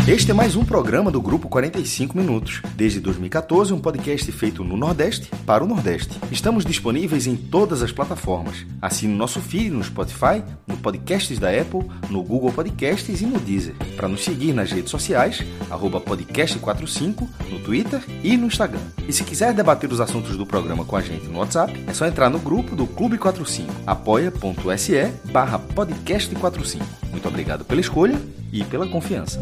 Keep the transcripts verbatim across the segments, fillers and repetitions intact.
Este é mais um programa do Grupo quarenta e cinco Minutos. Desde dois mil e catorze, um podcast feito no Nordeste para o Nordeste. Estamos disponíveis em todas as plataformas. Assine o nosso feed no Spotify, no Podcasts da Apple, no Google Podcasts e no Deezer. Para nos seguir nas redes sociais, arroba podcast quarenta e cinco, no Twitter e no Instagram. E se quiser debater os assuntos do programa com a gente no WhatsApp, é só entrar no grupo do Clube quarenta e cinco, apoia.se barra podcast quarenta e cinco. Muito obrigado pela escolha e pela confiança.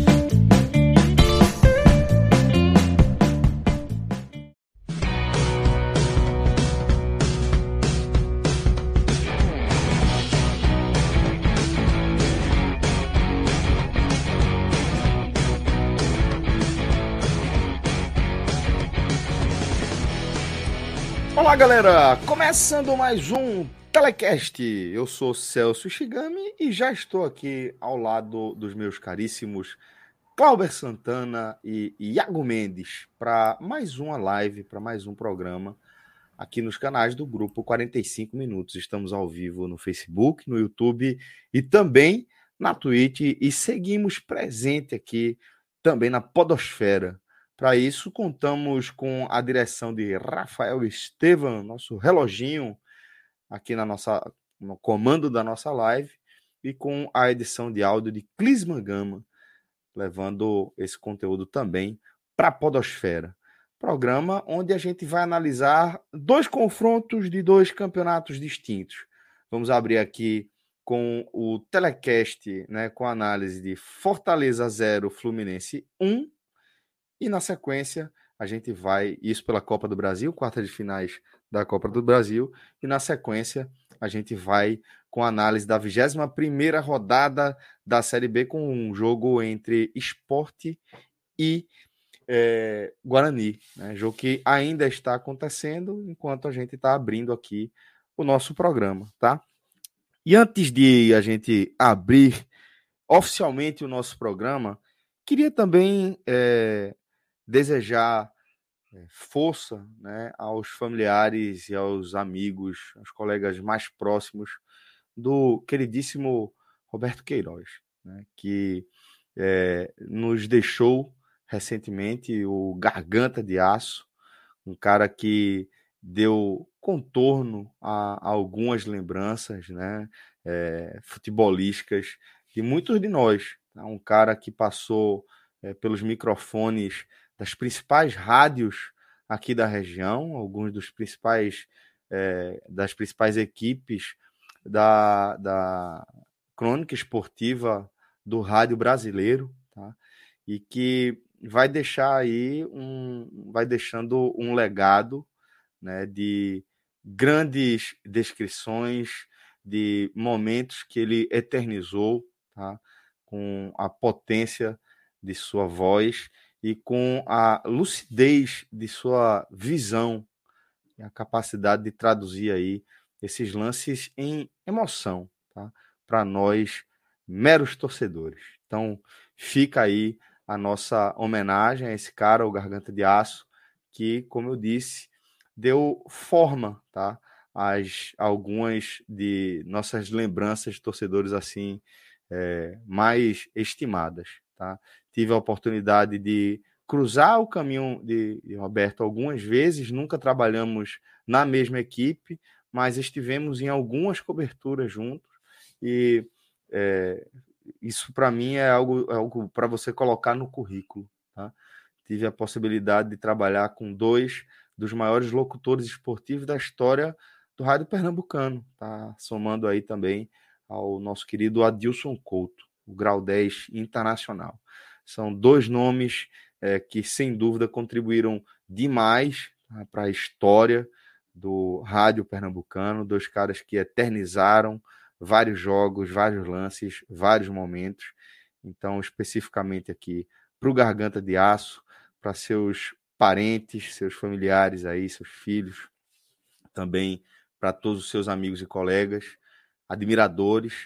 Olá, galera! Começando mais um Telecast. Eu sou Celso Shigami e já estou aqui ao lado dos meus caríssimos Cláuber Santana e Iago Mendes para mais uma live, para mais um programa aqui nos canais do Grupo quarenta e cinco Minutos. Estamos ao vivo no Facebook, no YouTube e também na Twitch e seguimos presente aqui também na Podosfera. Para isso, contamos com a direção de Rafael Estevam, nosso reloginho, aqui na nossa, no comando da nossa live, e com a edição de áudio de Clisman Gama, levando esse conteúdo também para a Podosfera. Programa onde a gente vai analisar dois confrontos de dois campeonatos distintos. Vamos abrir aqui com o Telecast, né, com a análise de Fortaleza zero, Fluminense um. E na sequência, a gente vai, isso pela Copa do Brasil, quarta de finais da Copa do Brasil, e na sequência a gente vai com a análise da vigésima primeira rodada da Série B, com um jogo entre Sport e é, Guarani, né? Jogo que ainda está acontecendo, enquanto a gente está abrindo aqui o nosso programa, tá? E antes de a gente abrir oficialmente o nosso programa, queria também... É, desejar força, né, aos familiares e aos amigos, aos colegas mais próximos do queridíssimo Roberto Queiroz, né, que é, nos deixou recentemente, o Garganta de Aço, um cara que deu contorno a, a algumas lembranças, né, é, futebolísticas de muitos de nós. Tá? Um cara que passou é, pelos microfones das principais rádios aqui da região, alguns dos principais é, das principais equipes da, da crônica esportiva do rádio brasileiro, tá? E que vai deixar aí um, vai deixando um legado, né, de grandes descrições, de momentos que ele eternizou, tá? Com a potência de sua voz e com a lucidez de sua visão e a capacidade de traduzir aí esses lances em emoção, tá? Para nós, meros torcedores. Então, fica aí a nossa homenagem a esse cara, o Garganta de Aço, que, como eu disse, deu forma, tá, às algumas de nossas lembranças de torcedores assim é, mais estimadas, tá? Tive a oportunidade de cruzar o caminho de, de Roberto algumas vezes, nunca trabalhamos na mesma equipe, mas estivemos em algumas coberturas juntos e é, isso para mim é algo, é algo para você colocar no currículo, tá? Tive a possibilidade de trabalhar com dois dos maiores locutores esportivos da história do rádio pernambucano, tá? Somando aí também ao nosso querido Adilson Couto, o Grau dez Internacional. São dois nomes é, que, sem dúvida, contribuíram demais, tá, para a história do rádio pernambucano, dois caras que eternizaram vários jogos, vários lances, vários momentos. Então, especificamente aqui, para o Garganta de Aço, para seus parentes, seus familiares aí, seus filhos, também para todos os seus amigos e colegas, admiradores,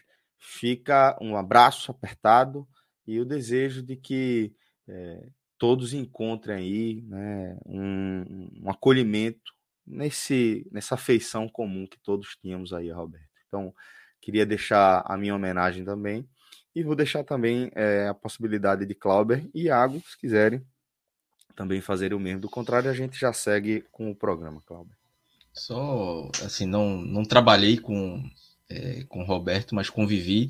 fica um abraço apertado e o desejo de que é, todos encontrem aí, né, um, um acolhimento nesse, nessa afeição comum que todos tínhamos aí, Roberto. Então, queria deixar a minha homenagem também E vou deixar também é, a possibilidade de Clauber e Iago, se quiserem, também fazerem o mesmo. Do contrário, a gente já segue com o programa, Clauber. Só, assim, não, não trabalhei com, é, com o Roberto, mas convivi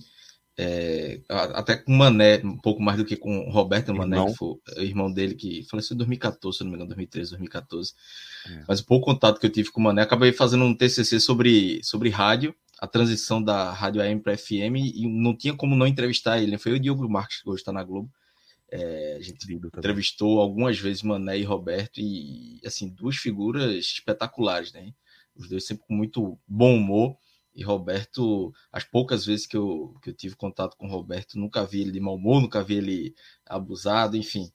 é, até com o Mané, um pouco mais do que com o Roberto, o Mané, Irmão. que foi o irmão dele, que faleceu em dois mil e catorze, se não me engano, dois mil e treze, dois mil e catorze. É. Mas o pouco contato que eu tive com o Mané, acabei fazendo um T C C sobre, sobre rádio, a transição da rádio A M para F M, e não tinha como não entrevistar ele. Foi o Diogo Marques, que hoje está na Globo. É, a gente entrevistou algumas vezes Mané e Roberto, e assim, duas figuras espetaculares, né? Os dois sempre com muito bom humor. E Roberto, as poucas vezes que eu, que eu tive contato com o Roberto, nunca vi ele de mau humor, nunca vi ele abusado, enfim.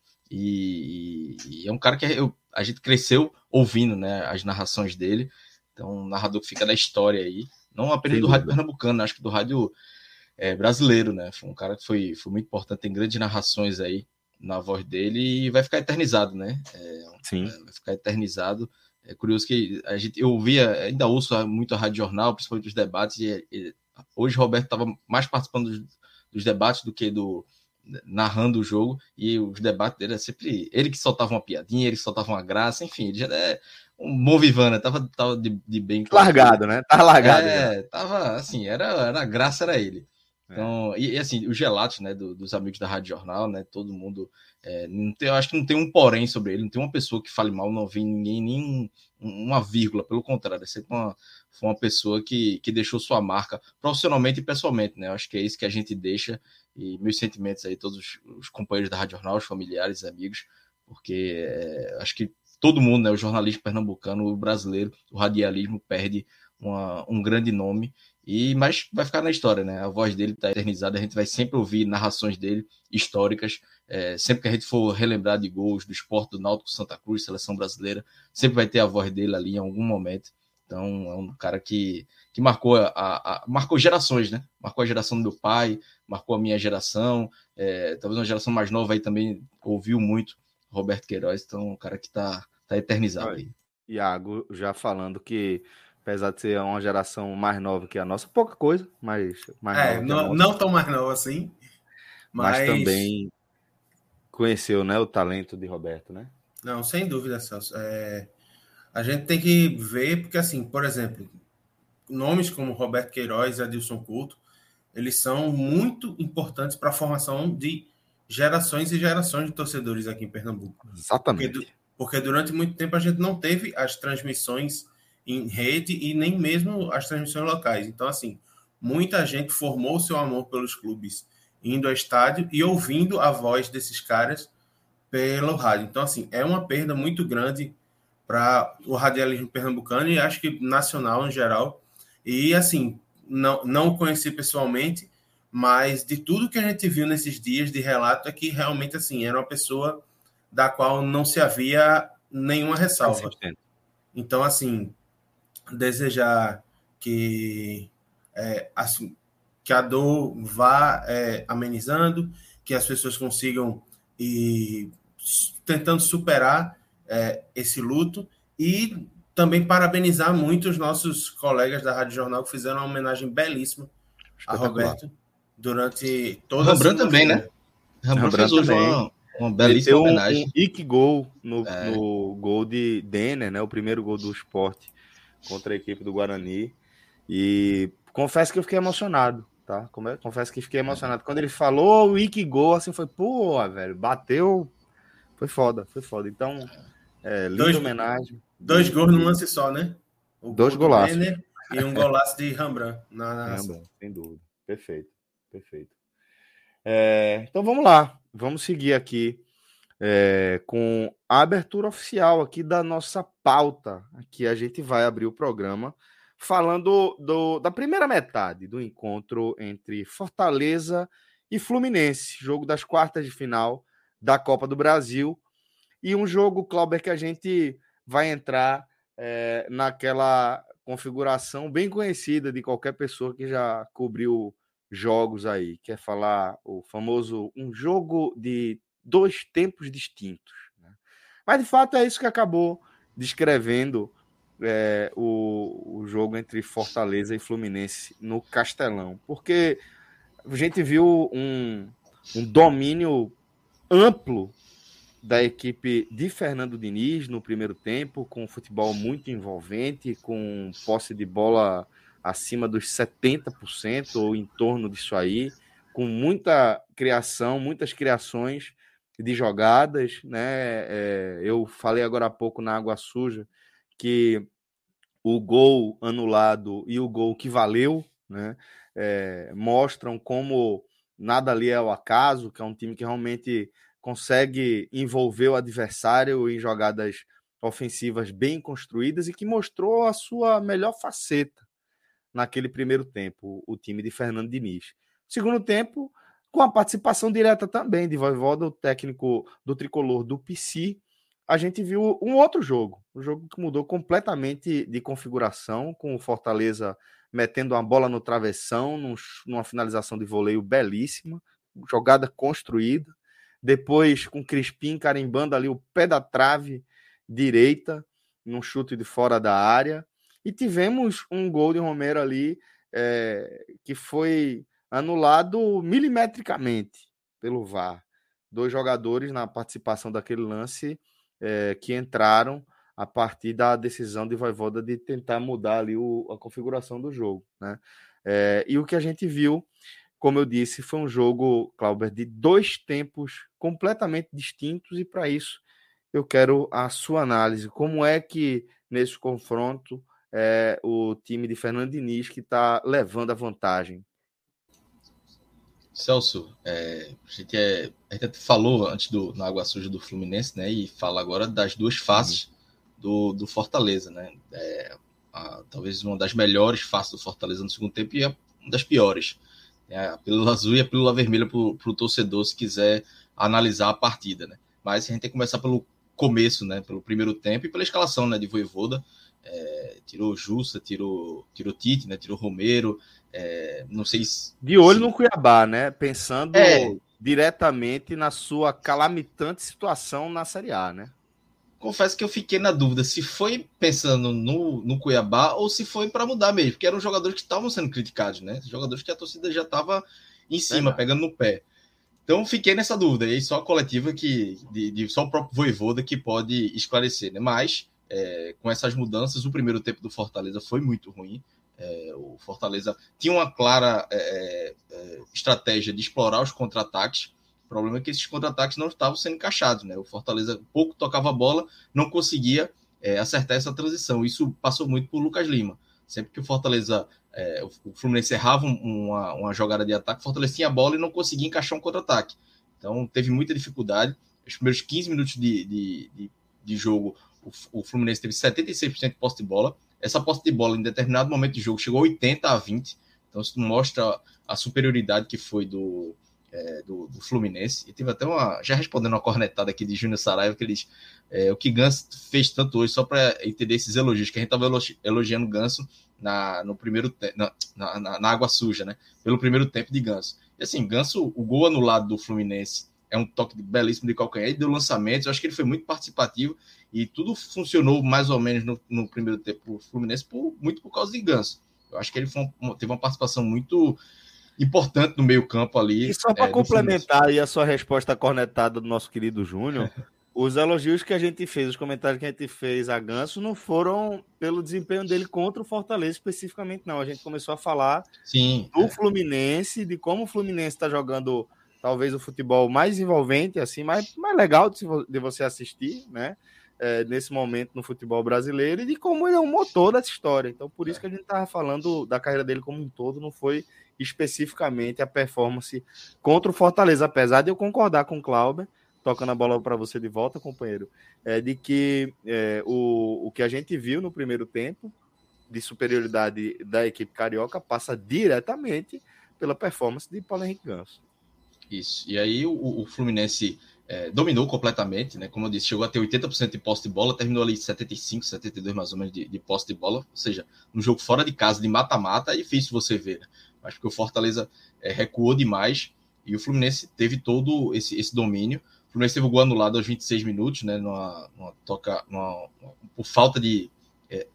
E, e é um cara que eu, a gente cresceu ouvindo, né, as narrações dele. Então, um narrador que fica na história aí, não apenas Sem do dúvida. Rádio pernambucano, acho que do rádio é, brasileiro, né? Foi um cara que foi, foi muito importante, tem grandes narrações aí na voz dele e vai ficar eternizado, né? É, Sim. É, vai ficar eternizado. É curioso que a gente, eu ouvia, ainda ouço muito a Rádio Jornal, principalmente os debates, e, e hoje o Roberto estava mais participando dos, dos debates do que do narrando o jogo, e os debates dele é sempre ele que soltava uma piadinha, ele que soltava uma graça, enfim, ele já é um bom vivana, tava, tava de, de bem com largado, né? Tá largado. É, já. Tava assim, era, era graça, era ele. Então, é. e, e assim, os relatos, né, do, dos amigos da Rádio Jornal, né, todo mundo, é, não tem, eu acho que não tem um porém sobre ele, não tem uma pessoa que fale mal, não vi ninguém, nem um, uma vírgula, pelo contrário, é sempre uma, foi uma pessoa que, que deixou sua marca profissionalmente e pessoalmente, né, eu acho que é isso que a gente deixa, e meus sentimentos aí, todos os, os companheiros da Rádio Jornal, os familiares, amigos, porque é, acho que todo mundo, né, o jornalismo pernambucano, o brasileiro, o radialismo perde uma, um grande nome, e mas vai ficar na história, né? A voz dele está eternizada, a gente vai sempre ouvir narrações dele históricas, é, sempre que a gente for relembrar de gols do esporte do Náutico Santa Cruz, seleção brasileira, sempre vai ter a voz dele ali em algum momento. Então é um cara que, que marcou, a, a, marcou gerações, né? Marcou a geração do meu pai, marcou a minha geração, é, talvez uma geração mais nova aí também ouviu muito Roberto Queiroz, então um cara que está tá eternizado aí. Iago já falando que, apesar de ser uma geração mais nova que a nossa, pouca coisa, mas mais é, nova não, que a nossa. Não tão mais nova assim, mas... mas também conheceu, né, o talento de Roberto, né? Não, sem dúvida, Celso. É, a gente tem que ver, porque assim, por exemplo, nomes como Roberto Queiroz e Adilson Couto, eles são muito importantes para a formação de gerações e gerações de torcedores aqui em Pernambuco. Exatamente. Porque, porque durante muito tempo a gente não teve as transmissões em rede e nem mesmo as transmissões locais. Então, assim, muita gente formou seu amor pelos clubes indo ao estádio e ouvindo a voz desses caras pelo rádio. Então, assim, é uma perda muito grande para o radialismo pernambucano e acho que nacional em geral. E, assim, não, não o conheci pessoalmente, mas de tudo que a gente viu nesses dias de relato é que realmente, assim, era uma pessoa da qual não se havia nenhuma ressalva. Então, assim, desejar que, é, assim, que a dor vá é, amenizando, que as pessoas consigam ir tentando superar é, esse luto e também parabenizar muito os nossos colegas da Rádio Jornal que fizeram uma homenagem belíssima a Roberto durante toda a segunda-feira. também, né? Rembrandt fez hoje também. Uma, uma belíssima Meteu homenagem. um Ike gol no, é. no gol de Denner, né? O primeiro gol do Sport contra a equipe do Guarani. E confesso que eu fiquei emocionado, tá? Confesso que fiquei emocionado. É. Quando ele falou o Ike gol, assim, foi, pô, velho, bateu. Foi foda, foi foda. Então, é, linda dois, homenagem. Dois de, gols num lance só, né? O dois golaços. Denner e um golaço de Rembrandt. Na... Rembrandt, sem dúvida. Perfeito, perfeito. É, então vamos lá, vamos seguir aqui é, com a abertura oficial aqui da nossa pauta. Aqui a gente vai abrir o programa falando do, da primeira metade do encontro entre Fortaleza e Fluminense, jogo das quartas de final da Copa do Brasil, e um jogo, Clauber, que a gente vai entrar é, naquela configuração bem conhecida de qualquer pessoa que já cobriu jogos aí, quer falar o famoso um jogo de dois tempos distintos, né? Mas de fato é isso que acabou descrevendo é, o, o jogo entre Fortaleza e Fluminense no Castelão, porque a gente viu um, um domínio amplo da equipe de Fernando Diniz no primeiro tempo, com um futebol muito envolvente, com posse de bola acima dos setenta por cento ou em torno disso aí, com muita criação, muitas criações de jogadas, né? É, eu falei agora há pouco na Água Suja que o gol anulado e o gol que valeu, né? É, mostram como nada ali é o acaso, que é um time que realmente consegue envolver o adversário em jogadas ofensivas bem construídas e que mostrou a sua melhor faceta naquele primeiro tempo, o time de Fernando Diniz. Segundo tempo, com a participação direta também de Vojvoda, o técnico do tricolor do P C, a gente viu um outro jogo, um jogo que mudou completamente de configuração, com o Fortaleza metendo uma bola no travessão, num, numa finalização de voleio belíssima, jogada construída, depois com Crispim carimbando ali o pé da trave direita, num chute de fora da área, e tivemos um gol de Romero ali é, que foi anulado milimetricamente pelo V A R. Dois jogadores na participação daquele lance é, que entraram a partir da decisão de Vojvoda de tentar mudar ali o, a configuração do jogo, né? É, e o que a gente viu, como eu disse, foi um jogo, Clauber, de dois tempos completamente distintos, e para isso eu quero a sua análise. Como é que, nesse confronto, é o time de Fernando Diniz que está levando a vantagem? Celso, é, a, gente é, a gente falou antes do, na Água Suja do Fluminense, né? E fala agora das duas faces uhum. do, do Fortaleza, né? É, a, talvez uma das melhores faces do Fortaleza no segundo tempo e uma das piores. É, a pílula azul e a pílula vermelha para o torcedor, se quiser analisar a partida, né? Mas a gente tem que começar pelo começo, né? Pelo primeiro tempo e pela escalação, né? De Vojvoda. É, tirou Jussa, tirou, tirou Tite, né? Tirou Romero. É, não sei se... De olho se... no Cuiabá, né? Pensando é... diretamente na sua calamitante situação na Série A, né? Confesso que eu fiquei na dúvida se foi pensando no, no Cuiabá ou se foi para mudar mesmo, porque eram jogadores que estavam sendo criticados, né? Jogadores que a torcida já estava em cima, é pegando no pé. Então fiquei nessa dúvida, e só a coletiva que, de, de só o próprio Vojvoda que pode esclarecer, né? Mas é, com essas mudanças, o primeiro tempo do Fortaleza foi muito ruim. É, o Fortaleza tinha uma clara é, é, estratégia de explorar os contra-ataques. O problema é que esses contra-ataques não estavam sendo encaixados, né? O Fortaleza pouco tocava a bola, não conseguia é, acertar essa transição. Isso passou muito por Lucas Lima. Sempre que o Fortaleza, é, o Fluminense errava uma, uma jogada de ataque, o Fortaleza tinha a bola e não conseguia encaixar um contra-ataque. Então teve muita dificuldade. Os primeiros quinze minutos de, de, de, de jogo, o, o Fluminense teve setenta e seis por cento de posse de bola. Essa posse de bola, em determinado momento de jogo, chegou a oitenta a vinte. Então, isso mostra a superioridade que foi do, é, do, do Fluminense. E teve até uma... Já respondendo uma cornetada aqui de Júnior Saraiva, que eles... É, o que Ganso fez tanto hoje, só para entender esses elogios, que a gente estava elogiando Ganso na, no primeiro te- na, na, na Água Suja, né? Pelo primeiro tempo de Ganso. E assim, Ganso, o gol anulado do Fluminense é um toque belíssimo de calcanhar, e deu lançamentos. Eu acho que ele foi muito participativo e tudo funcionou mais ou menos no, no primeiro tempo do Fluminense, por, muito por causa de Ganso. Eu acho que ele foi um, teve uma participação muito importante no meio campo ali. E só para é, complementar aí a sua resposta cornetada do nosso querido Júnior, os elogios que a gente fez, os comentários que a gente fez a Ganso não foram pelo desempenho dele contra o Fortaleza especificamente, não. A gente começou a falar Sim, do é. Fluminense, de como o Fluminense está jogando talvez o futebol mais envolvente, assim, mais, mais legal de, de você assistir, né? É, nesse momento no futebol brasileiro, e de como ele é um motor dessa história. Então, por isso que a gente estava falando da carreira dele como um todo, não foi especificamente a performance contra o Fortaleza, apesar de eu concordar com o Clauber, tocando a bola para você de volta, companheiro, é, de que é, o, o que a gente viu no primeiro tempo de superioridade da equipe carioca passa diretamente pela performance de Paulo Henrique Ganso. Isso. E aí o, o Fluminense é, dominou completamente, né? Como eu disse, chegou a ter oitenta por cento de posse de bola, terminou ali setenta e cinco, setenta e dois mais ou menos de, de posse de bola, ou seja, no jogo fora de casa, de mata-mata, é difícil você ver, né? Acho que o Fortaleza é, recuou demais e o Fluminense teve todo esse, esse domínio. O Fluminense teve o gol anulado aos vinte e seis minutos, né? Numa, numa toca, numa, por falta de... É,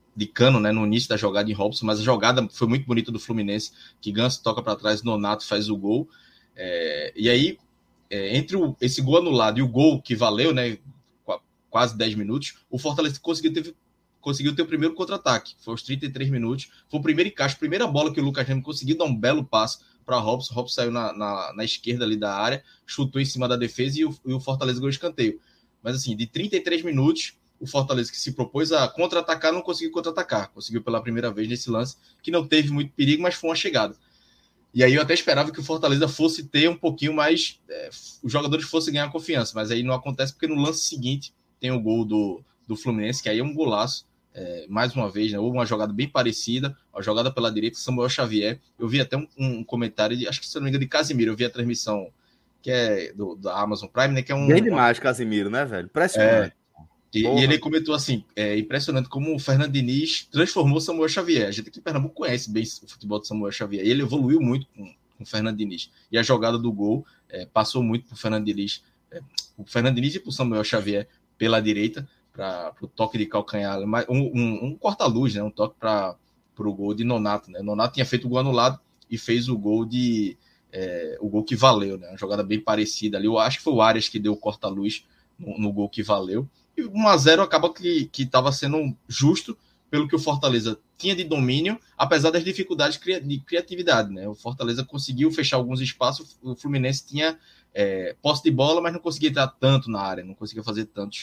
de Cano, né, no início da jogada em Robson, mas a jogada foi muito bonita do Fluminense, que Ganso toca para trás, Nonato faz o gol. É, e aí, é, entre o, esse gol anulado e o gol que valeu, né, quase dez minutos, o Fortaleza conseguiu ter, conseguiu ter o primeiro contra-ataque. Foi aos trinta e três minutos. Foi o primeiro encaixe, a primeira bola que o Lucas Lima conseguiu dar um belo passo para Robson. Robson saiu na, na, na esquerda ali da área, chutou em cima da defesa e o, e o Fortaleza ganhou o escanteio. Mas assim, de trinta e três minutos, o Fortaleza, que se propôs a contra-atacar, não conseguiu contra-atacar. Conseguiu pela primeira vez nesse lance, que não teve muito perigo, mas foi uma chegada. E aí eu até esperava que o Fortaleza fosse ter um pouquinho mais... É, os jogadores fossem ganhar confiança, mas aí não acontece, porque no lance seguinte tem o gol do, do Fluminense, que aí é um golaço, é, mais uma vez, né? Houve uma jogada bem parecida, a jogada pela direita, Samuel Xavier. Eu vi até um, um comentário, de, acho que se não me engano, de Casimiro. Eu vi a transmissão que é do, da Amazon Prime, né? Que é um... Bem demais, uma... Casimiro, né, velho? Impressionante. É, E, e ele comentou assim, é impressionante como o Fernando Diniz transformou o Samuel Xavier. A gente aqui em Pernambuco conhece bem o futebol do Samuel Xavier. E ele evoluiu muito com, com o Fernando Diniz. E a jogada do gol é, passou muito para o Fernando Diniz. É, o Fernando Diniz e para o Samuel Xavier pela direita, para o toque de calcanhar. Um, um, um corta-luz, né? Um toque para o gol de Nonato. Né? Nonato tinha feito o gol anulado e fez o gol de... É, o gol que valeu, né? Uma jogada bem parecida ali. Eu acho que foi o Arias que deu o corta-luz no, no gol que valeu. E um a zero acaba que estava sendo justo pelo que o Fortaleza tinha de domínio, apesar das dificuldades de criatividade. Né? O Fortaleza conseguiu fechar alguns espaços, o Fluminense tinha é, posse de bola, mas não conseguia entrar tanto na área, não conseguia fazer tantos,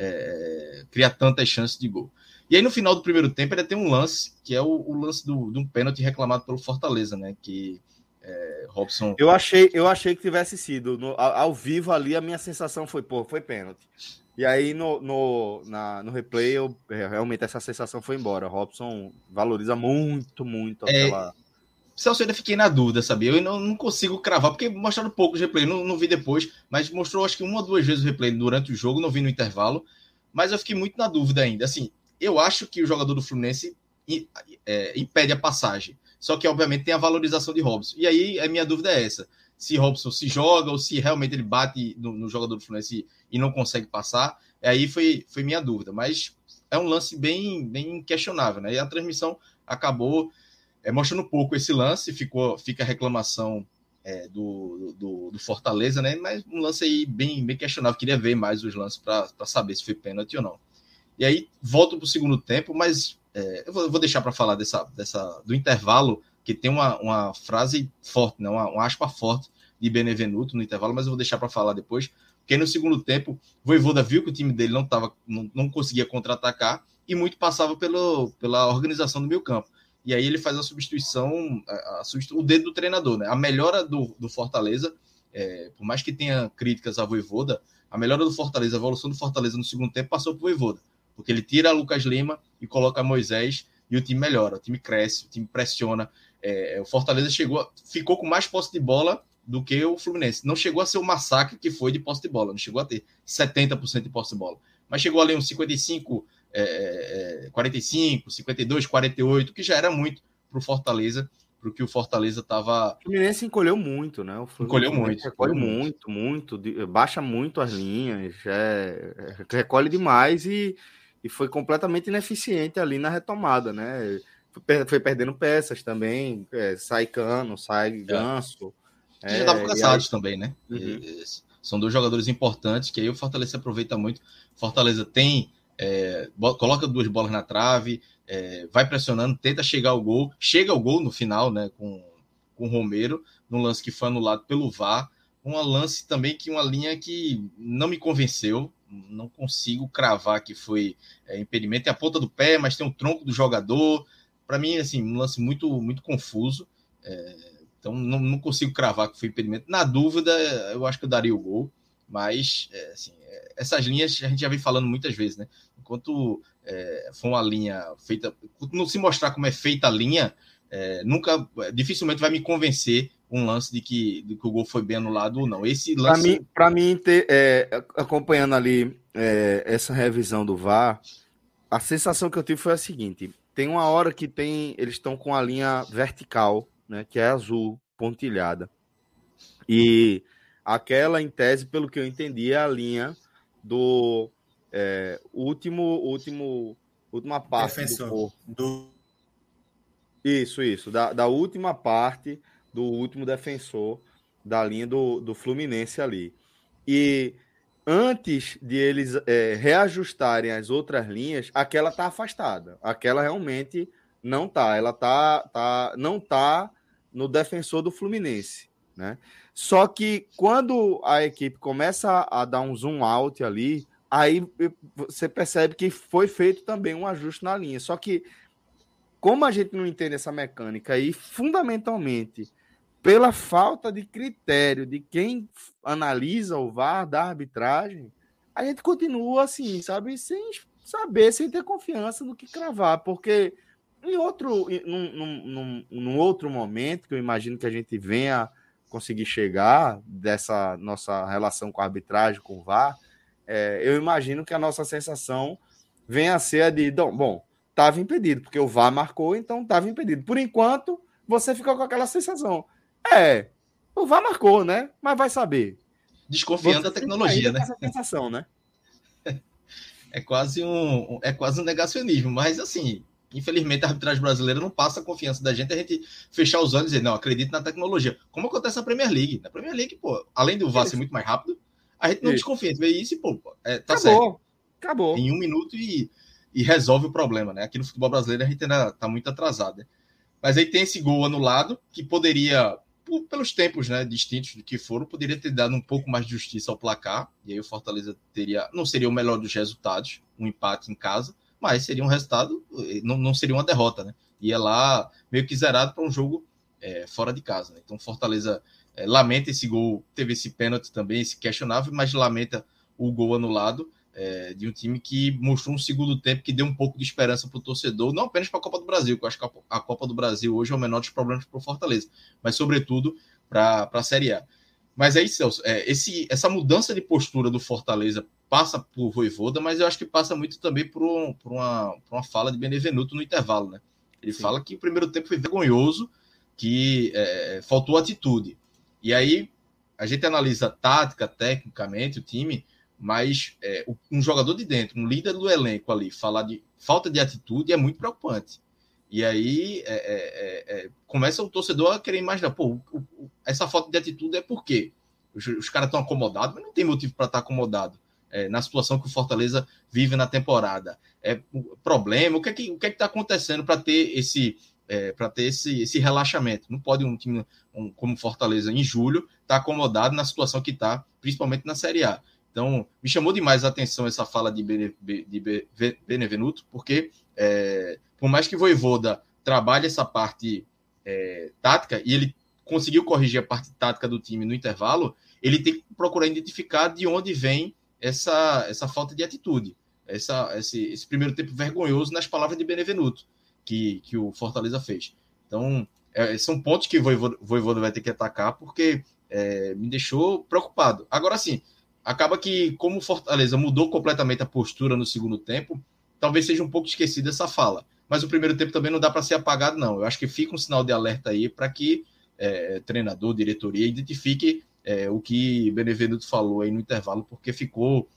é, criar tantas chances de gol. E aí no final do primeiro tempo ainda tem um lance, que é o, o lance do, de um pênalti reclamado pelo Fortaleza, né? Que é, Robson... Eu achei, eu achei que tivesse sido. No, ao, ao vivo ali, a minha sensação foi, pô, foi pênalti. E aí, no, no, na, no replay, eu, realmente essa sensação foi embora. O Robson valoriza muito, muito aquela... É, Celso, eu ainda fiquei na dúvida, sabia? Eu não, não consigo cravar, porque mostraram poucos replays, não, não vi depois, mas mostrou acho que uma ou duas vezes o replay durante o jogo, não vi no intervalo, mas eu fiquei muito na dúvida ainda. Assim, eu acho que o jogador do Fluminense é, impede a passagem, só que, obviamente, tem a valorização de Robson. E aí, a minha dúvida é essa. Se Robson se joga ou se realmente ele bate no, no jogador do Fluminense e, e não consegue passar, aí foi, foi minha dúvida. Mas é um lance bem, bem questionável, né? E a transmissão acabou é, mostrando um pouco esse lance, ficou, fica a reclamação é, do, do, do Fortaleza, né? Mas um lance aí bem, bem questionável. Queria ver mais os lances para saber se foi pênalti ou não. E aí, volto para o segundo tempo, mas é, eu, vou, eu vou deixar para falar dessa, dessa, do intervalo, que tem uma, uma frase forte, né? uma, uma aspa forte de Benevenuto no intervalo, mas eu vou deixar para falar depois, porque no segundo tempo, o Vojvoda viu que o time dele não, tava, não, não conseguia contra-atacar e muito passava pelo, pela organização do meio campo. E aí ele faz a substituição, a, a substitu... o dedo do treinador, né? A melhora do, do Fortaleza, é, por mais que tenha críticas a Vojvoda, a melhora do Fortaleza, a evolução do Fortaleza no segundo tempo passou para o Vojvoda, porque ele tira Lucas Lima e coloca Moisés e o time melhora, o time cresce, o time pressiona. É, o Fortaleza chegou, ficou com mais posse de bola do que o Fluminense. Não chegou a ser o massacre que foi de posse de bola, não chegou a ter setenta por cento de posse de bola, mas chegou ali uns cinquenta e cinco, é, quarenta e cinco, cinquenta e dois, quarenta e oito, que já era muito para o Fortaleza, para o que o Fortaleza estava... O Fluminense encolheu muito, né? O encolheu muito. Recolhe muito, muito, muito, baixa muito as linhas, é, recolhe demais e, e foi completamente ineficiente ali na retomada, né? Foi perdendo peças também, é, sai Cano, sai Ganso. É, já estavam cansados aí... também, né? Uhum. E, são dois jogadores importantes que aí o Fortaleza aproveita muito. Fortaleza tem, é, coloca duas bolas na trave, é, vai pressionando, tenta chegar ao gol, chega ao gol no final, né? Com, com o Romero, num lance que foi anulado pelo V A R. Um lance também que uma linha que não me convenceu, não consigo cravar que foi é, impedimento. Tem a ponta do pé, mas tem o tronco do jogador. Para mim, assim, um lance muito, muito confuso. É, então, não, não consigo cravar que foi impedimento. Na dúvida, eu acho que eu daria o gol. Mas, é, assim, é, essas linhas a gente já vem falando muitas vezes, né? Enquanto é, for uma linha feita... Não se mostrar como é feita a linha, é, nunca, dificilmente vai me convencer um lance de que, de que o gol foi bem anulado ou não. Esse lance... Para mim, mim ter, é, acompanhando ali é, essa revisão do V A R, a sensação que eu tive foi a seguinte... Tem uma hora que tem, eles estão com a linha vertical, né, que é azul, pontilhada. E aquela, em tese, pelo que eu entendi, é a linha do é, último, último última parte Defensor. do corpo. Do... Isso, isso. Da, da última parte do último defensor da linha do, do Fluminense ali. E antes de eles é, reajustarem as outras linhas, aquela tá afastada. Aquela realmente não tá. Ela tá, tá, não tá no defensor do Fluminense, né? Só que quando a equipe começa a dar um zoom out ali, aí você percebe que foi feito também um ajuste na linha. Só que como a gente não entende essa mecânica e, fundamentalmente, pela falta de critério de quem analisa o V A R da arbitragem, a gente continua assim, sabe, sem saber, sem ter confiança no que cravar, porque em outro, num, num, num outro momento, que eu imagino que a gente venha conseguir chegar dessa nossa relação com a arbitragem, com o V A R, é, eu imagino que a nossa sensação venha a ser a de, bom, estava impedido, porque o V A R marcou, então estava impedido. Por enquanto, você fica com aquela sensação. É, o V A R marcou, né? Mas vai saber. Desconfiando da tecnologia, né? Essa sensação, né? É quase um, é quase um negacionismo, mas assim, infelizmente a arbitragem brasileira não passa a confiança da gente a gente fechar os olhos e dizer, não, acredito na tecnologia. Como acontece na Premier League. Na Premier League, pô, além do V A R ser muito mais rápido, a gente não isso. desconfia. Vê isso e, pô, é, tá acabou, certo. Acabou. Em um minuto e, e resolve o problema, né? Aqui no futebol brasileiro a gente ainda tá muito atrasado, né? Mas aí tem esse gol anulado, que poderia, por, pelos tempos, né, distintos do que foram, poderia ter dado um pouco mais de justiça ao placar, e aí o Fortaleza teria, não seria o melhor dos resultados, um empate em casa, mas seria um resultado, não, não seria uma derrota, né? Ia lá meio que zerado para um jogo é, fora de casa, né? Então o Fortaleza é, lamenta esse gol, teve esse pênalti também, esse questionável, mas lamenta o gol anulado, É, de um time que mostrou um segundo tempo que deu um pouco de esperança para o torcedor, não apenas para a Copa do Brasil, que eu acho que a Copa do Brasil hoje é o menor dos problemas para o Fortaleza, mas sobretudo para a Série A. Mas aí, Celso, é, esse, essa mudança de postura do Fortaleza passa por Vojvoda, mas eu acho que passa muito também por, um, por, uma, por uma fala de Benevenuto no intervalo, né? Ele Sim. fala que o primeiro tempo foi vergonhoso, que é, faltou atitude. E aí a gente analisa tática, tecnicamente, o time, mas é, um jogador de dentro, um líder do elenco ali, falar de falta de atitude é muito preocupante. E aí é, é, é, começa o torcedor a querer imaginar, pô, o, o, essa falta de atitude é por quê? Os, os caras estão acomodados, mas não tem motivo para estar acomodado é, na situação que o Fortaleza vive na temporada. É o problema, o que é que o que é que está acontecendo para ter esse é, para ter esse, esse relaxamento? Não pode um time um, como Fortaleza em julho estar tá acomodado na situação que está, principalmente na Série A. Então, me chamou demais a atenção essa fala de, Bene, de Benevenuto, porque é, por mais que Vojvoda trabalhe essa parte é, tática, e ele conseguiu corrigir a parte tática do time no intervalo, ele tem que procurar identificar de onde vem essa, essa falta de atitude, essa, esse, esse primeiro tempo vergonhoso nas palavras de Benevenuto, que, que o Fortaleza fez. Então, é, são pontos que o Vojvoda vai ter que atacar, porque é, me deixou preocupado. Agora, sim, acaba que, como o Fortaleza mudou completamente a postura no segundo tempo, talvez seja um pouco esquecida essa fala. Mas o primeiro tempo também não dá para ser apagado, não. Eu acho que fica um sinal de alerta aí para que é, treinador, diretoria, identifique é, o que Benevenuto falou aí no intervalo, porque ficou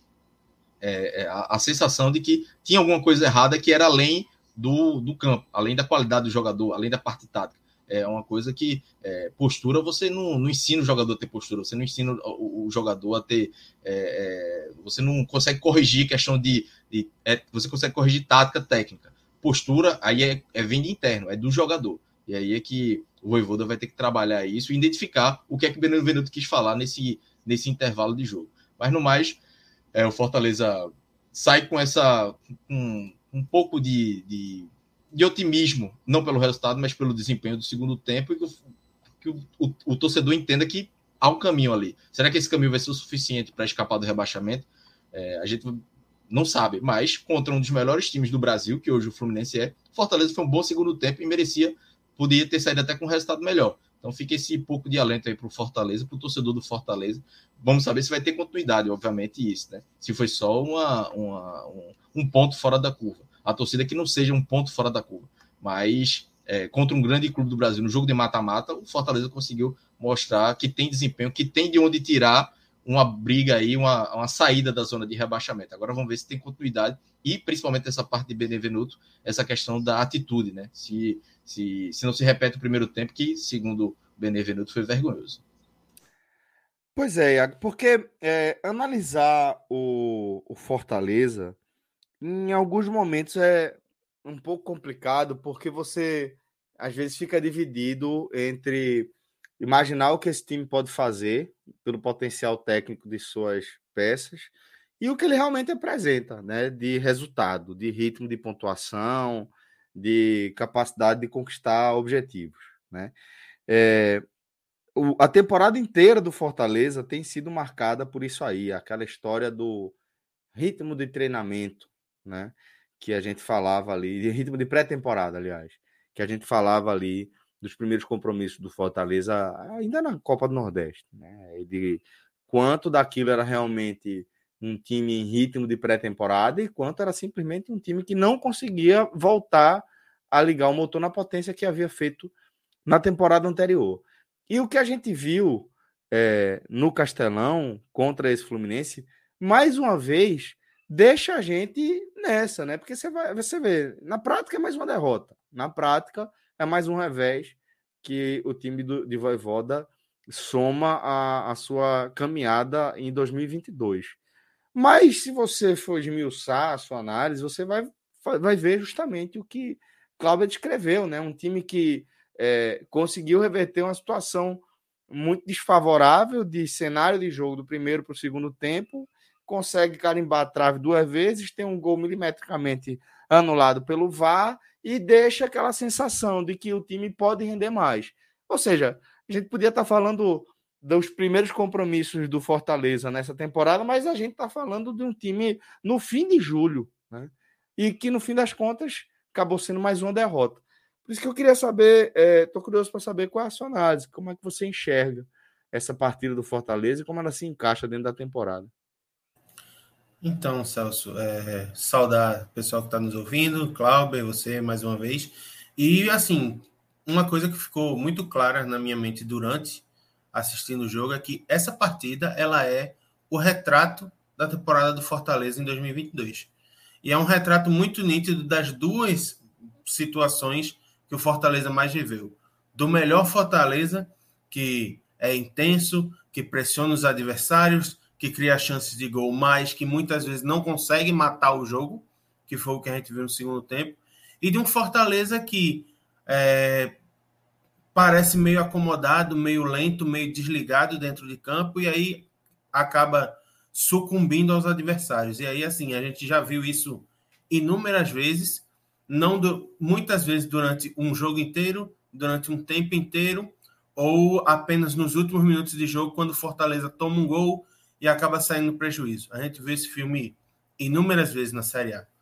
é, a, a sensação de que tinha alguma coisa errada que era além do, do campo, além da qualidade do jogador, além da parte tática. É uma coisa que, é, postura, você não, não ensina o jogador a ter postura, você não ensina o, o jogador a ter... É, é, você não consegue corrigir questão de... de é, você consegue corrigir tática, técnica. Postura, aí é, é vem de interno, é do jogador. E aí é que o Vojvoda vai ter que trabalhar isso e identificar o que é que o Benevenuto quis falar nesse, nesse intervalo de jogo. Mas, no mais, é, o Fortaleza sai com essa... com um pouco de... de de otimismo, não pelo resultado, mas pelo desempenho do segundo tempo, e que, o, que o, o, o torcedor entenda que há um caminho ali. Será que esse caminho vai ser o suficiente para escapar do rebaixamento? É, a gente não sabe, mas contra um dos melhores times do Brasil, que hoje o Fluminense é, Fortaleza foi um bom segundo tempo e merecia, podia ter saído até com um resultado melhor. Então fica esse pouco de alento aí para o Fortaleza, para o torcedor do Fortaleza. Vamos saber se vai ter continuidade, obviamente, isso, né? Se foi só uma, uma, um, um ponto fora da curva. A torcida que não seja um ponto fora da curva. Mas, é, contra um grande clube do Brasil, no jogo de mata-mata, o Fortaleza conseguiu mostrar que tem desempenho, que tem de onde tirar uma briga aí, uma, uma saída da zona de rebaixamento. Agora vamos ver se tem continuidade e, principalmente essa parte de Benevenuto, essa questão da atitude, né? Se, se, se não se repete o primeiro tempo, que, segundo o Benevenuto, foi vergonhoso. Pois é, Iago, porque é, analisar o, o Fortaleza, em alguns momentos é um pouco complicado, porque você, às vezes, fica dividido entre imaginar o que esse time pode fazer, pelo potencial técnico de suas peças, e o que ele realmente apresenta, né? De resultado, de ritmo de pontuação, de capacidade de conquistar objetivos, né? É, o, a temporada inteira do Fortaleza tem sido marcada por isso aí, aquela história do ritmo de treinamento, né? Que a gente falava ali, de ritmo de pré-temporada, aliás, que a gente falava ali dos primeiros compromissos do Fortaleza, ainda na Copa do Nordeste, né? E de quanto daquilo era realmente um time em ritmo de pré-temporada e quanto era simplesmente um time que não conseguia voltar a ligar o motor na potência que havia feito na temporada anterior. E o que a gente viu é, no Castelão contra esse Fluminense, mais uma vez, deixa a gente nessa, né? Porque você vai, você vê, na prática é mais uma derrota. Na prática é mais um revés que o time do, de Vojvoda soma a, a sua caminhada em dois mil e vinte e dois. Mas se você for esmiuçar a sua análise, você vai, vai ver justamente o que Cláudio descreveu, né? Um time que é, conseguiu reverter uma situação muito desfavorável de cenário de jogo do primeiro para o segundo tempo, consegue carimbar a trave duas vezes, tem um gol milimetricamente anulado pelo V A R e deixa aquela sensação de que o time pode render mais. Ou seja, a gente podia estar falando dos primeiros compromissos do Fortaleza nessa temporada, mas a gente está falando de um time no fim de julho, né? E que no fim das contas acabou sendo mais uma derrota. Por isso que eu queria saber, estou é, curioso para saber qual é a sua análise, como é que você enxerga essa partida do Fortaleza e como ela se encaixa dentro da temporada. Então, Celso, é, saudar o pessoal que está nos ouvindo, Cláudio, você mais uma vez. E, assim, uma coisa que ficou muito clara na minha mente durante assistindo o jogo é que essa partida ela é o retrato da temporada do Fortaleza em dois mil e vinte e dois. E é um retrato muito nítido das duas situações que o Fortaleza mais viveu. Do melhor Fortaleza, que é intenso, que pressiona os adversários, que cria chances de gol, mas que muitas vezes não consegue matar o jogo, que foi o que a gente viu no segundo tempo, e de um Fortaleza que é, parece meio acomodado, meio lento, meio desligado dentro de campo, e aí acaba sucumbindo aos adversários. E aí, assim, a gente já viu isso inúmeras vezes, não do, muitas vezes durante um jogo inteiro, durante um tempo inteiro, ou apenas nos últimos minutos de jogo, quando o Fortaleza toma um gol e acaba saindo no prejuízo. A gente vê esse filme inúmeras vezes na Série A.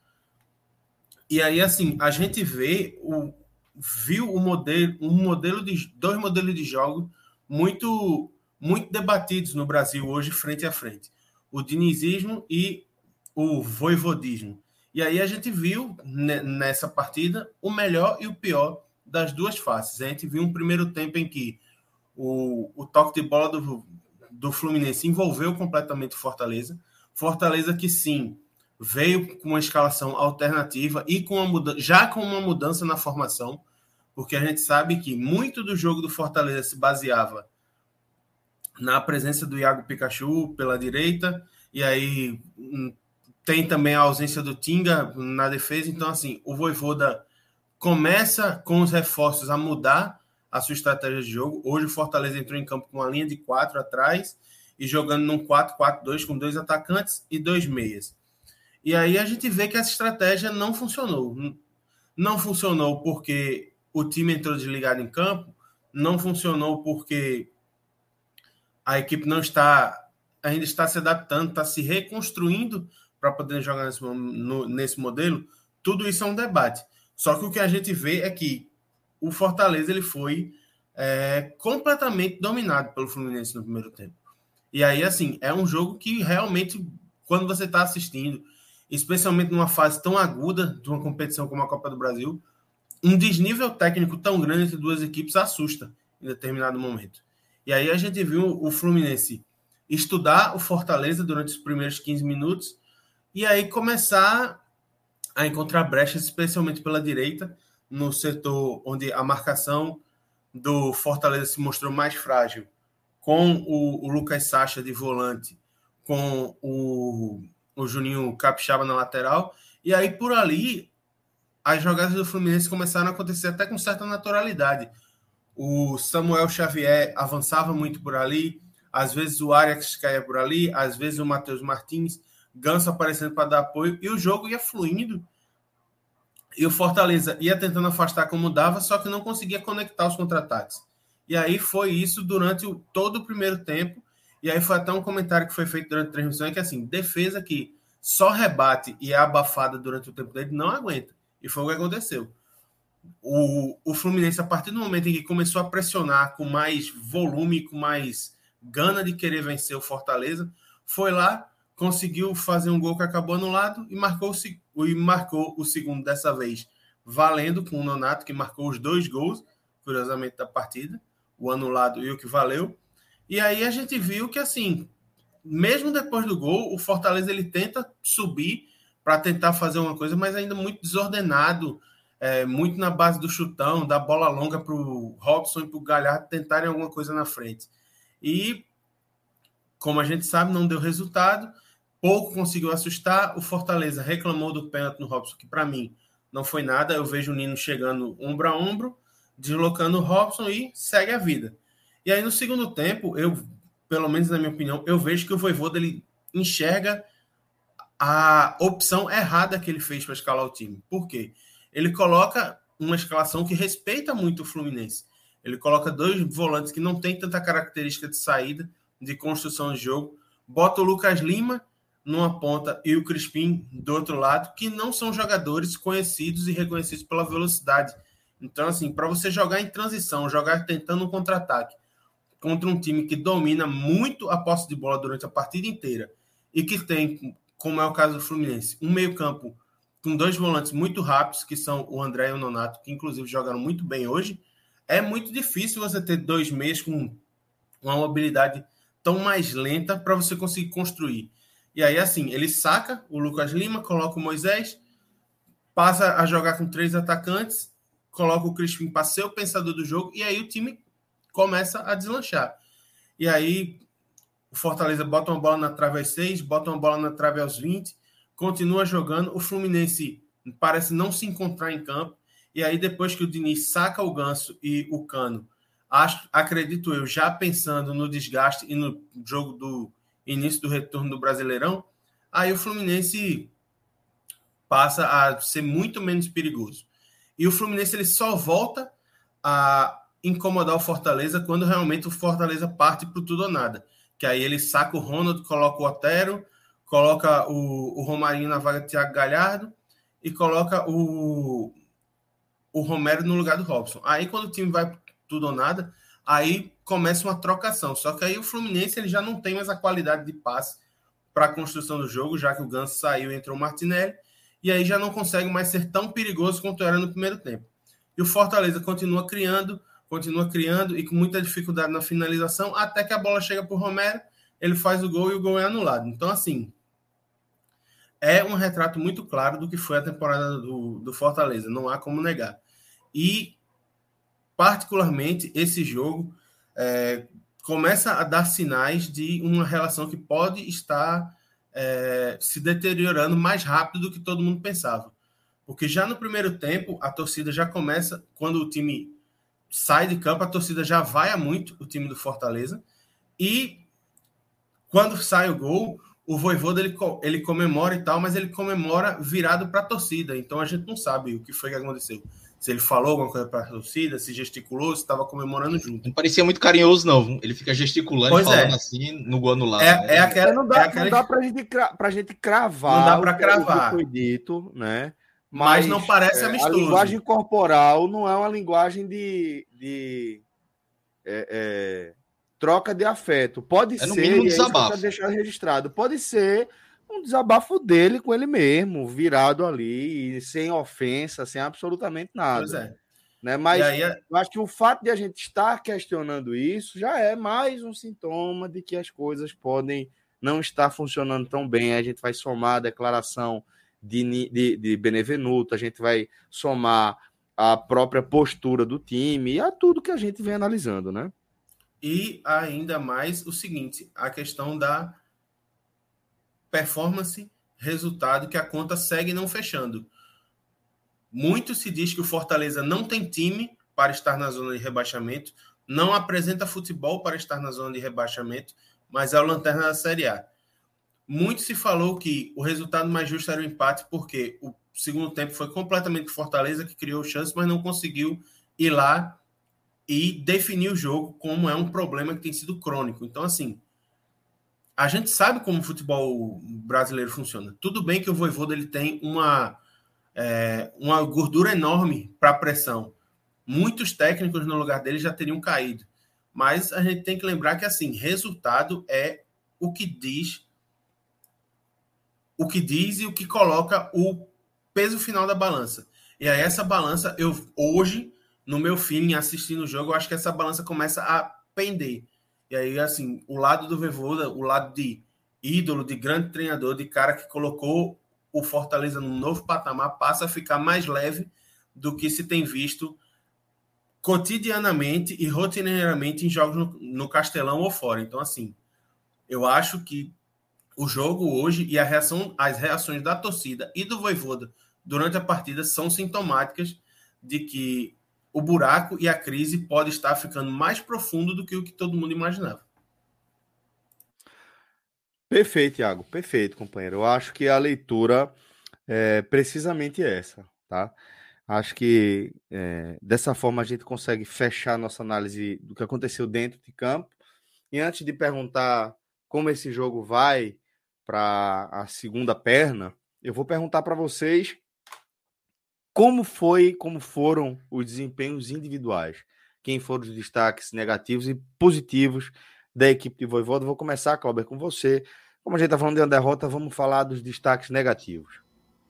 E aí, assim, a gente vê o, viu o modelo, um modelo de, dois modelos de jogo muito, muito debatidos no Brasil hoje, frente a frente. O dinizismo e o voivodismo. E aí a gente viu nessa partida o melhor e o pior das duas faces. A gente viu um primeiro tempo em que o, o toque de bola do, do Fluminense envolveu completamente o Fortaleza. Fortaleza que sim, veio com uma escalação alternativa e com uma mudança, já com uma mudança na formação, porque a gente sabe que muito do jogo do Fortaleza se baseava na presença do Iago Pikachu pela direita, e aí tem também a ausência do Tinga na defesa. Então, assim, o Vojvoda começa com os reforços a mudar a sua estratégia de jogo. Hoje o Fortaleza entrou em campo com uma linha de quatro atrás e jogando num quatro quatro dois com dois atacantes e dois meias. E aí a gente vê que essa estratégia não funcionou. Não funcionou porque o time entrou desligado em campo, não funcionou porque a equipe não está, ainda está se adaptando, está se reconstruindo para poder jogar nesse, no, nesse modelo. Tudo isso é um debate. Só que o que a gente vê é que o Fortaleza ele foi é, completamente dominado pelo Fluminense no primeiro tempo. E aí, assim, é um jogo que realmente, quando você está assistindo, especialmente numa fase tão aguda de uma competição como a Copa do Brasil, um desnível técnico tão grande entre duas equipes assusta em determinado momento. E aí a gente viu o Fluminense estudar o Fortaleza durante os primeiros quinze minutos e aí começar a encontrar brechas, especialmente pela direita, no setor onde a marcação do Fortaleza se mostrou mais frágil, com o, o Lucas Sacha de volante, com o, o Juninho Capixaba na lateral, e aí por ali as jogadas do Fluminense começaram a acontecer até com certa naturalidade. O Samuel Xavier avançava muito por ali, às vezes o Arias caía por ali, às vezes o Matheus Martins, Ganso aparecendo para dar apoio, e o jogo ia fluindo. E o Fortaleza ia tentando afastar como dava, só que não conseguia conectar os contra-ataques. E aí foi isso durante o, todo o primeiro tempo. E aí foi até um comentário que foi feito durante a transmissão, que assim, defesa que só rebate e é abafada durante o tempo dele, não aguenta. E foi o que aconteceu. O, o Fluminense, a partir do momento em que começou a pressionar com mais volume, com mais gana de querer vencer o Fortaleza, foi lá, conseguiu fazer um gol que acabou anulado e marcou o, e marcou o segundo dessa vez, valendo com o Nonato, que marcou os dois gols, curiosamente, da partida, o anulado e o que valeu. E aí a gente viu que, assim, mesmo depois do gol, o Fortaleza ele tenta subir para tentar fazer uma coisa, mas ainda muito desordenado, é, muito na base do chutão, da bola longa para o Robson e para o Galhardo tentarem alguma coisa na frente. E, como a gente sabe, não deu resultado, pouco conseguiu assustar, o Fortaleza reclamou do pênalti no Robson, que para mim não foi nada, eu vejo o Nino chegando ombro a ombro, deslocando o Robson e segue a vida. E aí no segundo tempo, eu, pelo menos na minha opinião, eu vejo que o Vojvoda ele enxerga a opção errada que ele fez para escalar o time. Por quê? Ele coloca uma escalação que respeita muito o Fluminense. Ele coloca dois volantes que não têm tanta característica de saída, de construção de jogo, bota o Lucas Lima numa ponta e o Crispim do outro lado, que não são jogadores conhecidos e reconhecidos pela velocidade. Então, assim, para você jogar em transição, jogar tentando um contra-ataque contra um time que domina muito a posse de bola durante a partida inteira e que tem, como é o caso do Fluminense, um meio-campo com dois volantes muito rápidos, que são o André e o Nonato, que inclusive jogaram muito bem hoje, é muito difícil você ter dois meias com uma mobilidade tão mais lenta para você conseguir construir. E aí, assim, ele saca o Lucas Lima, coloca o Moisés, passa a jogar com três atacantes, coloca o Crispim para ser o pensador do jogo, e aí o time começa a deslanchar. E aí o Fortaleza bota uma bola na trave aos seis, bota uma bola na trave aos vinte, continua jogando, o Fluminense parece não se encontrar em campo, e aí depois que o Diniz saca o Ganso e o Cano, acho, acredito eu, já pensando no desgaste e no jogo do início do retorno do Brasileirão, aí o Fluminense passa a ser muito menos perigoso. E o Fluminense ele só volta a incomodar o Fortaleza quando realmente o Fortaleza parte para o tudo ou nada. Que aí ele saca o Ronald, coloca o Otero, coloca o, o Romarinho na vaga de Thiago Galhardo e coloca o, o Romero no lugar do Robson. Aí quando o time vai para tudo ou nada, aí começa uma trocação. Só que aí o Fluminense ele já não tem mais a qualidade de passe para a construção do jogo, já que o Ganso saiu e entrou o Martinelli, e aí já não consegue mais ser tão perigoso quanto era no primeiro tempo. E o Fortaleza continua criando, continua criando e com muita dificuldade na finalização, até que a bola chega para o Romero, ele faz o gol e o gol é anulado. Então, assim, é um retrato muito claro do que foi a temporada do, do Fortaleza, não há como negar. E, particularmente, esse jogo é, começa a dar sinais de uma relação que pode estar é, se deteriorando mais rápido do que todo mundo pensava. Porque já no primeiro tempo, a torcida já começa, quando o time sai de campo, a torcida já vai a muito o time do Fortaleza, e quando sai o gol, o Vojvoda ele, ele comemora e tal, mas ele comemora virado para a torcida, então a gente não sabe o que foi que aconteceu. Se ele falou alguma coisa para a torcida, se gesticulou, se estava comemorando junto. Não parecia muito carinhoso, não. Ele fica gesticulando pois e falando é. assim no gol anulado. É, né? é aquela, não dá, é aquela... não dá para gente, a gente cravar. Não dá para o que, cravar. O que foi dito, né? Mas, mas não parece é, amistoso. A linguagem corporal não é uma linguagem de, de é, é, troca de afeto. Pode é no ser, mínimo um e é isso que eu desabafo. quero deixar registrado, pode ser um desabafo dele com ele mesmo, virado ali, sem ofensa, sem absolutamente nada. Pois é. Né? Mas aí, eu acho que o fato de a gente estar questionando isso já é mais um sintoma de que as coisas podem não estar funcionando tão bem. A gente vai somar a declaração de, de, de Benevenuto, a gente vai somar a própria postura do time e a tudo que a gente vem analisando, né? E ainda mais o seguinte, a questão da performance, resultado, que a conta segue não fechando. Muito se diz que o Fortaleza não tem time para estar na zona de rebaixamento, não apresenta futebol para estar na zona de rebaixamento, mas é o lanterna da Série A. Muito se falou que o resultado mais justo era o empate, porque o segundo tempo foi completamente Fortaleza que criou chance, mas não conseguiu ir lá e definir o jogo, como é um problema que tem sido crônico. Então, assim, a gente sabe como o futebol brasileiro funciona. Tudo bem que o Vojvoda ele tem uma, é, uma gordura enorme para pressão. Muitos técnicos no lugar dele já teriam caído. Mas a gente tem que lembrar que, assim, resultado é o que diz o que diz e o que coloca o peso final da balança. E aí essa balança, eu hoje, no meu feeling, assistindo o jogo, eu acho que essa balança começa a pender. E aí, assim, o lado do Vojvoda, o lado de ídolo, de grande treinador, de cara que colocou o Fortaleza num novo patamar, passa a ficar mais leve do que se tem visto cotidianamente e rotineiramente em jogos no, no Castelão ou fora. Então, assim, eu acho que o jogo hoje e a reação, as reações da torcida e do Vojvoda durante a partida são sintomáticas de que o buraco e a crise pode estar ficando mais profundo do que o que todo mundo imaginava. Perfeito, Thiago. Perfeito, companheiro. Eu acho que a leitura é precisamente essa, tá? Acho que é, dessa forma a gente consegue fechar nossa análise do que aconteceu dentro de campo. E antes de perguntar como esse jogo vai para a segunda perna, eu vou perguntar para vocês como foi, como foram os desempenhos individuais. Quem foram os destaques negativos e positivos da equipe de Vojvoda. Vou começar, Cláudio, com você. Como a gente está falando de uma derrota, vamos falar dos destaques negativos.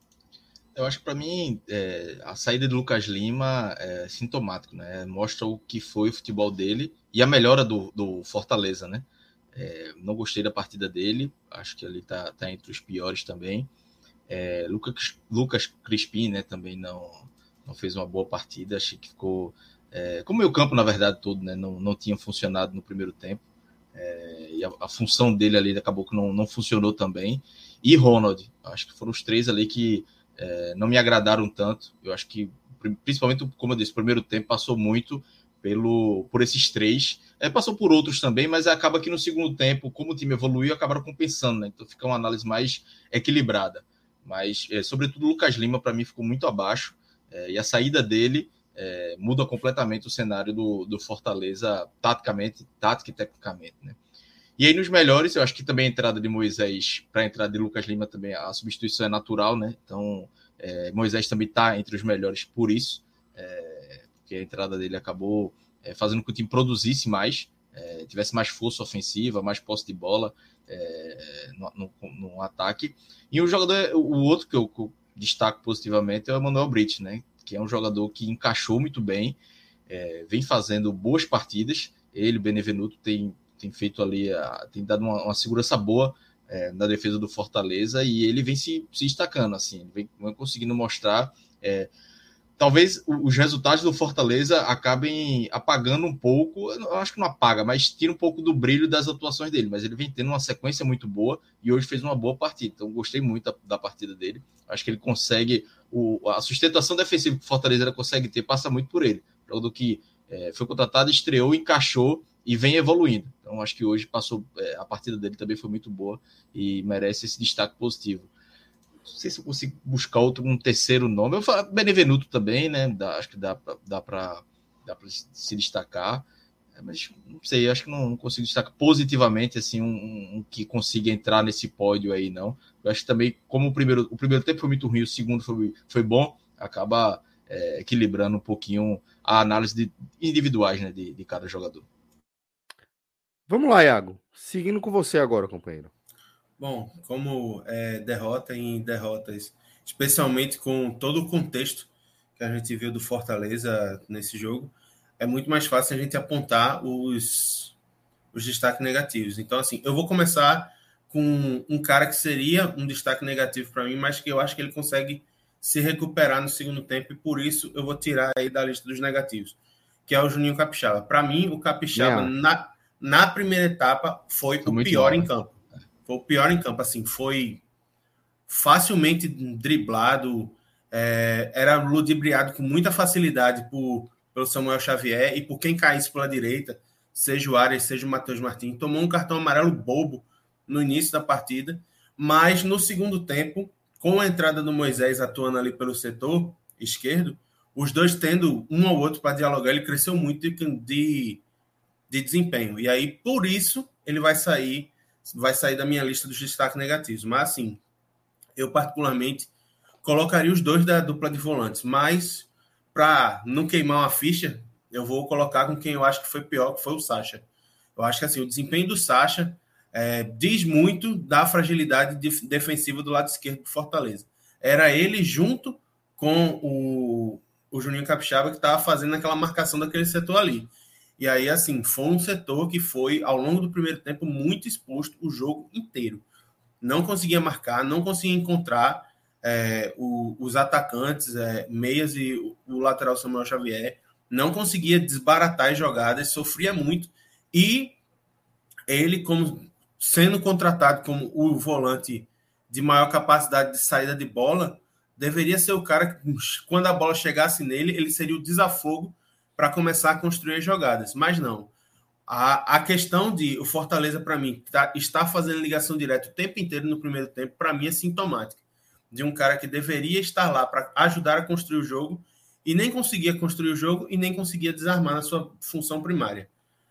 Eu acho que para mim é, a saída do Lucas Lima é sintomático, né? Mostra o que foi o futebol dele e a melhora do, do Fortaleza, né? É, não gostei da partida dele, acho que ele tá, tá entre os piores também. É, Lucas, Lucas Crispim, né? Também não, não fez uma boa partida, achei que ficou é, como o meu campo, na verdade, todo, né? Não, não tinha funcionado no primeiro tempo. É, e a, a função dele ali acabou que não, não funcionou também. E Ronald, acho que foram os três ali que É, não me agradaram tanto. Eu acho que, principalmente, como eu disse, o primeiro tempo passou muito pelo, por esses três. É, passou por outros também, mas acaba que no segundo tempo, como o time evoluiu, acabaram compensando, né? Então fica uma análise mais equilibrada. Mas, é, sobretudo, o Lucas Lima, para mim, ficou muito abaixo. É, e a saída dele é, muda completamente o cenário do, do Fortaleza, taticamente, tática e tecnicamente, né? E aí, nos melhores, eu acho que também a entrada de Moisés para a entrada de Lucas Lima também, a substituição é natural, né? Então, é, Moisés também está entre os melhores por isso, é, porque a entrada dele acabou é, fazendo com que o time produzisse mais, é, tivesse mais força ofensiva, mais posse de bola é, no, no, no ataque. E o jogador, o outro que eu, que eu destaco positivamente é o Emanuel Britt, né? Que é um jogador que encaixou muito bem, é, vem fazendo boas partidas. Ele, Benevenuto, tem tem feito ali, tem dado uma, uma segurança boa é, na defesa do Fortaleza e ele vem se, se destacando, assim, vem, vem conseguindo mostrar, é, talvez os resultados do Fortaleza acabem apagando um pouco, eu acho que não apaga, mas tira um pouco do brilho das atuações dele, mas ele vem tendo uma sequência muito boa e hoje fez uma boa partida, então gostei muito da, da partida dele, acho que ele consegue, o, a sustentação defensiva que o Fortaleza consegue ter passa muito por ele, jogador que é, foi contratado, estreou, encaixou e vem evoluindo. Então, acho que hoje passou, é, a partida dele também foi muito boa e merece esse destaque positivo. Não sei se eu consigo buscar outro, um terceiro nome. Eu falo Benevenuto também, né? Dá, acho que dá para dá pra, dá pra se destacar. É, mas não sei, acho que não, não consigo destacar positivamente assim, um, um que consiga entrar nesse pódio aí, não. Eu acho que também, como o primeiro, o primeiro tempo foi muito ruim, o segundo foi, foi bom, acaba é, equilibrando um pouquinho a análise de individuais, né, de, de cada jogador. Vamos lá, Iago. Seguindo com você agora, companheiro. Bom, como é, derrota em derrotas, especialmente com todo o contexto que a gente viu do Fortaleza nesse jogo, é muito mais fácil a gente apontar os, os destaques negativos. Então, assim, eu vou começar com um cara que seria um destaque negativo para mim, mas que eu acho que ele consegue se recuperar no segundo tempo, e por isso eu vou tirar aí da lista dos negativos, que é o Juninho Capixaba. Para mim, o Capixaba, yeah. na, na primeira etapa, foi, foi o pior mal, em campo. Foi o pior em campo, assim, foi facilmente driblado, é, era ludibriado com muita facilidade por, pelo Samuel Xavier e por quem caísse pela direita, seja o Arias, seja o Matheus Martins. Tomou um cartão amarelo bobo no início da partida, mas no segundo tempo, com a entrada do Moisés atuando ali pelo setor esquerdo, os dois tendo um ao outro para dialogar, ele cresceu muito de, de, de desempenho. E aí, por isso, ele vai sair, vai sair da minha lista dos destaques negativos. Mas, assim, eu particularmente colocaria os dois da dupla de volantes, mas para não queimar uma ficha, eu vou colocar com quem eu acho que foi pior, que foi o Sacha. Eu acho que assim, o desempenho do Sacha é, diz muito da fragilidade de, defensiva do lado esquerdo do Fortaleza. Era ele junto com o, o Juninho Capixaba que estava fazendo aquela marcação daquele setor ali. E aí, assim, foi um setor que foi, ao longo do primeiro tempo, muito exposto o jogo inteiro. Não conseguia marcar, não conseguia encontrar é, o, os atacantes, é, meias e o, o lateral Samuel Xavier, não conseguia desbaratar as jogadas, sofria muito, e ele, como sendo contratado como o volante de maior capacidade de saída de bola, deveria ser o cara que, quando a bola chegasse nele, ele seria o desafogo para começar a construir as jogadas, mas não. A, a questão de o Fortaleza, para mim, tá, está fazendo ligação direta o tempo inteiro no primeiro tempo, para mim é sintomática. De um cara que deveria estar lá para ajudar a construir o jogo e nem conseguia construir o jogo e nem conseguia desarmar na sua função primária.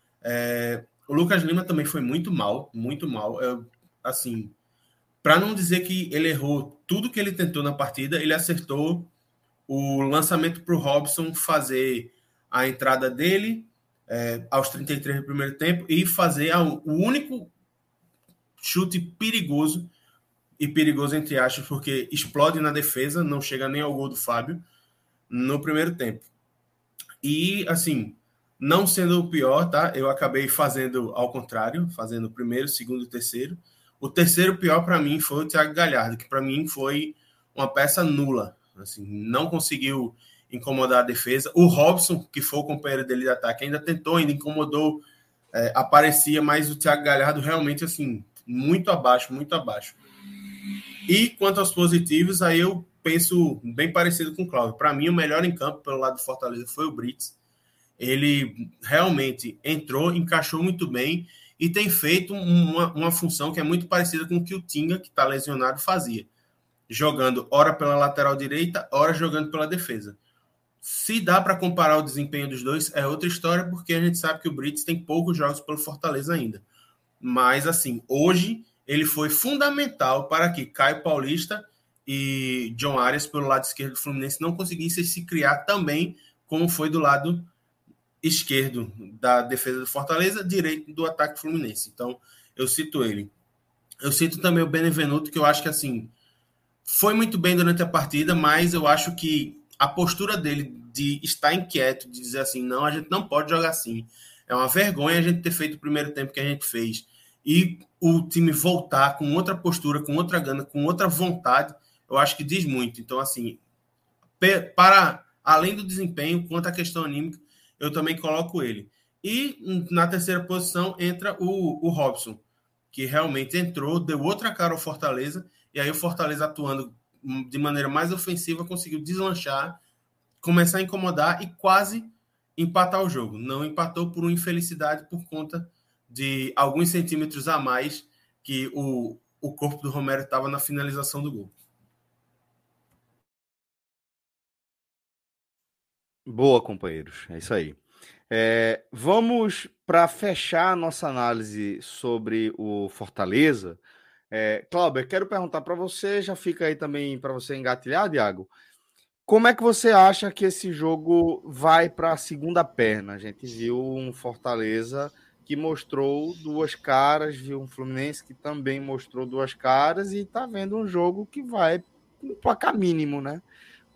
É, o Lucas Lima também foi muito mal, muito mal. Eu, assim, para não dizer que ele errou tudo que ele tentou na partida, ele acertou o lançamento para o Robson fazer a entrada dele, É, aos trinta e três do primeiro tempo, e fazer a, o único chute perigoso, e perigoso entre aspas, porque explode na defesa, não chega nem ao gol do Fábio, no primeiro tempo. E, assim, não sendo o pior, tá? Eu acabei fazendo ao contrário, fazendo o primeiro, segundo e terceiro. O terceiro pior, para mim, foi o Thiago Galhardo, que para mim foi uma peça nula. Assim, não conseguiu incomodar a defesa. O Robson, que foi o companheiro dele de ataque, ainda tentou, ainda incomodou, é, aparecia, mas o Thiago Galhardo realmente, assim, muito abaixo, muito abaixo. E quanto aos positivos, aí eu penso bem parecido com o Cláudio. Para mim, o melhor em campo pelo lado do Fortaleza foi o Brits. Ele realmente entrou, encaixou muito bem e tem feito uma, uma função que é muito parecida com o que o Tinga, que está lesionado, fazia. Jogando ora pela lateral direita, ora jogando pela defesa. Se dá para comparar o desempenho dos dois, é outra história, porque a gente sabe que o Brits tem poucos jogos pelo Fortaleza ainda. Mas, assim, hoje ele foi fundamental para que Caio Paulista e John Arias, pelo lado esquerdo do Fluminense, não conseguissem se criar também como foi do lado esquerdo da defesa do Fortaleza, direito do ataque Fluminense. Então, eu cito ele. Eu cito também o Benevenuto, que eu acho que, assim, foi muito bem durante a partida, mas eu acho que a postura dele de estar inquieto, de dizer assim, não, a gente não pode jogar assim. É uma vergonha a gente ter feito o primeiro tempo que a gente fez. E o time voltar com outra postura, com outra gana, com outra vontade, eu acho que diz muito. Então, assim, para além do desempenho, quanto à questão anímica, eu também coloco ele. E na terceira posição entra o, o Robson, que realmente entrou, deu outra cara ao Fortaleza, e aí o Fortaleza atuando de maneira mais ofensiva, conseguiu deslanchar, começar a incomodar e quase empatar o jogo. Não empatou por uma infelicidade por conta de alguns centímetros a mais que o, o corpo do Romero estava na finalização do gol. Boa, companheiros. É isso aí. É, vamos para fechar a nossa análise sobre o Fortaleza. É, Cláudio, eu quero perguntar para você, já fica aí também para você engatilhar, Iago. Como é que você acha que esse jogo vai para a segunda perna? A gente viu um Fortaleza que mostrou duas caras, viu um Fluminense que também mostrou duas caras e está vendo um jogo que vai um placar mínimo, né?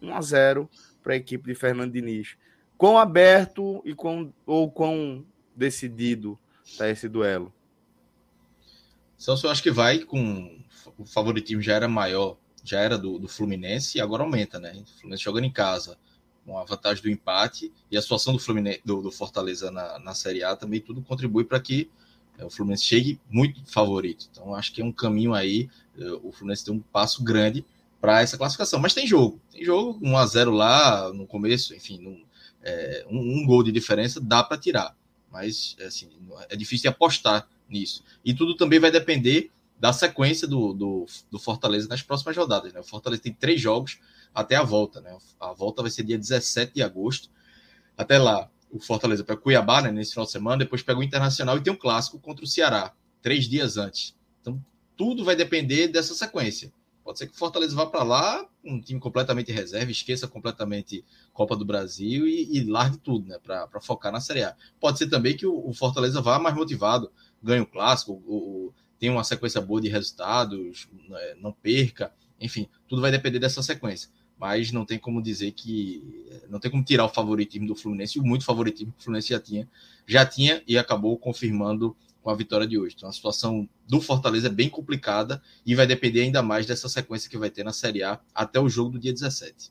um a zero para a equipe de Fernando Diniz. Quão aberto e quão, ou quão decidido está esse duelo? Celso, eu acho que vai com... O favoritismo já era maior, já era do, do Fluminense, e agora aumenta, né? O Fluminense jogando em casa, com a vantagem do empate, e a situação do, Fluminense, do, do Fortaleza na, na Série A também, tudo contribui para que é, o Fluminense chegue muito favorito. Então, acho que é um caminho aí, o Fluminense tem um passo grande para essa classificação. Mas tem jogo, tem jogo, um a zero lá no começo, enfim, num, é, um, um gol de diferença dá para tirar. Mas, assim, é difícil apostar nisso. E tudo também vai depender da sequência do, do, do Fortaleza nas próximas rodadas, né? O Fortaleza tem três jogos até a volta, né? A volta vai ser dia dezessete de agosto. Até lá, o Fortaleza pega o Cuiabá, né, nesse final de semana, depois pega o Internacional e tem um clássico contra o Ceará, três dias antes. Então, tudo vai depender dessa sequência. Pode ser que o Fortaleza vá para lá, um time completamente reserva, esqueça completamente Copa do Brasil e, e largue tudo, né, para focar na Série A. Pode ser também que o, o Fortaleza vá mais motivado, ganhe o clássico, o, o, tenha uma sequência boa de resultados, não perca, enfim, tudo vai depender dessa sequência. Mas não tem como dizer que... Não tem como tirar o favoritismo do Fluminense, o muito favoritismo que o Fluminense já tinha, já tinha e acabou confirmando com a vitória de hoje. Então a situação do Fortaleza é bem complicada e vai depender ainda mais dessa sequência que vai ter na Série A até o jogo do dia dezessete.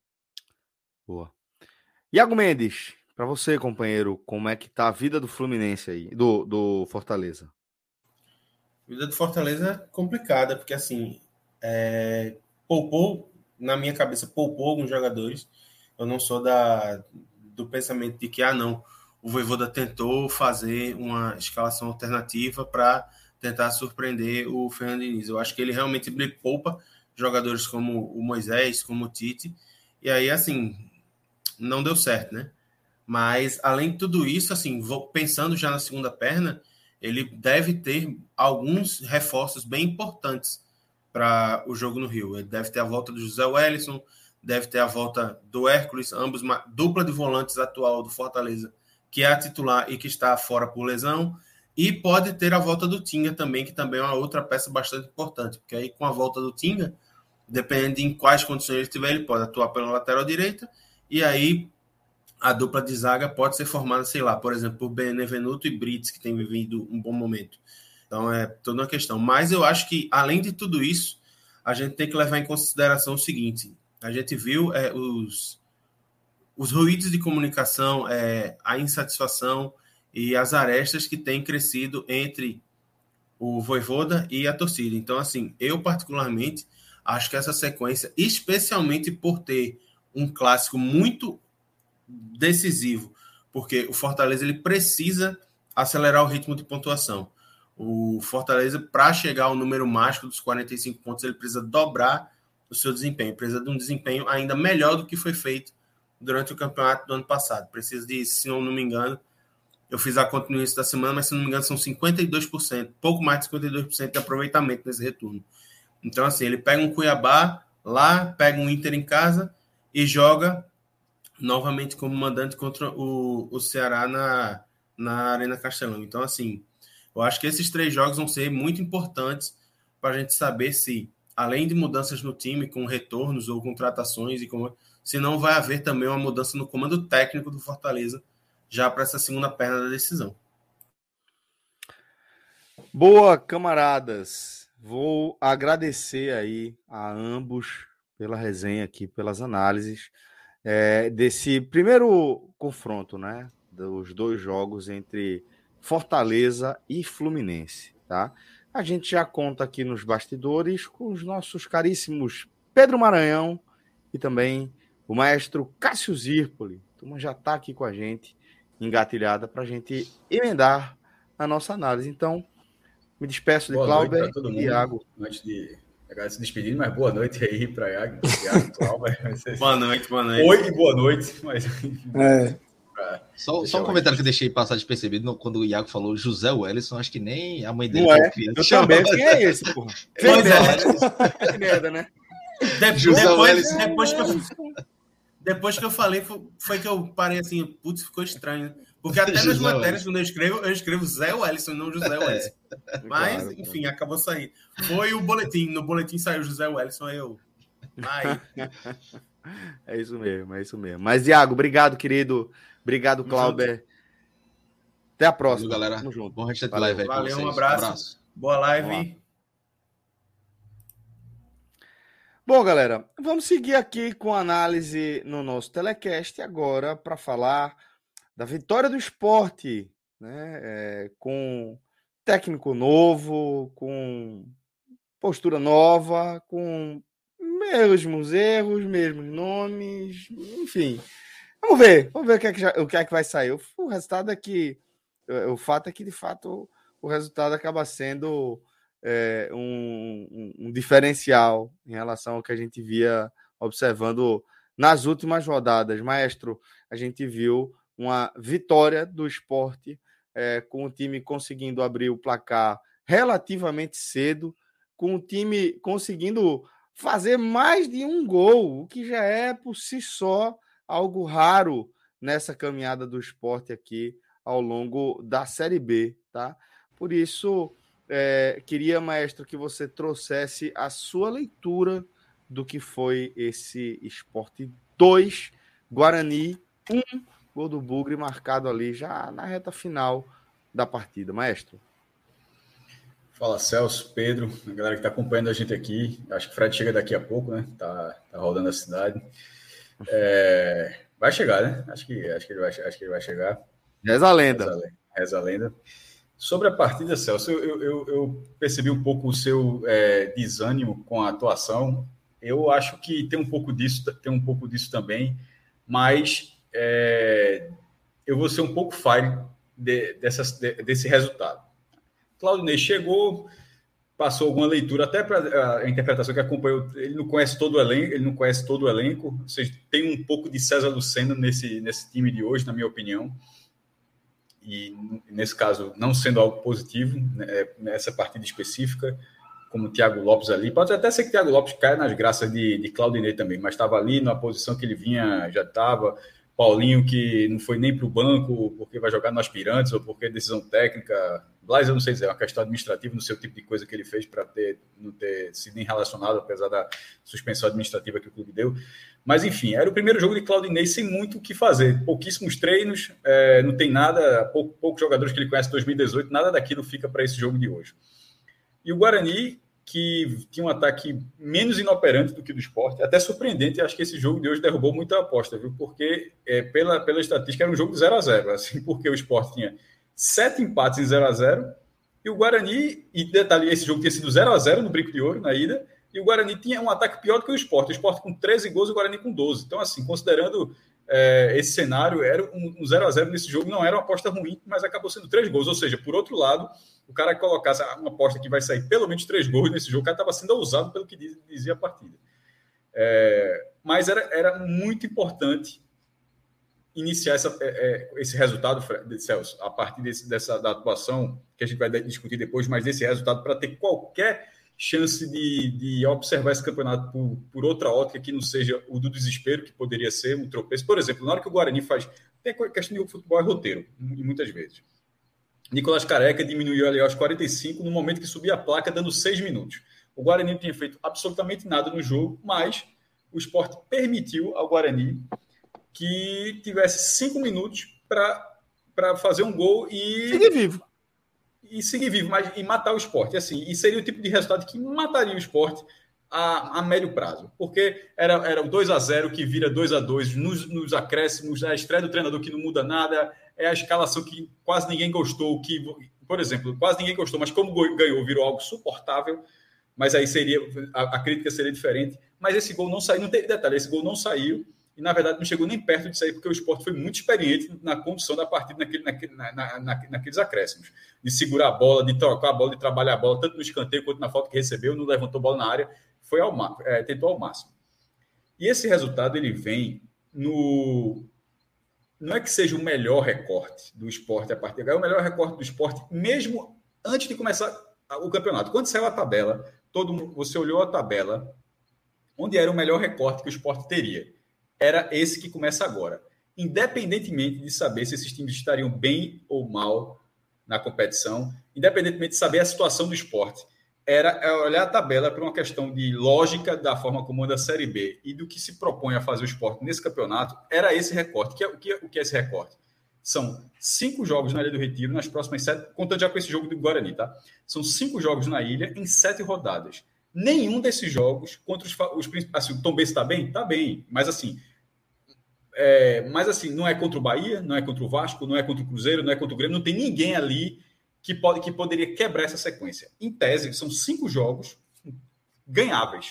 Boa. Iago Mendes, para você, companheiro, como é que tá a vida do Fluminense aí, do, do Fortaleza? A vida do Fortaleza é complicada, porque assim, é, poupou, na minha cabeça, poupou alguns jogadores. Eu não sou da, do pensamento de que, ah, não, o Vojvoda tentou fazer uma escalação alternativa para tentar surpreender o Fernando Diniz. Eu acho que ele realmente poupa jogadores como o Moisés, como o Tite, e aí, assim, não deu certo, né? Mas, além de tudo isso, assim, vou, pensando já na segunda perna, ele deve ter alguns reforços bem importantes para o jogo no Rio. Ele deve ter a volta do José Wellison, deve ter a volta do Hércules, ambos uma dupla de volantes atual do Fortaleza, que é a titular e que está fora por lesão, e pode ter a volta do Tinga também, que também é uma outra peça bastante importante, porque aí com a volta do Tinga, dependendo de em quais condições ele estiver, ele pode atuar pela lateral direita, e aí a dupla de zaga pode ser formada, sei lá, por exemplo, por Benevenuto e Brits, que tem vivido um bom momento. Então é toda uma questão. Mas eu acho que, além de tudo isso, a gente tem que levar em consideração o seguinte: a gente viu é, os, os ruídos de comunicação, é, a insatisfação e as arestas que têm crescido entre o Vojvoda e a torcida. Então, assim, eu particularmente acho que essa sequência, especialmente por ter um clássico muito decisivo, porque o Fortaleza ele precisa acelerar o ritmo de pontuação. O Fortaleza, para chegar ao número mágico dos quarenta e cinco pontos, ele precisa dobrar o seu desempenho, precisa de um desempenho ainda melhor do que foi feito durante o campeonato do ano passado. Precisa de, se eu não me engano, eu fiz a conta no início da semana, mas se não me engano são cinquenta e dois por cento, pouco mais de cinquenta e dois por cento de aproveitamento nesse retorno. Então, assim, ele pega um Cuiabá lá, pega um Inter em casa e joga novamente como mandante contra o, o Ceará na, na Arena Castelão. Então, assim, eu acho que esses três jogos vão ser muito importantes para a gente saber se, além de mudanças no time, com retornos ou contratações, e como, se não vai haver também uma mudança no comando técnico do Fortaleza, já para essa segunda perna da decisão. Boa, camaradas. Vou agradecer aí a ambos pela resenha aqui, pelas análises. É, desse primeiro confronto, né, dos dois jogos entre Fortaleza e Fluminense, tá? A gente já conta aqui nos bastidores com os nossos caríssimos Pedro Maranhão e também o maestro Cássio Zirpoli. A turma já está aqui com a gente, engatilhada, para a gente emendar a nossa análise. Então, me despeço de Cláudio e Iago. Antes de... Agora se despedindo, mas boa noite aí para Iago. Boa noite, boa noite. Oi e boa noite. Mas... É. Só, só um comentário que eu deixei passar despercebido quando o Iago falou José Wellison, acho que nem a mãe dele. Não é? Eu também. Quem é esse, porra? Pois é. Que merda, né? De, José depois, Wellison. Depois, que eu, depois que eu falei, foi, foi que eu parei assim, putz, ficou estranho. Porque até nas José matérias, Wellison. Quando eu escrevo, eu escrevo Zé Wellison, não José Wellison. Mas, Claro, enfim, acabou saindo. Foi o boletim. No boletim saiu José Wellison, aí eu... Aí... É isso mesmo, é isso mesmo. Mas, Iago, obrigado, querido. Obrigado, Clauber. Até a próxima. Valeu, galera. Tamo junto. Bom resto de Valeu. live aí. Valeu, um vocês. abraço. Um abraço. Boa live. Bom, galera, vamos seguir aqui com a análise no nosso telecast agora para falar da vitória do Sport, né? É, com técnico novo, com postura nova, com mesmos erros, mesmos nomes, enfim. Vamos ver, vamos ver o que é que, já, o que, é que vai sair. O, o resultado é que, o fato é que, de fato, o resultado acaba sendo é, um, um, um diferencial em relação ao que a gente via observando nas últimas rodadas. Maestro, a gente viu uma vitória do Sport, é, com o time conseguindo abrir o placar relativamente cedo, com o time conseguindo fazer mais de um gol, o que já é por si só algo raro nessa caminhada do Sport aqui ao longo da Série B, tá? Por isso, é, queria, maestro, que você trouxesse a sua leitura do que foi esse Sport dois, Guarani um, gol do Bugre marcado ali já na reta final da partida. Maestro. Fala, Celso, Pedro, a galera que está acompanhando a gente aqui. Acho que o Fred chega daqui a pouco, né? Tá, tá rodando a cidade. É, vai chegar, né? Acho que, acho, que ele vai, acho que ele vai chegar. Reza a lenda. Reza a lenda. Reza a lenda. Sobre a partida, Celso, eu, eu, eu percebi um pouco o seu é, desânimo com a atuação. Eu acho que tem um pouco disso, tem um pouco disso também, mas é, eu vou ser um pouco fire de, dessas, de, desse resultado. Claudinei chegou, passou alguma leitura, até para a interpretação que acompanhou, ele não conhece todo o elenco, ele não conhece todo o elenco, ou seja, tem um pouco de César Lucena nesse, nesse time de hoje, na minha opinião, e nesse caso, não sendo algo positivo, né, nessa partida específica, como o Thiago Lopes ali, pode até ser que o Thiago Lopes caia nas graças de, de Claudinei também, mas estava ali na posição que ele vinha, já estava... Paulinho, que não foi nem para o banco porque vai jogar no Aspirantes ou porque é decisão técnica. Blas, eu não sei dizer, é uma questão administrativa, não sei o tipo de coisa que ele fez para ter, não ter sido nem relacionado, apesar da suspensão administrativa que o clube deu. Mas, enfim, era o primeiro jogo de Claudinei sem muito o que fazer. Pouquíssimos treinos, é, não tem nada, pouco, poucos jogadores que ele conhece em dois mil e dezoito, nada daquilo fica para esse jogo de hoje. E o Guarani, que tinha um ataque menos inoperante do que do Sport, até surpreendente, acho que esse jogo de hoje derrubou muita aposta, viu? Porque é, pela, pela estatística era um jogo de zero a zero, assim, porque o Sport tinha sete empates em zero a zero, e o Guarani, e detalhe, esse jogo tinha sido zero a zero no Brinco de Ouro, na ida, e o Guarani tinha um ataque pior do que o Sport, o Sport com treze gols e o Guarani com doze. Então, assim, considerando é, esse cenário, era um, um zero a zero nesse jogo, não era uma aposta ruim, mas acabou sendo três gols, ou seja, por outro lado, o cara que colocasse uma aposta que vai sair pelo menos três gols nesse jogo, o cara estava sendo ousado pelo que diz, dizia a partida. É, mas era, era muito importante iniciar essa, é, esse resultado, Celso, a partir desse, dessa, da atuação, que a gente vai discutir depois, mas desse resultado, para ter qualquer chance de, de observar esse campeonato por, por outra ótica que não seja o do desespero, que poderia ser um tropeço. Por exemplo, na hora que o Guarani faz... Tem a questão de futebol é roteiro, muitas vezes. Nicolás Careca diminuiu ali aos quarenta e cinco, no momento que subia a placa, dando seis minutos. O Guarani não tinha feito absolutamente nada no jogo, mas o Sport permitiu ao Guarani que tivesse cinco minutos para fazer um gol e... Seguir vivo. E seguir vivo, mas, e matar o Sport. E, assim, e seria o tipo de resultado que mataria o Sport a, a médio prazo. Porque era, era o dois a zero que vira dois a dois nos, nos acréscimos, a estreia do treinador que não muda nada... É a escalação que quase ninguém gostou, que, por exemplo, quase ninguém gostou, mas como ganhou, virou algo suportável, mas aí seria, a, a crítica seria diferente. Mas esse gol não saiu, não teve detalhe, esse gol não saiu, e na verdade não chegou nem perto de sair, porque o Sport foi muito experiente na condução da partida naquele, naquele, na, na, na, naqueles acréscimos, de segurar a bola, de trocar a bola, de trabalhar a bola, tanto no escanteio quanto na falta que recebeu, não levantou a bola na área, foi ao, é, tentou ao máximo. E esse resultado, ele vem no... Não é que seja o melhor recorte do Sport a partir de agora, é o melhor recorte do Sport mesmo antes de começar o campeonato. Quando saiu a tabela, todo mundo, você olhou a tabela, onde era o melhor recorte que o Sport teria. Era esse que começa agora. Independentemente de saber se esses times estariam bem ou mal na competição, independentemente de saber a situação do Sport, era olhar a tabela para uma questão de lógica da forma como anda a Série B e do que se propõe a fazer o Sport nesse campeonato, era esse recorte. Que é, o, que é, o que é esse recorte? São cinco jogos na Ilha do Retiro nas próximas sete, contando já com esse jogo do Guarani, tá? São cinco jogos na ilha em sete rodadas. Nenhum desses jogos contra os, os assim, o Tombense está bem? Está bem, mas assim, é, mas assim, não é contra o Bahia, não é contra o Vasco, não é contra o Cruzeiro, não é contra o Grêmio, não tem ninguém ali que, pode, que poderia quebrar essa sequência. Em tese, são cinco jogos ganháveis.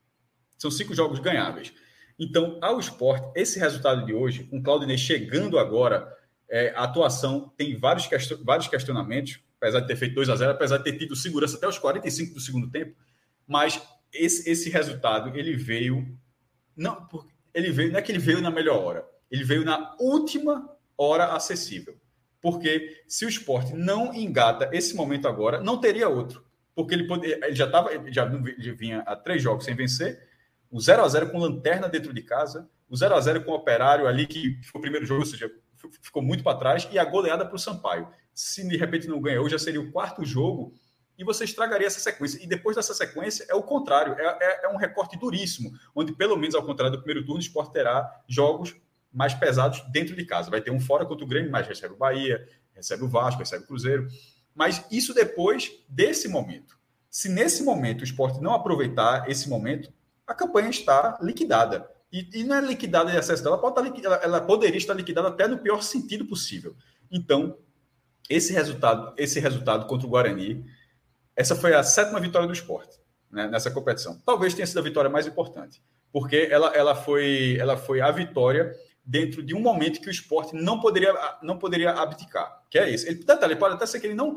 São cinco jogos ganháveis. Então, ao Sport, esse resultado de hoje, com o Claudinei chegando agora, é, a atuação tem vários, question, vários questionamentos, apesar de ter feito dois a zero, apesar de ter tido segurança até os quarenta e cinco do segundo tempo, mas esse, esse resultado, ele veio... Não, ele veio, não é que ele veio na melhor hora, ele veio na última hora acessível. Porque se o Sport não engata esse momento agora, não teria outro. Porque ele, pode, ele já estava, já vinha a três jogos sem vencer, o zero a zero com lanterna dentro de casa, o zero a zero com o Operário ali, que foi o primeiro jogo, ou seja, ficou muito para trás, e a goleada para o Sampaio. Se de repente não ganhou, já seria o quarto jogo, e você estragaria essa sequência. E depois dessa sequência, é o contrário, é, é, é um recorte duríssimo, onde pelo menos ao contrário do primeiro turno, o Sport terá jogos mais pesados dentro de casa. Vai ter um fora contra o Grêmio, mas recebe o Bahia, recebe o Vasco, recebe o Cruzeiro. Mas isso depois desse momento. Se nesse momento o Sport não aproveitar esse momento, a campanha está liquidada. E, e não é liquidada de acesso dela, ela, pode estar, ela, ela poderia estar liquidada até no pior sentido possível. Então, esse resultado, esse resultado contra o Guarani, essa foi a sétima vitória do Sport, né, nessa competição. Talvez tenha sido a vitória mais importante, porque ela, ela, foi, ela foi a vitória dentro de um momento que o Sport não poderia, não poderia abdicar, que é esse. Ele, ele pode até ser que ele não,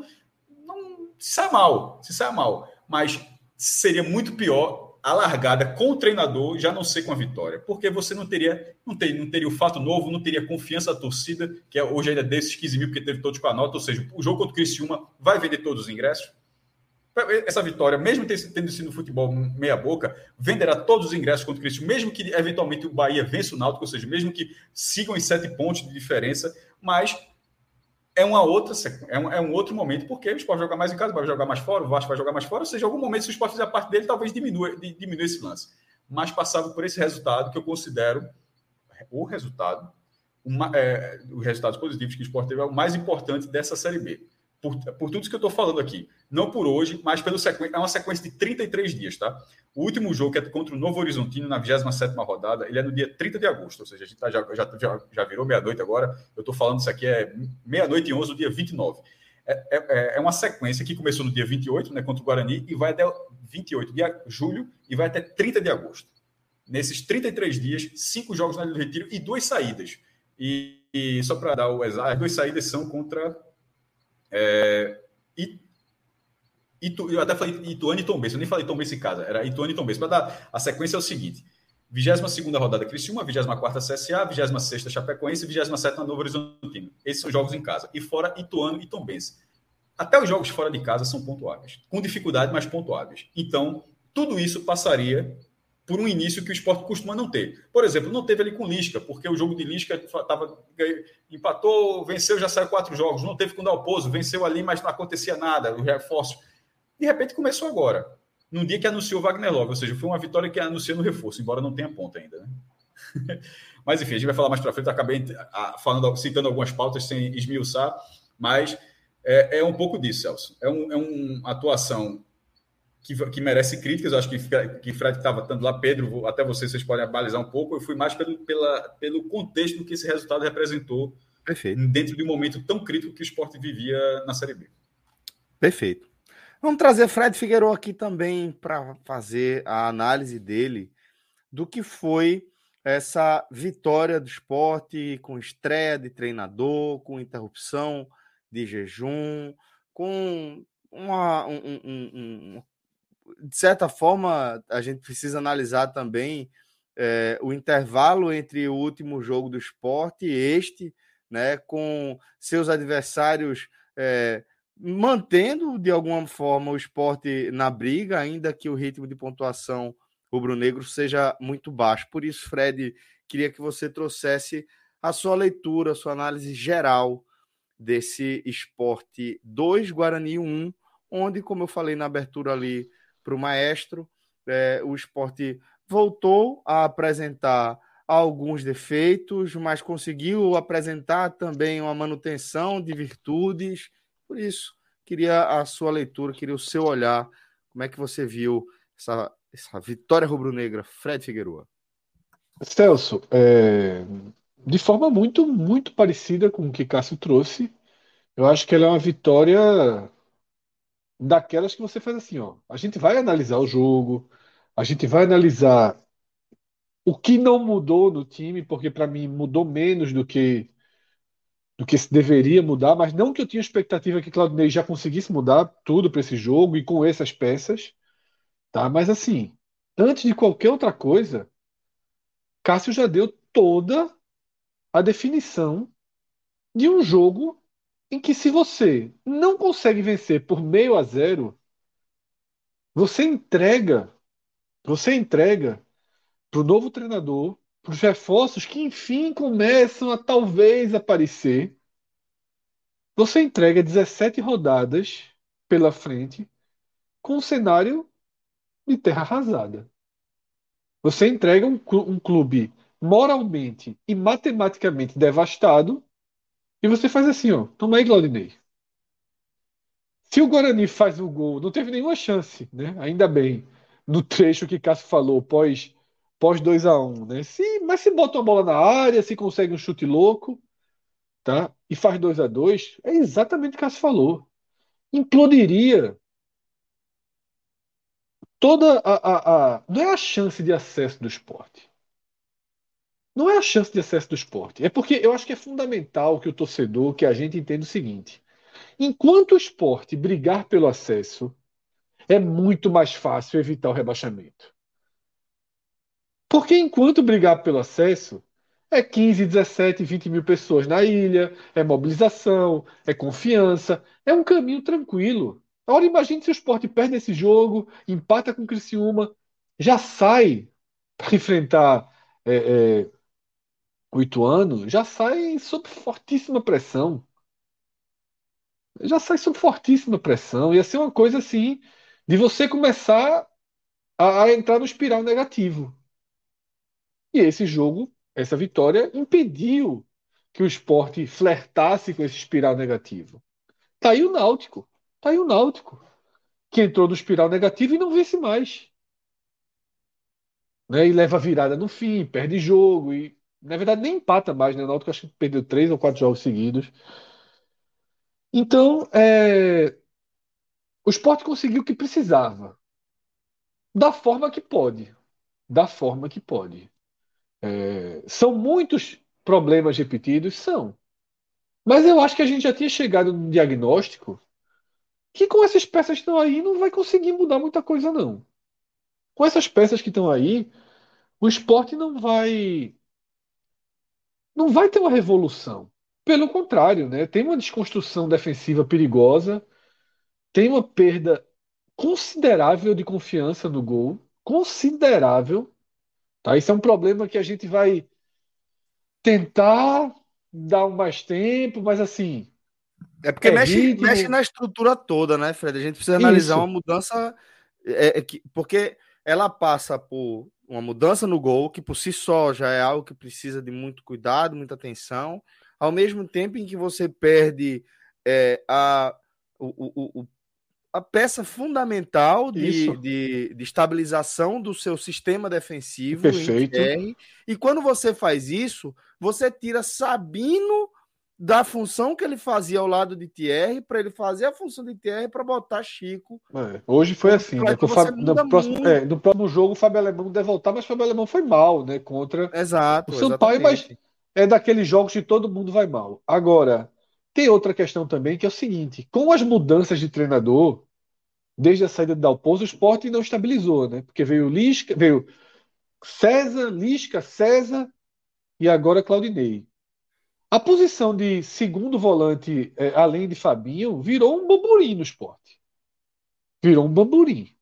não se saia mal, se saia mal, mas seria muito pior a largada com o treinador já não ser com a vitória, porque você não teria, não teria, não teria o fato novo, não teria confiança da torcida, que é, hoje ainda é desses quinze mil, porque teve todos com a nota, ou seja, o jogo contra o Criciúma vai vender todos os ingressos. Essa vitória, mesmo tendo sido futebol meia boca, venderá todos os ingressos contra o Criciúma, mesmo que eventualmente o Bahia vença o Náutico, ou seja, mesmo que sigam em sete pontos de diferença, mas é uma outra, é um, é um outro momento, porque o Sport vai jogar mais em casa, vai jogar mais fora, o Vasco vai jogar mais fora, ou seja, em algum momento, se o Sport fizer parte dele, talvez diminua, diminua esse lance. Mas passava por esse resultado que eu considero o resultado, uma, é, os resultados positivos que o Sport teve é o mais importante dessa Série B. Por, por tudo isso que eu estou falando aqui. Não por hoje, mas pelo sequ... é uma sequência de trinta e três dias, tá? O último jogo, que é contra o Novo Horizontino, na vigésima sétima rodada, ele é no dia trinta de agosto, ou seja, a gente tá, já, já, já, já virou meia-noite agora, eu estou falando isso aqui é meia-noite e onze, do dia vinte e nove. É, é, é uma sequência que começou no dia vinte e oito, né, contra o Guarani, e vai até vinte e oito de julho e vai até trinta de agosto. Nesses trinta e três dias, cinco jogos na Ilha do Retiro e duas saídas. E, e só para dar o exato, as duas saídas são contra... É, e, Itu, eu até falei Ituano e Tombense, eu nem falei Tombense em casa, era Ituano e Tombense. Para dar a sequência é o seguinte: vigésima segunda rodada Criciúma, vigésima quarta C S A, vigésima sexta Chapecoense e vigésima sétima Novo Horizontino. Esses são jogos em casa. E fora Ituano e Tombense. Até os jogos fora de casa são pontuáveis, com dificuldade, mas pontuáveis. Então, tudo isso passaria por um início que o Sport costuma não ter. Por exemplo, não teve ali com Lisca, porque o jogo de Lisca tava, empatou, venceu, já saiu quatro jogos. Não teve com o Dalpozo, venceu ali, mas não acontecia nada, o reforço. De repente começou agora, num dia que anunciou Wagner Love, ou seja, foi uma vitória que anunciou no reforço, embora não tenha ponta ainda, né? Mas enfim, a gente vai falar mais para frente, eu acabei falando, citando algumas pautas sem esmiuçar, mas é, é um pouco disso, Celso. É, um, é uma atuação que, que merece críticas. Eu acho que, que Fred estava estando lá, Pedro, até vocês, vocês podem abalizar um pouco. Eu fui mais pelo, pela, pelo contexto do que esse resultado representou. Perfeito. Dentro de um momento tão crítico que o Sport vivia na Série B. Perfeito. Vamos trazer Fred Figueiredo aqui também para fazer a análise dele do que foi essa vitória do Sport com estreia de treinador, com interrupção de jejum, com uma... Um, um, um, de certa forma, a gente precisa analisar também é, o intervalo entre o último jogo do Sport e este, né, com seus adversários... É, mantendo, de alguma forma, o Sport na briga, ainda que o ritmo de pontuação rubro-negro seja muito baixo. Por isso, Fred, queria que você trouxesse a sua leitura, a sua análise geral desse Sport dois, Guarani um, onde, como eu falei na abertura ali para o Maestro, é, o Sport voltou a apresentar alguns defeitos, mas conseguiu apresentar também uma manutenção de virtudes. Por isso, queria a sua leitura, queria o seu olhar. Como é que você viu essa, essa vitória rubro-negra, Fred Figueroa? Celso, é, de forma muito, muito parecida com o que Cássio trouxe, eu acho que ela é uma vitória daquelas que você faz assim, ó. A gente vai analisar o jogo, a gente vai analisar o que não mudou no time, porque para mim mudou menos do que do que se deveria mudar, mas não que eu tinha expectativa que Claudinei já conseguisse mudar tudo para esse jogo e com essas peças, tá? Mas assim, antes de qualquer outra coisa, Cássio já deu toda a definição de um jogo em que se você não consegue vencer por meio a zero, você entrega, você entrega para o novo treinador, para os reforços que enfim começam a talvez aparecer, você entrega dezessete rodadas pela frente com um cenário de terra arrasada. Você entrega um, clu- um clube moralmente e matematicamente devastado e você faz assim, ó, toma aí, Claudinei. Se o Guarani faz o gol, não teve nenhuma chance, né? Ainda bem, no trecho que Cássio falou, pós, pós dois a um, né? Se, mas se bota uma bola na área, se consegue um chute louco, tá? E faz dois a dois, é exatamente o que Cássio falou. Implodiria toda a, a, a. Não é a chance de acesso do esporte. Não é a chance de acesso do esporte. É porque eu acho que é fundamental que o torcedor, que a gente entenda o seguinte: enquanto o esporte brigar pelo acesso, é muito mais fácil evitar o rebaixamento. Porque enquanto brigar pelo acesso, é quinze, dezessete, vinte mil pessoas na ilha, é mobilização, é confiança, é um caminho tranquilo. Agora imagine se o Sport perde esse jogo, empata com o Criciúma, já sai para enfrentar é, é, o Ituano, já sai sob fortíssima pressão. Já sai sob fortíssima pressão. Ia ser uma coisa assim de você começar a, a entrar no espiral negativo. E esse jogo, essa vitória, impediu que o Sport flertasse com esse espiral negativo. Tá aí o Náutico. Tá aí o Náutico, que entrou no espiral negativo e não vence mais. Né? E leva virada no fim, perde jogo. E, na verdade, nem empata mais, né? O Náutico acho que perdeu três ou quatro jogos seguidos. Então, é, o Sport conseguiu o que precisava. Da forma que pode. Da forma que pode. É, são muitos problemas repetidos? São. Mas eu acho que a gente já tinha chegado num diagnóstico que com essas peças que estão aí não vai conseguir mudar muita coisa, não. Com essas peças que estão aí, o esporte não vai não vai ter uma revolução. Pelo contrário, né? Tem uma desconstrução defensiva perigosa, tem uma perda considerável de confiança no gol, considerável, tá? Isso é um problema que a gente vai tentar dar um mais tempo, mas assim, É porque é mexe, mexe ritmo, na estrutura toda, né, Fred? A gente precisa analisar uma isso, mudança, é, é que, porque ela passa por uma mudança no gol, que por si só já é algo que precisa de muito cuidado, muita atenção, ao mesmo tempo em que você perde é, a, o, o, o- a peça fundamental de, isso, de, de estabilização do seu sistema defensivo em perfeito. T R, e quando você faz isso, você tira Sabino da função que ele fazia ao lado de Thierry para ele fazer a função de Thierry para botar Chico. É, hoje foi Então, assim, né? Com o você Fábio- no muda próximo, é, muito. no próximo jogo o Fábio Alemão deve voltar, mas o Fábio Alemão foi mal, né? Contra o Exato, Sampaio, mas exatamente. é daqueles jogos que todo mundo vai mal. Agora, tem outra questão também, que é o seguinte: com as mudanças de treinador, desde a saída de Dalpozo, o Sport não estabilizou, né? Porque veio Lisca, veio César, Lisca, César e agora Claudinei. A posição de segundo volante, é, além de Fabinho, virou um bamburim no Sport. Virou um bamburim.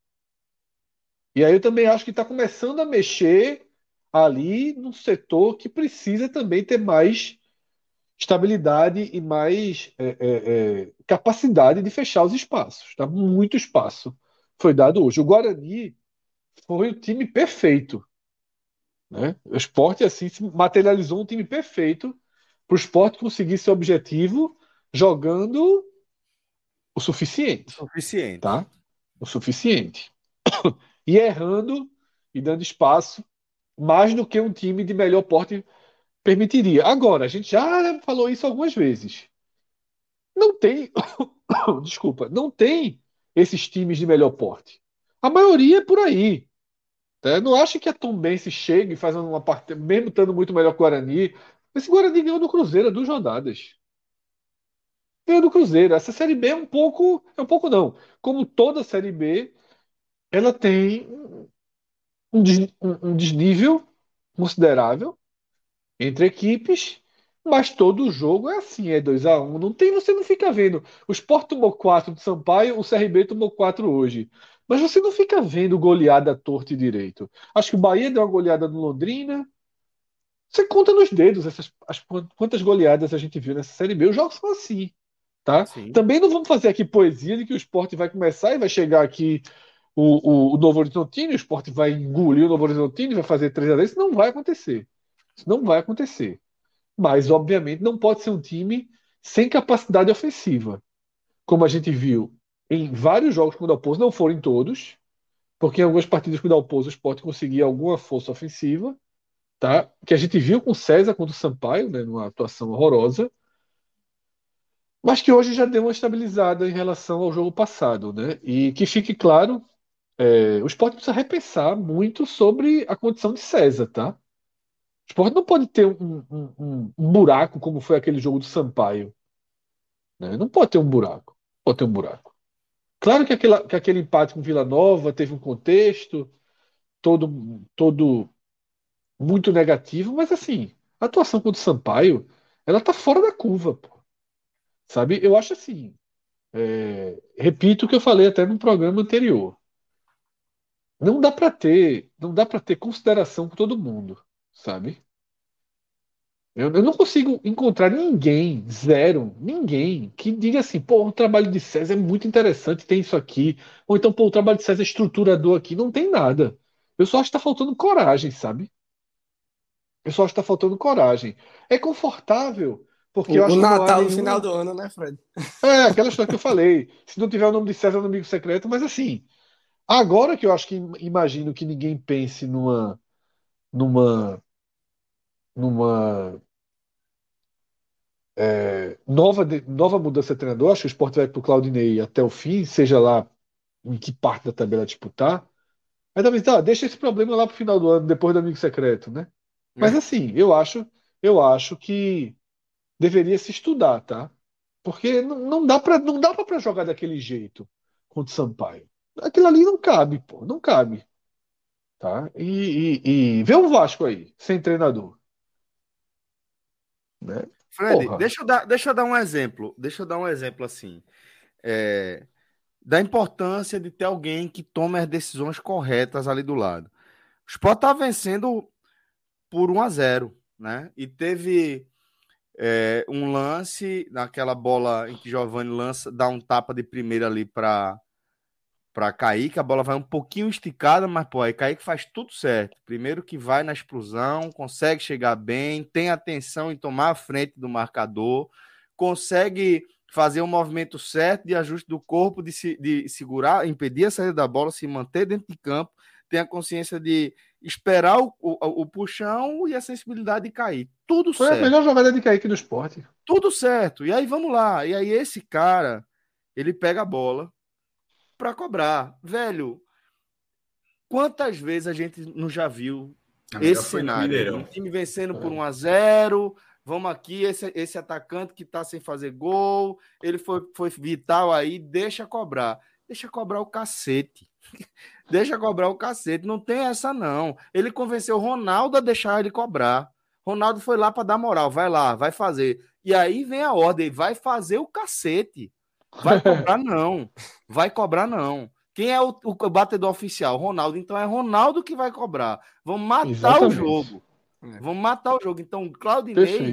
E aí eu também acho que está começando a mexer ali no setor que precisa também ter mais estabilidade e mais é, é, é, capacidade de fechar os espaços. Tá? Muito espaço foi dado hoje. O Guarani foi o time perfeito. Né? O Sport assim se materializou um time perfeito para o Sport conseguir seu objetivo jogando o suficiente, Suficiente. tá? O suficiente. E errando e dando espaço mais do que um time de melhor porte permitiria. Agora, a gente já falou isso algumas vezes. Não tem, desculpa, não tem esses times de melhor porte. A maioria é por aí. Né? Não acho que a Tombense chegue fazendo uma parte, mesmo estando muito melhor que o Guarani. Esse Guarani ganhou do Cruzeiro há duas rodadas. Ganhou do Cruzeiro. Essa Série B é um pouco, é um pouco não. Como toda Série B, ela tem um, des- um- um desnível considerável entre equipes, mas todo jogo é assim, é dois a um. Não tem, você não fica vendo. O Sport tomou quatro do Sampaio, o C R B tomou quatro hoje. Mas você não fica vendo goleada torto e direito. Acho que o Bahia deu uma goleada no Londrina. Você conta nos dedos essas, as, quantas goleadas a gente viu nessa Série B. Os jogos são assim, tá? Sim. Também não vamos fazer aqui poesia de que o Sport vai começar e vai chegar aqui o, o, o Novo Horizontino, o Sport vai engolir o Novo Horizontino e vai fazer três a zero. Isso não vai acontecer. Isso não vai acontecer. Mas, obviamente, não pode ser um time sem capacidade ofensiva. Como a gente viu em vários jogos com o Dalpozo, não foram em todos, porque em algumas partidas com o Dalpozo o Sport conseguia alguma força ofensiva, tá? Que a gente viu com o César contra o Sampaio, né, numa atuação horrorosa, mas que hoje já deu uma estabilizada em relação ao jogo passado, né? E que fique claro, é, o Sport precisa repensar muito sobre a condição de César, tá? O Sport não pode ter um, um, um- um buraco como foi aquele jogo do Sampaio. Né? Não pode ter um buraco. Não pode ter um buraco. Claro que, aquela, que aquele empate com Vila Nova teve um contexto todo, todo muito negativo, mas assim, a atuação contra o Sampaio, ela tá fora da curva, pô. Sabe? Eu acho assim. é, repito o que eu falei até no programa anterior. Não dá para ter, não dá para ter consideração com todo mundo, sabe? Eu, eu não consigo encontrar ninguém, zero, ninguém, que diga assim, pô, o trabalho de César é muito interessante, tem isso aqui. Ou então, pô, o trabalho de César é estruturador aqui, não tem nada. Eu só acho que tá faltando coragem, sabe? Eu só acho que tá faltando coragem. É confortável, porque eu O, o acho que não há Natal no final nenhuma. do ano, né, Fred? É, aquela história que eu falei. Se não tiver o nome de César no amigo secreto, mas assim, agora que eu acho que imagino que ninguém pense numa, numa, numa nova, de- nova mudança de treinador, acho que o Sport vai para o Claudinei até o fim, seja lá em que parte da tabela disputar. Aí talvez, tá, deixa esse problema lá para o final do ano, depois do amigo secreto, né? Mas assim, eu acho, eu acho que deveria se estudar, tá? Porque não, não dá para não dá para jogar daquele jeito contra o Sampaio. Aquilo ali não cabe, pô, não cabe, tá? E, e, e vê o Vasco aí, sem treinador, né? Fred, Porra. deixa eu dar, deixa eu dar um exemplo. Deixa eu dar um exemplo assim. É, da importância de ter alguém que tome as decisões corretas ali do lado. O Sport tá vencendo por um a zero, né? E teve é, um lance naquela bola em que Giovani lança, dá um tapa de primeira ali para para Kaique, a bola vai um pouquinho esticada, mas pô, aí Kaique faz tudo certo. Primeiro que vai na explosão, consegue chegar bem, tem atenção em tomar a frente do marcador, consegue fazer o movimento certo de ajuste do corpo, de, se, de segurar, impedir a saída da bola, se manter dentro de campo, tem a consciência de esperar o, o, o puxão e a sensibilidade de cair. Tudo Foi a certo. melhor jogada de Kaique no Sport. Tudo certo. E aí vamos lá. E aí esse cara, ele pega a bola para cobrar. Velho, quantas vezes a gente não já viu A melhor esse foi no cenário? Um Mineirão. time vencendo por um a zero, vamos aqui, esse, esse atacante que tá sem fazer gol, ele foi, foi vital aí, deixa cobrar. Deixa cobrar o cacete. Deixa cobrar o cacete. Não tem essa, não. Ele convenceu o Ronaldo a deixar ele cobrar. Ronaldo foi lá para dar moral. Vai lá, vai fazer. E aí vem a ordem. Vai fazer o cacete. Vai cobrar, não. Vai cobrar, não. Quem é o, o batedor oficial? Ronaldo. Então é Ronaldo que vai cobrar. Vamos matar Exatamente. o jogo. É. Vamos matar o jogo. Então, Claudinei Perfeito.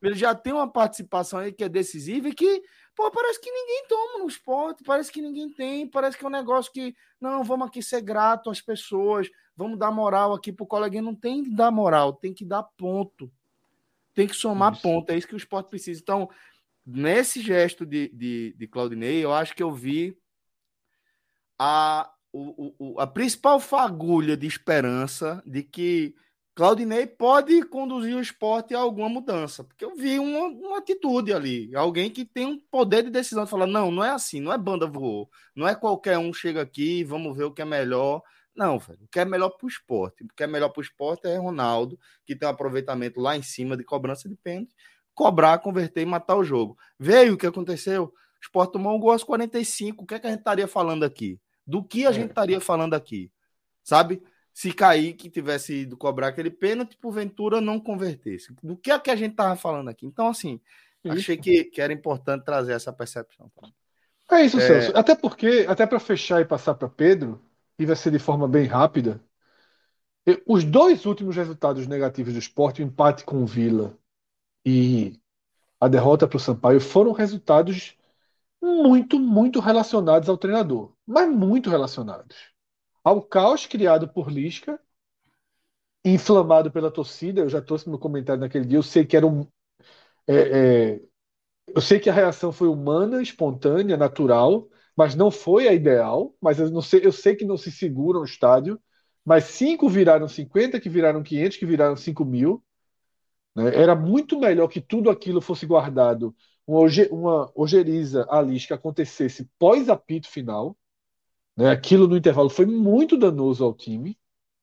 ele já tem uma participação aí que é decisiva e que, pô, parece que ninguém toma no esporte, parece que ninguém tem, parece que é um negócio que, não, vamos aqui ser grato às pessoas, vamos dar moral aqui pro coleguinha. Não tem que dar moral, tem que dar ponto. Tem que somar isso. ponto, é isso que o esporte precisa. Então, nesse gesto de, de, de Claudinei, eu acho que eu vi a, o, o, a principal fagulha de esperança de que Claudinei pode conduzir o esporte a alguma mudança, porque eu vi uma, uma atitude ali, alguém que tem um poder de decisão de falar, não, não é assim, não é banda voou, não é qualquer um chega aqui, vamos ver o que é melhor. Não, velho, o que é melhor para o esporte, o que é melhor para o esporte é Ronaldo, que tem um aproveitamento lá em cima de cobrança de pênalti, cobrar, converter e matar o jogo. Veio o que aconteceu, o esporte tomou um gol aos quarenta e cinco, o que é que a gente estaria falando aqui? Do que a é. gente estaria falando aqui? Sabe? Se Kaique tivesse ido cobrar aquele pênalti, porventura não convertesse. Do que é que a gente estava falando aqui? Então, assim, isso. achei que, que era importante trazer essa percepção. É isso, é... Celso. Até porque, até para fechar e passar para Pedro, e vai ser de forma bem rápida, os dois últimos resultados negativos do Sport, o empate com o Vila e a derrota para o Sampaio, foram resultados muito, muito relacionados ao treinador. Mas muito relacionados. Ao caos criado por Lisca, inflamado pela torcida. Eu já trouxe no comentário naquele dia, eu sei que era um... É, é, eu sei que a reação foi humana, espontânea, natural, mas não foi a ideal. Mas eu, não sei, eu sei que não se segura um estádio. Mas cinco viraram cinquenta, que viraram quinhentos, que viraram cinco mil. Né? Era muito melhor que tudo aquilo fosse guardado, uma, oge, uma ojeriza ali que acontecesse pós-apito final. Né? Aquilo no intervalo foi muito danoso ao time.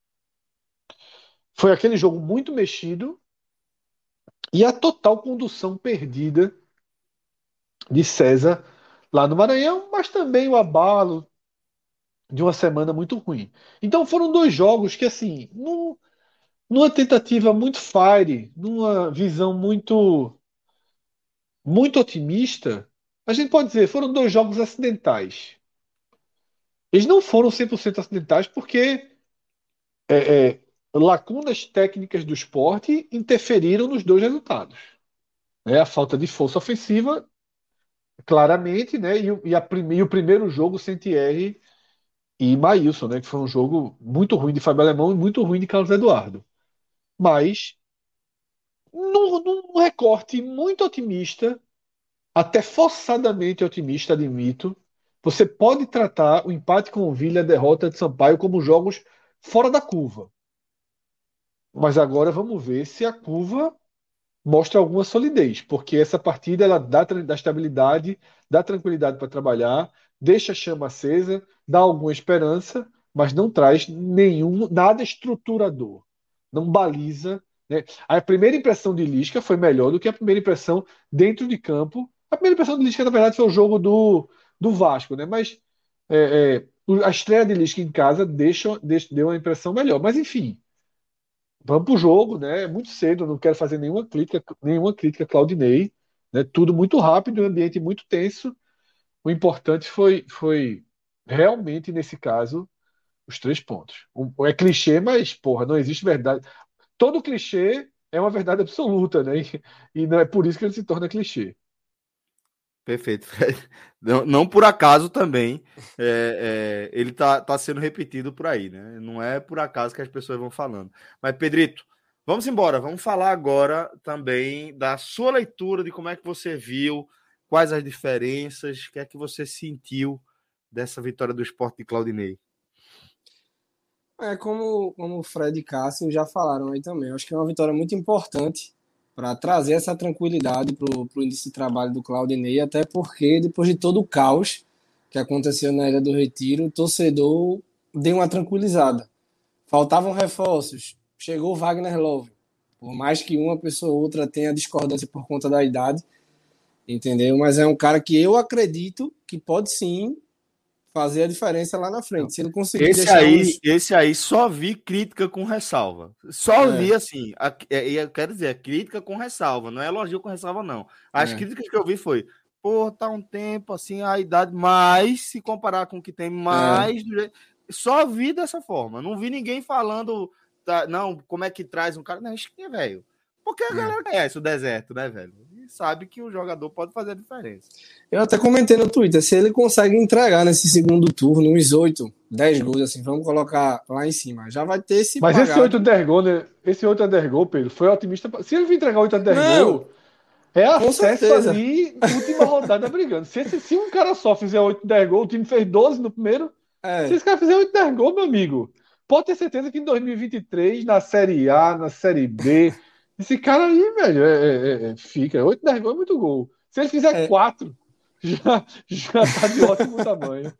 Foi aquele jogo muito mexido e a total condução perdida de César lá no Maranhão, mas também o abalo de uma semana muito ruim. Então foram dois jogos que, assim, num, numa tentativa muito fire, numa visão muito muito otimista, a gente pode dizer, foram dois jogos acidentais. Eles não foram cem por cento acidentais porque é, é, lacunas técnicas do esporte interferiram nos dois resultados. Né? A falta de força ofensiva, claramente, né? e, o, e, a prime, e o primeiro jogo sem Thierry e Maílson, né? que foi um jogo muito ruim de Fábio Alemão e muito ruim de Carlos Eduardo. Mas, num, num recorte muito otimista, até forçadamente otimista, admito, você pode tratar o empate com o Vila e a derrota de Sampaio como jogos fora da curva. Mas agora vamos ver se a curva mostra alguma solidez, porque essa partida ela dá, dá estabilidade, dá tranquilidade para trabalhar, deixa a chama acesa, dá alguma esperança, mas não traz nenhum nada estruturador, não baliza. Né? A primeira impressão de Lisca foi melhor do que a primeira impressão dentro de campo. A primeira impressão de Lisca, na verdade, foi o jogo do, do Vasco, né? Mas é, é, a estreia de Lisca em casa deixa, deixa, deu uma impressão melhor. Mas enfim. Vamos pro jogo, né? É muito cedo, não quero fazer nenhuma crítica, nenhuma crítica a Claudinei, né? Tudo muito rápido, um ambiente muito tenso. O importante foi, foi realmente, nesse caso, os três pontos. Um, é clichê, mas, porra, não existe verdade. Todo clichê é uma verdade absoluta, né? E, e não é por isso que ele se torna clichê. Perfeito. Não, não por acaso também é, é, ele tá, tá sendo repetido por aí, né? Não é por acaso que as pessoas vão falando. Mas, Pedrito, vamos embora. Vamos falar agora também da sua leitura, de como é que você viu, quais as diferenças, o que é que você sentiu dessa vitória do Sport de Claudinei. É, como, como o Fred e Cássio já falaram aí também. Eu acho que é uma vitória muito importante para trazer essa tranquilidade para o início de trabalho do Claudinei, até porque depois de todo o caos que aconteceu na Ilha do Retiro, o torcedor deu uma tranquilizada. Faltavam reforços, chegou o Wagner Love, por mais que uma pessoa ou outra tenha discordância por conta da idade, entendeu? Mas é um cara que eu acredito que pode sim fazer a diferença lá na frente. Se ele conseguir esse deixar aí, uns... esse aí só vi crítica com ressalva. Só é. vi assim, a, é, eu quero dizer, crítica com ressalva, não é elogio com ressalva não. As é. críticas que eu vi foi, pô, tá um tempo assim, a idade, mas se comparar com o que tem mais, é. só vi dessa forma. Não vi ninguém falando, tá, não, como é que traz um cara, não, isso que é velho. Porque a É. galera conhece o deserto, né, velho? E sabe que o jogador pode fazer a diferença. Eu até comentei no Twitter, se ele consegue entregar nesse segundo turno uns oito, dez gols, assim, vamos colocar lá em cima. Já vai ter esse Mas esse pagado. oito a dez gol, né? Esse oito a dez gol, Pedro, foi otimista. pra- Se ele vir entregar oito a dez Não, gol, é com acesso certeza. ali, última rodada brigando. Se, esse, se um cara só fizer oito a dez gol, o time fez doze no primeiro. Se É, esse cara fizer oito a dez gol, meu amigo, pode ter certeza que em dois mil e vinte e três, na Série A, na Série B, esse cara aí, velho, é, é- é- é- fica. oito a dez gol é muito gol. Se ele fizer é. quatro, já, já tá de ótimo tamanho.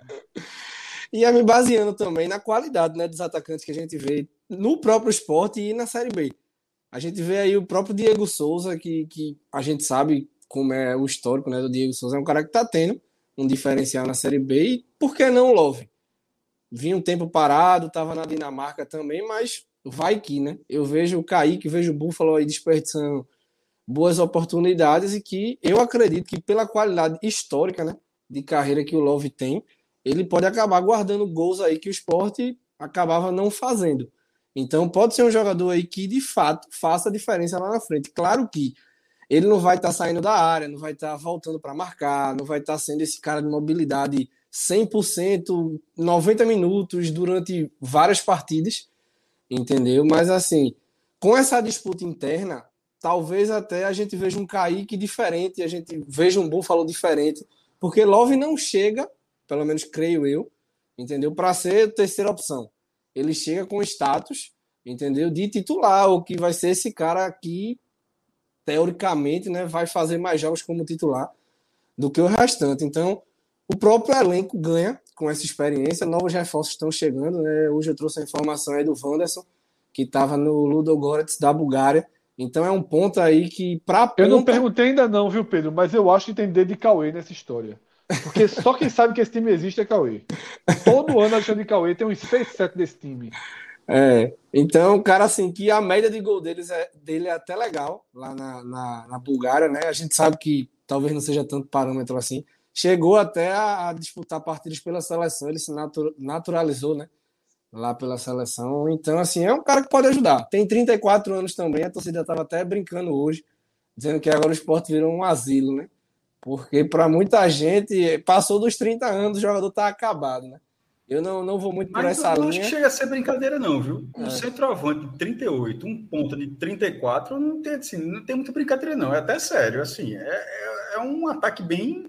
E é me baseando também na qualidade, né, dos atacantes que a gente vê no próprio Sport e na Série B. A gente vê aí o próprio Diego Souza, que, que a gente sabe como é o histórico, né, do Diego Souza. É um cara que tá tendo um diferencial na Série B. E por que não o Love? Vinha um tempo parado, estava na Dinamarca também, mas vai que, né? Eu vejo o Kaique, vejo o Buffalo aí desperdiçando boas oportunidades e que eu acredito que pela qualidade histórica, né, de carreira que o Love tem, ele pode acabar guardando gols aí que o Sport acabava não fazendo. Então pode ser um jogador aí que de fato faça a diferença lá na frente. Claro que ele não vai estar saindo da área, não vai estar voltando para marcar, não vai estar sendo esse cara de mobilidade cem por cento, noventa minutos durante várias partidas, entendeu? Mas assim, com essa disputa interna, talvez até a gente veja um Kaique diferente, a gente veja um Buffalo diferente, porque Love não chega, pelo menos creio eu, entendeu? Para ser terceira opção. Ele chega com status, entendeu? De titular, ou que vai ser esse cara aqui, teoricamente, né, vai fazer mais jogos como titular do que o restante. Então, o próprio elenco ganha com essa experiência, novos reforços estão chegando, né? Hoje eu trouxe a informação aí do Wanderson, que estava no Ludogorets da Bulgária. Então é um ponto aí que, para Eu não ponta... perguntei ainda não, viu, Pedro? Mas eu acho que tem dedo de Cauê nessa história. Porque só quem sabe que esse time existe é Cauê. Todo ano Alexandre de Cauê tem uns seis, sete desse time. É, então, cara, assim, que a média de gol deles é, dele é até legal lá na, na, na Bulgária, né? A gente sabe que talvez não seja tanto parâmetro assim. Chegou até a, a disputar partidas pela seleção, ele se natu, naturalizou, né? Lá pela seleção. Então, assim, é um cara que pode ajudar. Tem trinta e quatro anos também, a torcida estava até brincando hoje, dizendo que agora o esporte virou um asilo, né? Porque para muita gente, passou dos trinta anos, o jogador tá acabado, né? Eu não, não vou muito por Mas essa eu não linha. acho que chega a ser brincadeira, não, viu? Um É. centroavante de trinta e oito, um ponta de trinta e quatro, não tem, assim, não tem muita brincadeira, não. É até sério, assim. É, é, é um ataque bem,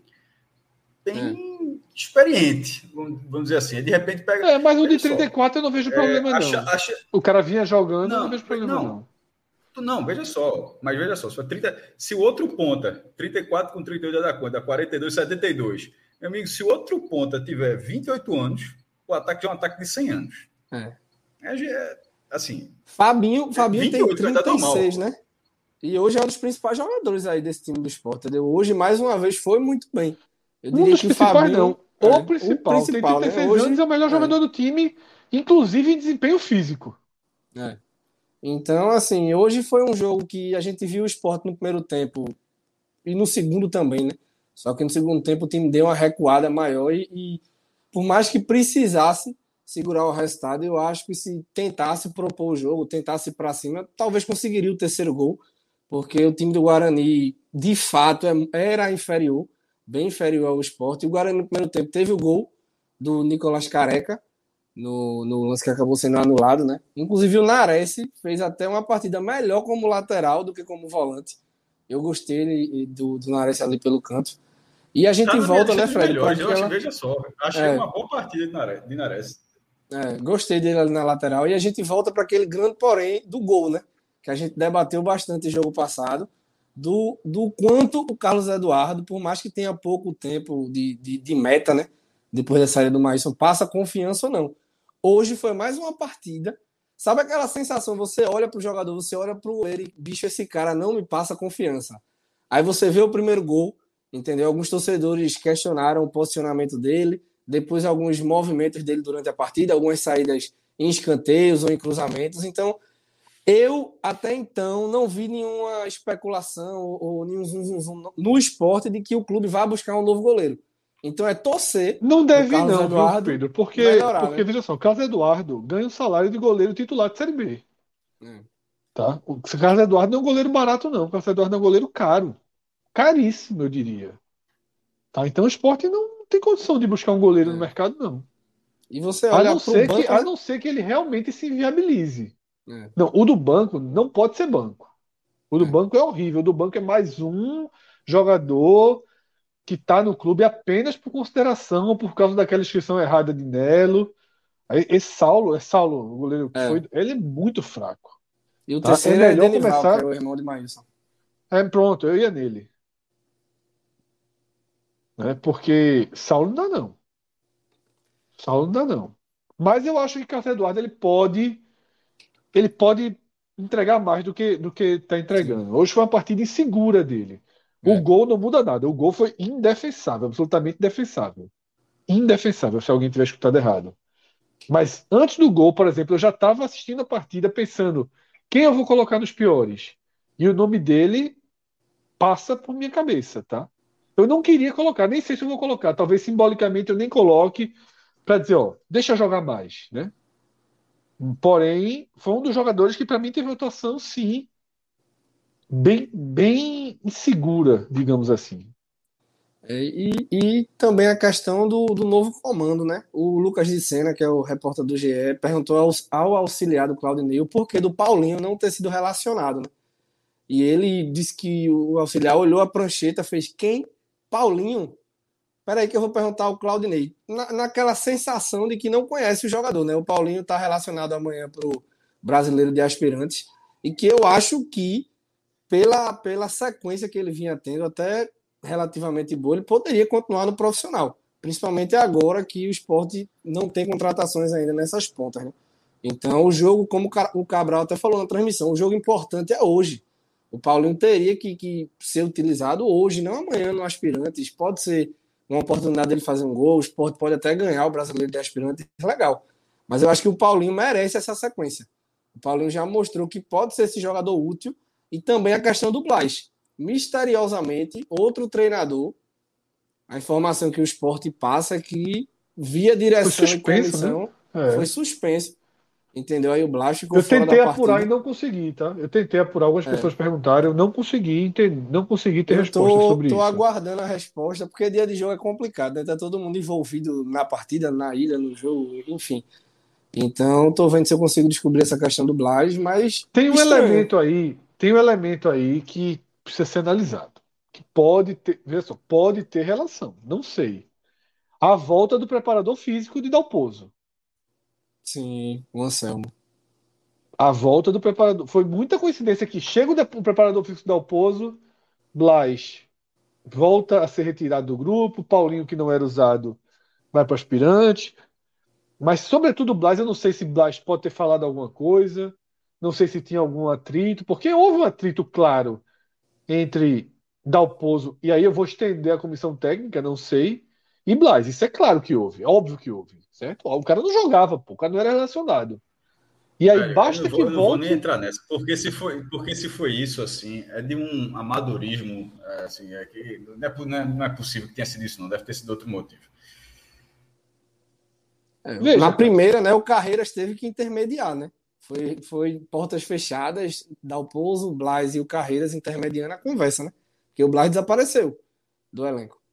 bem experiente, vamos, vamos dizer assim. De repente pega. É, mas o de Veja só, trinta e quatro eu não vejo problema, é, acha- não. acha- O cara vinha jogando, eu não Não, vejo problema, não. não. Não, veja só, mas veja só, se, for trinta, se o outro ponta, trinta e quatro com trinta e oito dá conta, dá quarenta e dois, setenta e dois. Meu amigo, se o outro ponta tiver vinte e oito anos, o ataque é um ataque de cem anos. É. É, é, assim, Fabinho, Fabinho vinte e tem oito vai dar trinta e seis, normal. né? E hoje é um dos principais jogadores aí desse time do Sport, entendeu? Hoje, mais uma vez, foi muito bem. Eu Um diria dos que o principais, Fabinho... não. é, O principal. o principal, Tem trinta e seis né? Hoje, anos, é o melhor é. jogador do time, inclusive em desempenho físico. É. Então, assim, hoje foi um jogo que a gente viu o Sport no primeiro tempo e no segundo também, né? Só que no segundo tempo o time deu uma recuada maior e, e por mais que precisasse segurar o resultado, eu acho que se tentasse propor o jogo, tentasse ir para cima, talvez conseguiria o terceiro gol, porque o time do Guarani, de fato, é- era inferior, bem inferior ao Sport. E o Guarani no primeiro tempo teve o gol do Nicolás Careca, no, no lance que acabou sendo anulado, né? Inclusive o Nares fez até uma partida melhor como lateral do que como volante. Eu gostei ele- do, do Nares ali pelo canto. E a gente Tá na minha volta, lista né, dos Fred? melhores, pra eu acho, aquela- veja só, achei É. uma boa partida de Nares. De Nares. É, gostei dele ali na lateral. E a gente volta para aquele grande porém do gol, né? Que a gente debateu bastante no jogo passado. Do, do quanto o Carlos Eduardo, por mais que tenha pouco tempo de, de, de meta, né? Depois da saída do Maílson, passa confiança ou não. Hoje foi mais uma partida. Sabe aquela sensação? Você olha pro jogador, você olha pro ele, bicho, esse cara não me passa confiança. Aí você vê o primeiro gol, entendeu? Alguns torcedores questionaram o posicionamento dele, depois alguns movimentos dele durante a partida, algumas saídas em escanteios ou em cruzamentos. Então, eu até então não vi nenhuma especulação ou, ou nenhum zum, zum, zum no esporte de que o clube vai buscar um novo goleiro. Então é torcer. Não deve Carlos não, viu, Eduardo Pedro? Porque, melhorar, porque né? veja só, o Carlos Eduardo ganha o salário de goleiro titular de Série B. É. Tá? O Carlos Eduardo não é um goleiro barato, não. O Carlos Eduardo é um goleiro caro. Caríssimo, eu diria. Tá? Então o Sport não tem condição de buscar um goleiro no É. mercado, não. E você A olha não pro ser que, banco, a né? não ser que ele realmente se viabilize. É, Não, o do banco não pode ser banco. O do é. banco é horrível. O do banco é mais um jogador que está no clube apenas por consideração ou por causa daquela inscrição errada de Nelo. Aí, esse Saulo, é Saulo, o goleiro que É. foi, ele é muito fraco. E o Tá? É terceiro é melhor Denival, que é começar. o irmão de Maílson. É, pronto, eu ia nele. Né? Porque Saulo não dá, não. Saulo não dá, não. Mas eu acho que Carlos Eduardo ele pode, ele pode entregar mais do que do que está Sim. entregando. Hoje foi uma partida insegura dele. O É. gol não muda nada. O gol foi indefensável, absolutamente indefensável. Indefensável, se alguém tiver escutado errado. Mas antes do gol, por exemplo, eu já estava assistindo a partida pensando quem eu vou colocar nos piores. E o nome dele passa por minha cabeça, tá? Eu não queria colocar, nem sei se eu vou colocar. Talvez simbolicamente eu nem coloque para dizer, ó, deixa eu jogar mais, né? Porém, foi um dos jogadores que para mim teve uma atuação, sim, bem, bem insegura, digamos assim. É, E, e também a questão do, do novo comando, né? O Lucas de Sena, que é o repórter do G E, perguntou ao, ao auxiliar do Claudinei o porquê do Paulinho não ter sido relacionado, né? E ele disse que o auxiliar olhou a prancheta, fez quem? Paulinho? Peraí que eu vou perguntar ao Claudinei. Na, naquela sensação de que não conhece o jogador, né? O Paulinho está relacionado amanhã para o Brasileiro de Aspirantes e que eu acho que pela, pela sequência que ele vinha tendo, até relativamente boa, ele poderia continuar no profissional. Principalmente agora que o Sport não tem contratações ainda nessas pontas, né? Então, o jogo, como o Cabral até falou na transmissão, o jogo importante é hoje. O Paulinho teria que, que ser utilizado hoje, não amanhã no Aspirantes. Pode ser uma oportunidade dele fazer um gol, o Sport pode até ganhar o Brasileiro de Aspirantes, legal. Mas eu acho que o Paulinho merece essa sequência. O Paulinho já mostrou que pode ser esse jogador útil. E também a questão do Blas. Misteriosamente, outro treinador, a informação que o Sport passa é que, via direção Foi e suspenso, né? comissão, É. foi suspenso. Entendeu? Aí o Blas ficou Eu fora tentei da apurar partida. e não consegui, tá? Eu tentei apurar, algumas É. pessoas perguntaram, eu não consegui entender, não consegui ter Eu resposta tô, sobre tô isso. aguardando a resposta, porque dia de jogo é complicado, né? Tá todo mundo envolvido na partida, na ilha, no jogo, enfim. Então, tô vendo se eu consigo descobrir essa questão do Blas, mas Tem um estranho. elemento aí, tem um elemento aí que precisa ser analisado, que pode ter, veja só, pode ter relação, não sei. A volta do preparador físico de Dalpozo. Sim, o Anselmo. A volta do preparador. Foi muita coincidência que chega o de- o preparador físico de Dalpozo, Blas volta a ser retirado do grupo, Paulinho, que não era usado, vai para o aspirante. Mas, sobretudo, o Blas, eu não sei se Blas pode ter falado alguma coisa, não sei se tinha algum atrito, porque houve um atrito claro entre Dalpozo, e aí eu vou estender a comissão técnica, não sei, e Blas. Isso é claro que houve, óbvio que houve, certo? O cara não jogava, pô, o cara não era relacionado. E aí Velho, eu basta não que vou, eu não vou nem volte. entrar nessa, porque se foi, porque se foi isso, assim, é de um amadorismo, é, assim, é que não é, não é- não é possível que tenha sido isso, não, deve ter sido outro motivo. É, Veja, na cara, primeira, né, o Carreiras teve que intermediar, né? Foi, foi portas fechadas, Dalpozo, o Blas e o Carreiras intermediando a conversa, né? Porque o Blas desapareceu do elenco.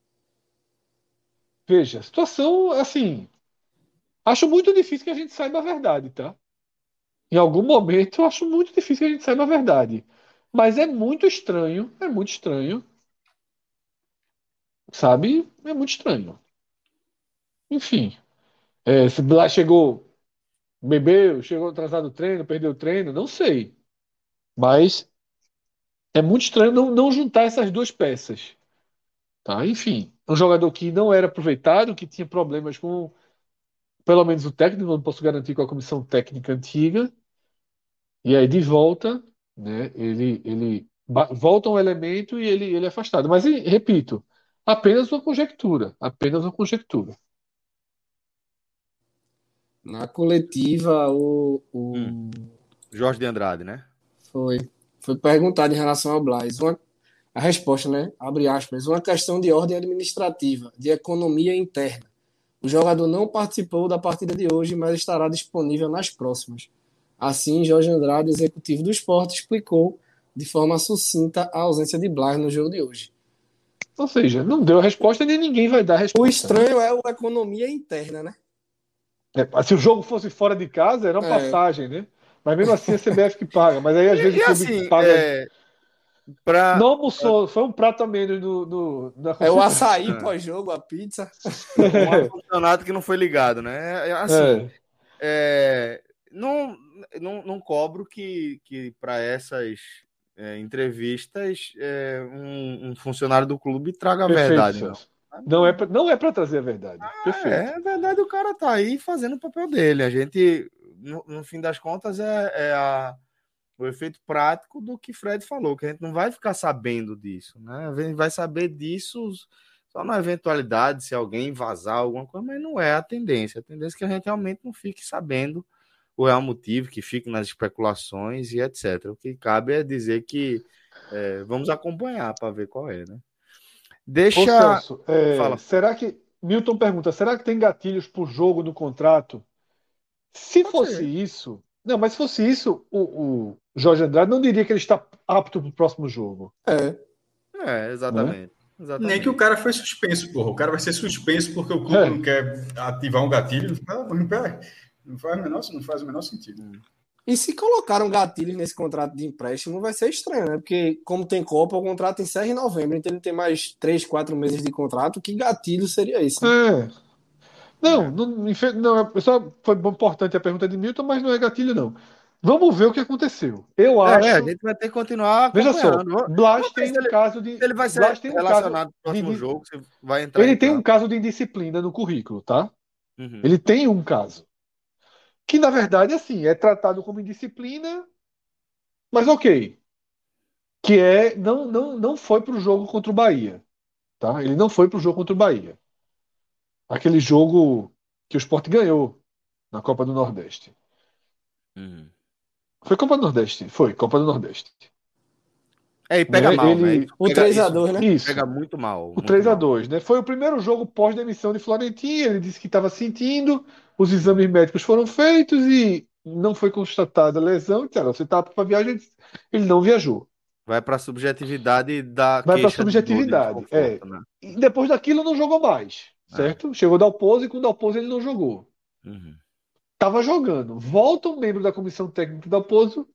veja, situação assim. Acho muito difícil que a gente saiba a verdade, tá? Em algum momento, eu acho muito difícil que a gente saiba a verdade. Mas é muito estranho, é muito estranho, sabe? É muito estranho. Enfim, é, se lá chegou, bebeu, chegou atrasado no treino, perdeu o treino, não sei. Mas é muito estranho não, não juntar essas duas peças, tá? Enfim, um jogador que não era aproveitado, que tinha problemas com, pelo menos o técnico, não posso garantir com a comissão técnica antiga. E aí, de volta, né, ele, ele ba- volta um elemento e ele, ele é afastado. Mas, e, repito, apenas uma conjectura. Apenas uma conjectura. Na coletiva, o, Hum, o Jorge de Andrade, né? foi, foi perguntado em relação ao Blas. Uma, a resposta, né? Abre aspas. Uma questão de ordem administrativa, de economia interna. O jogador não participou da partida de hoje, mas estará disponível nas próximas. Assim, Jorge Andrade, executivo do Sport, explicou de forma sucinta a ausência de Blas no jogo de hoje. Ou seja, não deu a resposta nem ninguém vai dar a resposta. O estranho é a economia interna, né? É, se o jogo fosse fora de casa, era uma É. passagem, né? Mas mesmo assim a C B F que paga. Mas aí às E, vezes e o clube assim, paga. é, pra, Não almoçou, foi um prato a menos no, no, na É o açaí É. pós-jogo, a pizza. um ar-condicionado que não foi ligado, né? É, Assim, É. é, não, não, não cobro que, que para essas é, entrevistas é, um, um funcionário do clube traga a Perfeito, verdade, não. Celso. Não é pra, não é para trazer a verdade. Perfeito. É, é verdade, o cara tá aí fazendo o papel dele. A gente, no, no fim das contas, é, é a, o efeito prático do que Fred falou, que a gente não vai ficar sabendo disso, né? A gente vai saber disso só na eventualidade, se alguém vazar alguma coisa, mas não é a tendência. A tendência é que a gente realmente não fique sabendo o real motivo, que fique nas especulações e etcétera. O que cabe é dizer que é, vamos acompanhar para ver qual é, né? Deixa. Ô Celso, é, Fala. será que. Milton pergunta: será que tem gatilhos por jogo no contrato? Se Pode fosse ser. isso. Não, mas se fosse isso, o, o Jorge Andrade não diria que ele está apto para o próximo jogo. É. É, exatamente. exatamente. Nem que o cara foi suspenso, porra. O cara vai ser suspenso porque o clube É. não quer ativar um gatilho. Não, não, pera. Não faz o menor, não faz o menor sentido. E se colocaram gatilhos nesse contrato de empréstimo, vai ser estranho, né? Porque, como tem Copa, o contrato encerra em novembro, então ele tem mais três, quatro meses de contrato. Que gatilho seria esse? Né? É. Não, É. não, infe- não, é só foi importante a pergunta de Milton, mas não é gatilho, não. Vamos ver o que aconteceu. Eu É, acho. a gente vai ter que continuar Veja só, acompanhando. Blas Vamos ver tem se um ele, caso de. se ele vai ser Blas tem um caso relacionado no próximo de, jogo, se vai entrar ele em tem um campo. caso de indisciplina no currículo, tá? Uhum. Ele tem um caso. Que, na verdade, assim, é tratado como indisciplina, mas ok. Que é. Não, não, não foi pro jogo contra o Bahia. Tá? Ele não foi pro jogo contra o Bahia. Aquele jogo que o Sport ganhou na Copa do Nordeste. Uhum. Foi Copa do Nordeste? Foi, Copa do Nordeste. É, e pega Né? mal, né? Ele, Isso O pega, três a isso dois, né? isso. pega muito mal. O muito três a mal. dois, né? Foi o primeiro jogo pós-demissão de Florentino. Ele disse que estava sentindo, os exames médicos foram feitos e não foi constatada lesão. Disseram, você está para viagem? Ele não viajou. Vai para a subjetividade da Vai para queixa de dor, de subjetividade. É. desconforto, né? E depois daquilo não jogou mais, certo? Chegou Dalpozo e com Dalpozo ele não jogou. Uhum. Tava jogando. Volta um membro da comissão técnica do Dalpozo,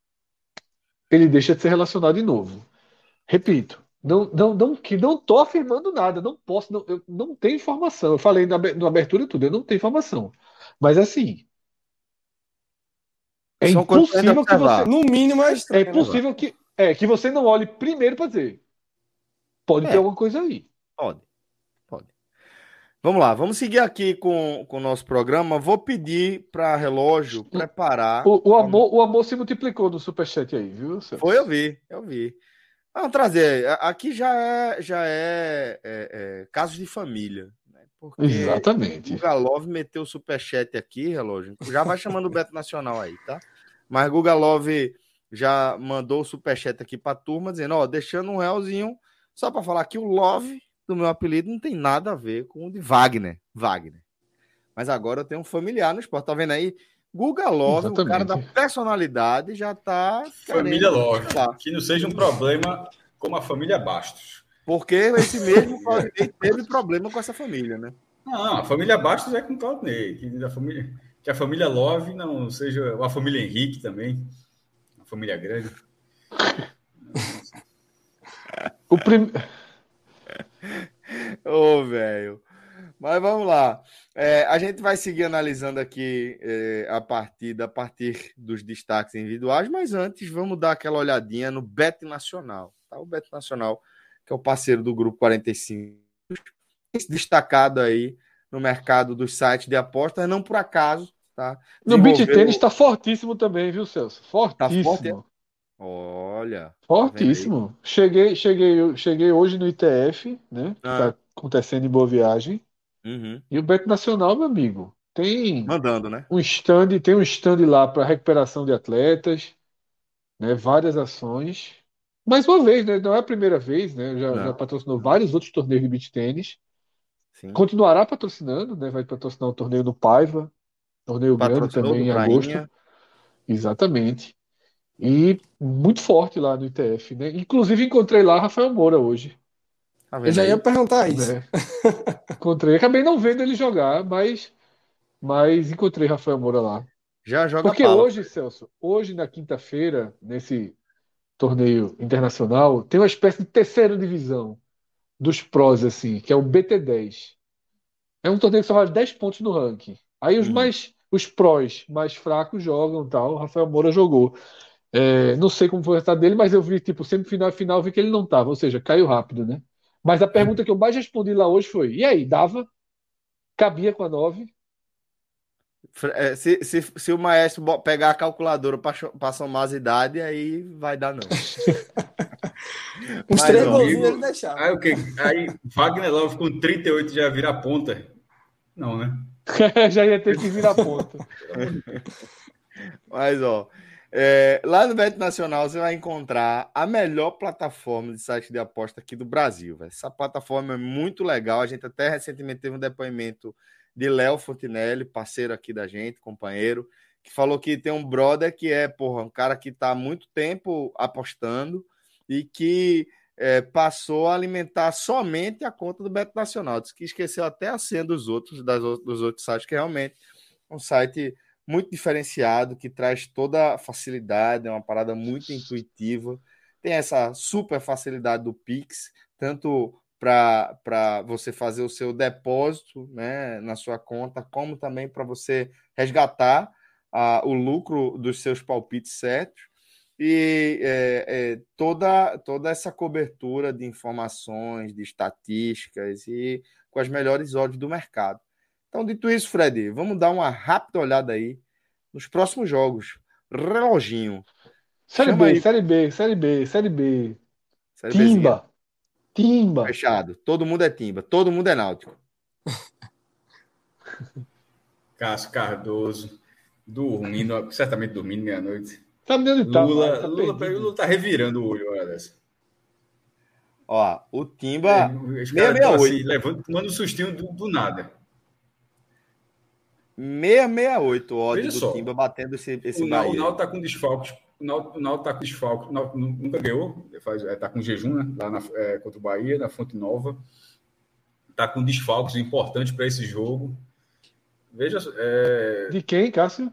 ele deixa de ser relacionado de novo. Repito, não, não, não, que não tô afirmando nada, não posso, não, eu não tenho informação. Eu falei na, abe- na abertura e tudo, eu não tenho informação. Mas assim, é São coisas pra gente impossível que você, observar. No mínimo é é estranho. né? impossível que, é, que você não olhe primeiro para dizer, pode ter É. alguma coisa aí. Pode, pode. Vamos lá, vamos seguir aqui com, com o nosso programa. Vou pedir para relógio preparar. O, o amor, o amor se multiplicou no superchat aí, viu, Celso? Foi, eu vi, eu vi. Vamos trazer. a- Aqui já é, já é, é, é casos de família, né? Porque Exatamente. o Gugalov meteu o superchat aqui, relógio. Já vai chamando o Beto Nacional aí, tá? Mas o Gugalov já mandou o superchat aqui pra turma, dizendo, ó, deixando um realzinho, só para falar que o Love do meu apelido não tem nada a ver com o de Wagner. Wagner. Mas agora eu tenho um familiar no esporte, tá vendo aí? Guga Love, o cara da Exatamente. personalidade, já tá Família querendo Love. falar. Que não seja um problema como a família Bastos. Porque esse mesmo Claudinei teve problema com essa família, né? Não, a família Bastos é com Claudinei. Que a família, que a família Love não seja. A família Henrique também. A família grande. O prim... Ô, velho. Mas vamos lá. É, a gente vai seguir analisando aqui é, a partida a partir dos destaques individuais, mas antes vamos dar aquela olhadinha no Bet Nacional. Tá? O Bet Nacional, que é o parceiro do Grupo quarenta e cinco, destacado aí no mercado dos sites de apostas, não por acaso. Tá? No beat Desenvolveu- tênis está fortíssimo também, viu, Celso? Tá Fortíssimo. forte, é? Olha. tá Fortíssimo. Cheguei, cheguei, cheguei hoje no I T F, né? Que Ah. está acontecendo em Boa Viagem. vendo aí? Uhum. E o Beto Nacional, meu amigo, tem Mandando, né? um stand, tem um stand lá para recuperação de atletas, né? Várias ações. Mais uma vez, né? Não é a primeira vez, né? Já, Não. já patrocinou vários outros torneios de beach tênis. Sim. Continuará patrocinando, né? Vai patrocinar um torneio no Paiva, torneio grande Patrocinador também do em agosto. Prainha. Exatamente. E muito forte lá no I T F, né? Inclusive encontrei lá Rafael Moura hoje, Tá Eu vendo já ia aí? perguntar isso. né? Encontrei, acabei não vendo ele jogar, mas, mas encontrei Rafael Moura lá. Já joga Porque bala. hoje, Celso, hoje na quinta-feira, nesse torneio internacional, tem uma espécie de terceira divisão dos prós, assim, que é o B T dez. É um torneio que só vale dez pontos no ranking. Aí os Uhum. mais, os prós mais fracos jogam, tal. O Rafael Moura jogou. É, não sei como foi o resultado dele, mas eu vi, tipo, semifinal e final, vi que ele não tava, ou seja, caiu rápido, né? Mas a pergunta que eu mais respondi lá hoje foi: e aí, dava? Cabia com a nove? Fre- é, Se, se, se o maestro bo- pegar a calculadora para somar as idades, aí vai dar não. Uns Mas, três ó, golzinhos ele Amigo, deixava. aí o quê? Aí Wagner Love com trinta e oito já vira a ponta? Não, né? Já ia ter que vir a ponta. Pelo amor de Deus. mas, ó, é, lá no Bet Nacional você vai encontrar a melhor plataforma de site de aposta aqui do Brasil, velho. Essa plataforma é muito legal. A gente até recentemente teve um depoimento de Léo Fontinelli, parceiro aqui da gente, companheiro, que falou que tem um brother que é, porra, um cara que tá há muito tempo apostando e que é, passou a alimentar somente a conta do Beto Nacional. Diz que esqueceu até a senha dos outros, das, dos outros sites, que realmente é um site muito diferenciado, que traz toda a facilidade, é uma parada muito intuitiva. Tem essa super facilidade do Pix, tanto para você fazer o seu depósito, né, na sua conta, como também para você resgatar uh, o lucro dos seus palpites certos. E é, é, toda, toda essa cobertura de informações, de estatísticas e com as melhores odds do mercado. Então, dito isso, Fred, vamos dar uma rápida olhada aí nos próximos jogos. Reloginho. Série Chama B, aí. Série B, Série B, Série B. Série Bzinha. Timba, Timba. Fechado. Todo mundo é timba. Todo mundo é náutico. Cássio Cardoso, dormindo, certamente dormindo meia-noite. Sabe nem onde tá, Lula, mais, tá Lula, perdido. Lula tá revirando o olho, olha dessa. Ó, o Timba. Os caras estão assim, seiscentos e sessenta e oito. levando, tomando um sustinho do, do nada. seiscentos e sessenta e oito, o Veja ódio do só, Timba batendo esse, esse o Náutico Bahia. o tá com desfalques. O Náutico, o Náutico tá com desfalques. O Náutico nunca ganhou, faz, é, tá com jejum, né? Lá na, é, contra o Bahia, na Fonte Nova. Tá com desfalques importantes para esse jogo. Veja. É... De quem, Cássio?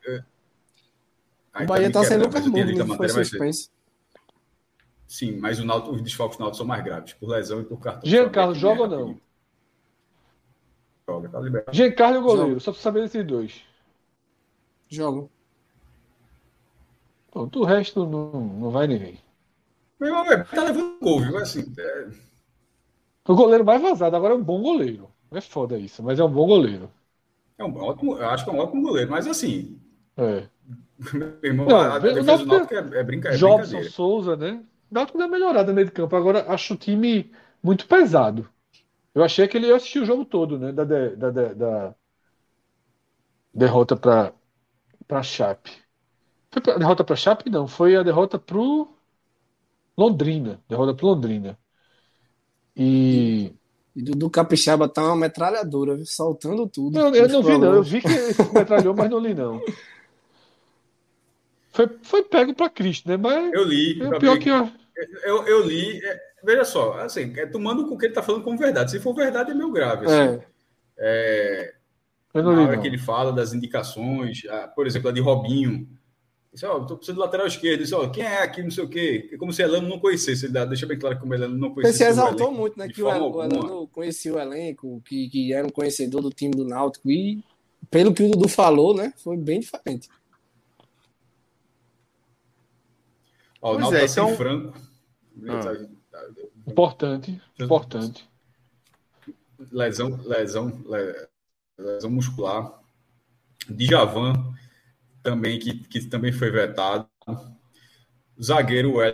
Aí O Bahia tá tá sem quebrando, Lucas mas eu tinha Mugni, lido a que foi matéria mais cedo. suspenso. Sim, mas o Náutico, os desfalques do Náutico são mais graves, por lesão e por cartão. Giancarlo joga ou não? Joga, tá liberado. Giancarlo e o goleiro, Joga. só pra saber desses dois. Jogo. Pronto, o resto não, não vai nem vem. Meu irmão, tá levando gol, viu? Assim, é... O goleiro mais vazado agora é um bom goleiro. É foda isso, mas é um bom goleiro. é um ótimo, eu acho que é um ótimo goleiro, mas assim, É. meu irmão, Não, a, a o defesa do Náutico Náutico é, é, brinca, é Jobson, brincadeira. Souza, né? O Náutico deu uma melhorada no meio de campo. Agora acho o time muito pesado. Eu achei que ele ia assistir o jogo todo, né? Da, de- da, da, da derrota para para Chape. Foi pra, derrota para Chape? Não, foi a derrota pro Londrina. Derrota pro Londrina. E E Dudu Capixaba tá uma metralhadora, viu? Soltando tudo. eu, eu nos não vi, não. Eu programas. vi que esse metralhou, mas não li, não. Foi, foi pego para Cristo, né? Mas Eu li, é meu pior amigo, que. Eu, eu, eu li, é, veja só, assim, é tomando com o que ele tá falando como verdade. Se for verdade, é meio grave. Assim. É. É, eu não na li, hora não. que ele fala das indicações, a, por exemplo, a de Robinho. Disse, ó, tô precisando de lateral esquerdo. Disse, ó, quem é aqui, não sei o quê. É como se Elano não conhecesse. Ele dá, deixa bem claro que como Elano não Ele conhecesse se o exaltou elenco muito, né? de Que o forma El- o alguma. Elano conhecia o elenco, que, que era um conhecedor do time do Náutico. E pelo que o Dudu falou, né? Foi bem diferente. Ó, o Pois Náutico é, tá sem então- Franco. Ah. Importante, importante. Lesão, lesão, le- lesão muscular. Djavan, também, que, que também foi vetado. Zagueiro, Wellington.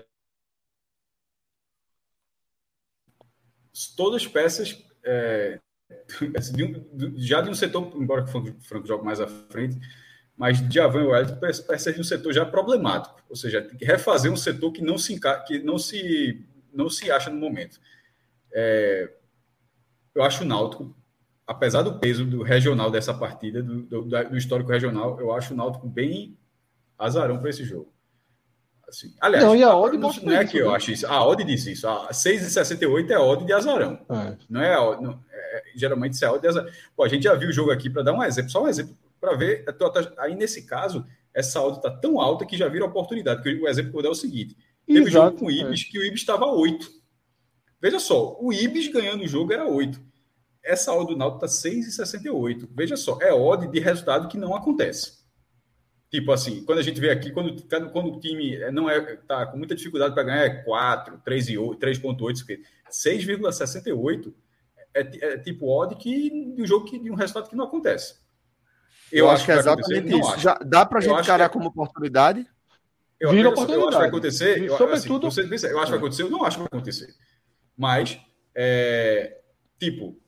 Todas peças é, de um- de- já de um setor, embora que o Franco jogue mais à frente, mas Djavan e Wellington peças de um setor já problemático. Ou seja, tem que refazer um setor que não se, enca- que não se, não se acha no momento. É, eu acho o Náutico, apesar do peso do regional dessa partida, do, do, do histórico regional, eu acho o Náutico bem Azarão para esse jogo. Assim, aliás, não, e a a, odd não, não é isso, que eu né? acho isso. A odd diz isso. A seis e sessenta e oito é a odd de azarão. É. Não é a odd. Não, é, geralmente isso é a odd de azarão. Pô, a gente já viu o jogo aqui para dar um exemplo. Só um exemplo para ver. Aí, nesse caso, essa odd está tão alta que já vira oportunidade. Porque o exemplo que eu vou dar é o seguinte. Teve um jogo com o Ibis é. que o Ibis estava oito. Veja só. O Ibis ganhando o jogo era oito. Essa odd do Náutico está seis e sessenta e oito. Veja só. É odd de resultado que não acontece. Tipo assim, quando a gente vê aqui, quando, quando o time não é, tá com muita dificuldade para ganhar, é quatro, três vírgula oito, seis vírgula sessenta e oito é, é tipo odd que, de um jogo que, de um resultado que não acontece. Eu, eu acho que é exatamente isso. Já dá para a gente encarar como oportunidade? Eu, Vira eu, oportunidade. Eu acho que vai acontecer. Eu, Sobretudo... assim, você, eu acho que vai acontecer, eu não acho que vai acontecer. Mas, é, tipo,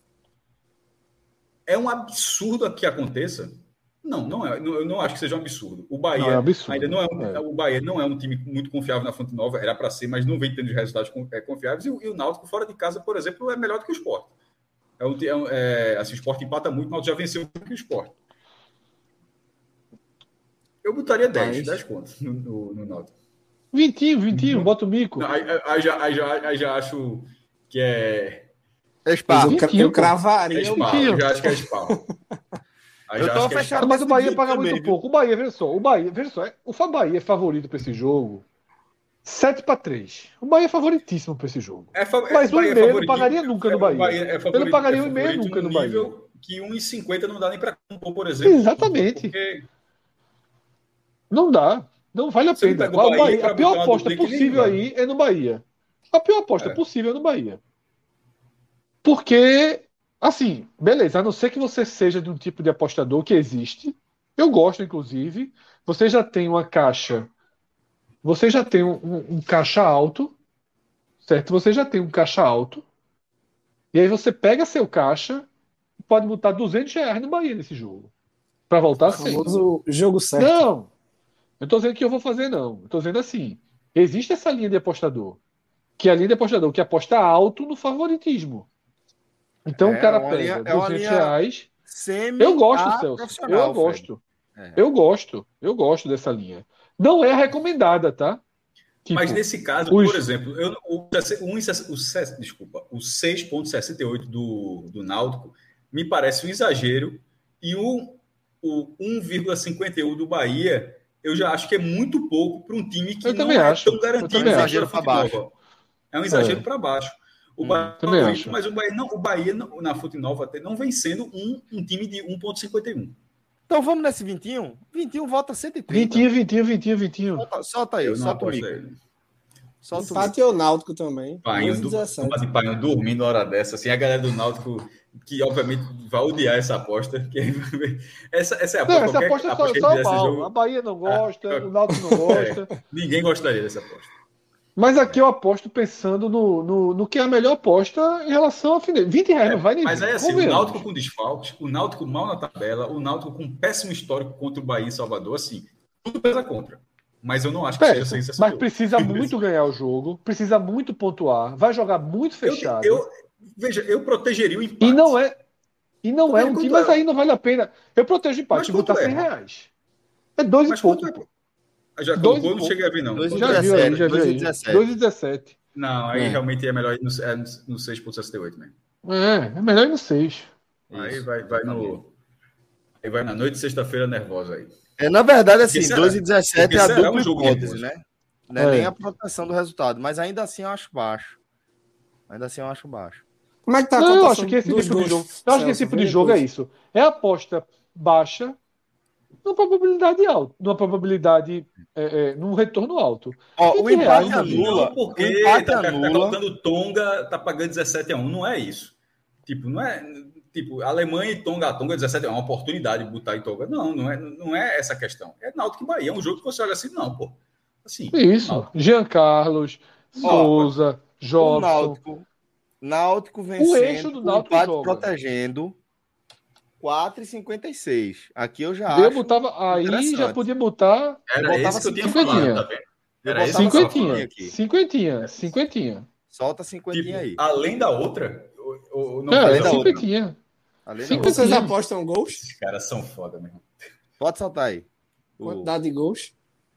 é um absurdo que aconteça. Não, não é. Eu não acho que seja um absurdo. O Bahia não, é absurdo. ainda não é, um, é. O Bahia não é um time muito confiável na Fonte Nova, era para ser, mas não vem tendo resultados confiáveis. E o, e o Náutico fora de casa, por exemplo, é melhor do que o Sport. É um, é, assim, o Sport empata muito, o Náutico já venceu muito que o Sport. Eu botaria dez, mas... dez pontos no, no, no Náutico. Vintinho, vintinho, bota o mico. Não, aí, aí, já, aí, já, aí já acho que é. É Spa. Eu, eu cravaria. É Spa, eu já acho que é Spa. Aí eu tô fechado, é mas o Bahia paga também, muito viu? pouco. O Bahia, veja só, o Bahia, veja só, o Bahia é favorito para esse jogo. sete para três. O Bahia é favoritíssimo para esse jogo. É fa- mas o e e-mail não pagaria nunca no Bahia. Bahia é eu não pagaria o um e-mail nunca no Bahia. Que um e cinquenta não dá nem para compor, por exemplo. Exatamente. Porque... Não dá. Não vale a Você pena. Bahia Bahia, a pior aposta possível aí é no Bahia. A pior aposta é. possível é no Bahia. Porque, assim, beleza, a não ser que você seja de um tipo de apostador que existe. Eu gosto, inclusive. Você já tem uma caixa. Você já tem um, um, um caixa alto. Certo? Você já tem um caixa alto. E aí você pega seu caixa e pode botar duzentos reais no Bahia nesse jogo. Para voltar assim. O famoso jogo certo. Não! Eu tô dizendo que eu vou fazer, não. Eu tô dizendo assim. Existe essa linha de apostador. Que é a linha de apostador que aposta alto no favoritismo. Então é, o cara pega linha, duzentos reais. Eu gosto, Celso. Eu gosto. É. Eu gosto. Eu gosto dessa linha. Não é recomendada, tá? Tipo, mas nesse caso, os... por exemplo, eu, o, o, o, desculpa, o seis vírgula sessenta e oito do, do Náutico me parece um exagero. E o, o um vírgula cinquenta e um do Bahia, eu já acho que é muito pouco para um time que eu não é acho. tão garantido. É um exagero para baixo. É um exagero é. para baixo. O hum, Bahia, acho. Mas o Bahia, não, o Bahia não, na Fonte Nova até não vem sendo um, um time de um vírgula cinquenta e um. Então vamos nesse vintinho? vintinho volta cento e trinta. vintinho, vintinho, vintinho, vintinho. Solta, solta aí, eu solta o mico. Solta Empate o Náutico também. Painho, do, de Painho dormindo na hora dessa. Assim, a galera do Náutico, que obviamente vai odiar essa aposta. Que essa, essa é a aposta. Não, essa aposta é só, só mal. Jogo... A Bahia não gosta, ah, o Náutico não gosta. É, ninguém gostaria dessa aposta. Mas aqui eu aposto pensando no, no, no que é a melhor aposta em relação a vinte reais, é, não vai nem Mas aí assim, o Náutico com desfalques, o Náutico mal na tabela, o Náutico com péssimo histórico contra o Bahia em Salvador, assim, tudo pesa contra. Mas eu não acho que Peça, seja sensacional. Mas precisa muito ganhar o jogo, precisa muito pontuar, vai jogar muito fechado. Eu, eu, veja, eu protegeria o empate. E não é, e não é um time, mas aí não vale a pena. Eu protejo o empate e botar cem reais. É dois mas e pouco. É? Já colocou, não cheguei a ver, não. dois e já viu aí, já viu aí. dois e dezessete. Não, aí é. realmente é melhor ir no, é no seis vírgula sessenta e oito mesmo. É, é melhor ir no seis. Aí vai, vai no... Aí vai na noite de sexta-feira nervosa aí. É, na verdade, assim, dois e dezessete é a dupla um jogo hipótese, né? Não é, é nem a proteção do resultado, mas ainda assim eu acho baixo. Ainda assim eu acho baixo. Como é que tá a Não, eu acho que esse tipo de jogo, eu acho que esse tipo de jogo é isso. É aposta baixa numa probabilidade alta, numa probabilidade, é, é, num retorno alto. Ó, o empate anula, porque o empate tá, anula. tá colocando Tonga, tá pagando dezessete a um, não é isso. Tipo, não é, tipo, Alemanha e Tonga, Tonga dezessete a um, é uma oportunidade de botar em Tonga. Não, não é, não é essa a questão. É Náutico e Bahia, é um jogo que você olha assim, não, pô. Assim, isso. Náutico. Jean Carlos, Souza, Jobson. O Náutico, Náutico vencendo, o eixo do Náutico empate joga. protegendo. quatro e cinquenta e seis. Aqui eu já eu acho. Botava, aí já podia botar. Era eu esse que eu tinha cinquentinha. falado, tá vendo? Era esse cinquentinha, aqui. cinquentinha, cinquentinha. Solta cinquentinha tipo, aí. Além da outra, ou, ou não é, além da cinquentinha. outra. Além da outra. Vocês apostam gols? Esses caras são foda mesmo. Pode soltar aí. Quantidade de gols?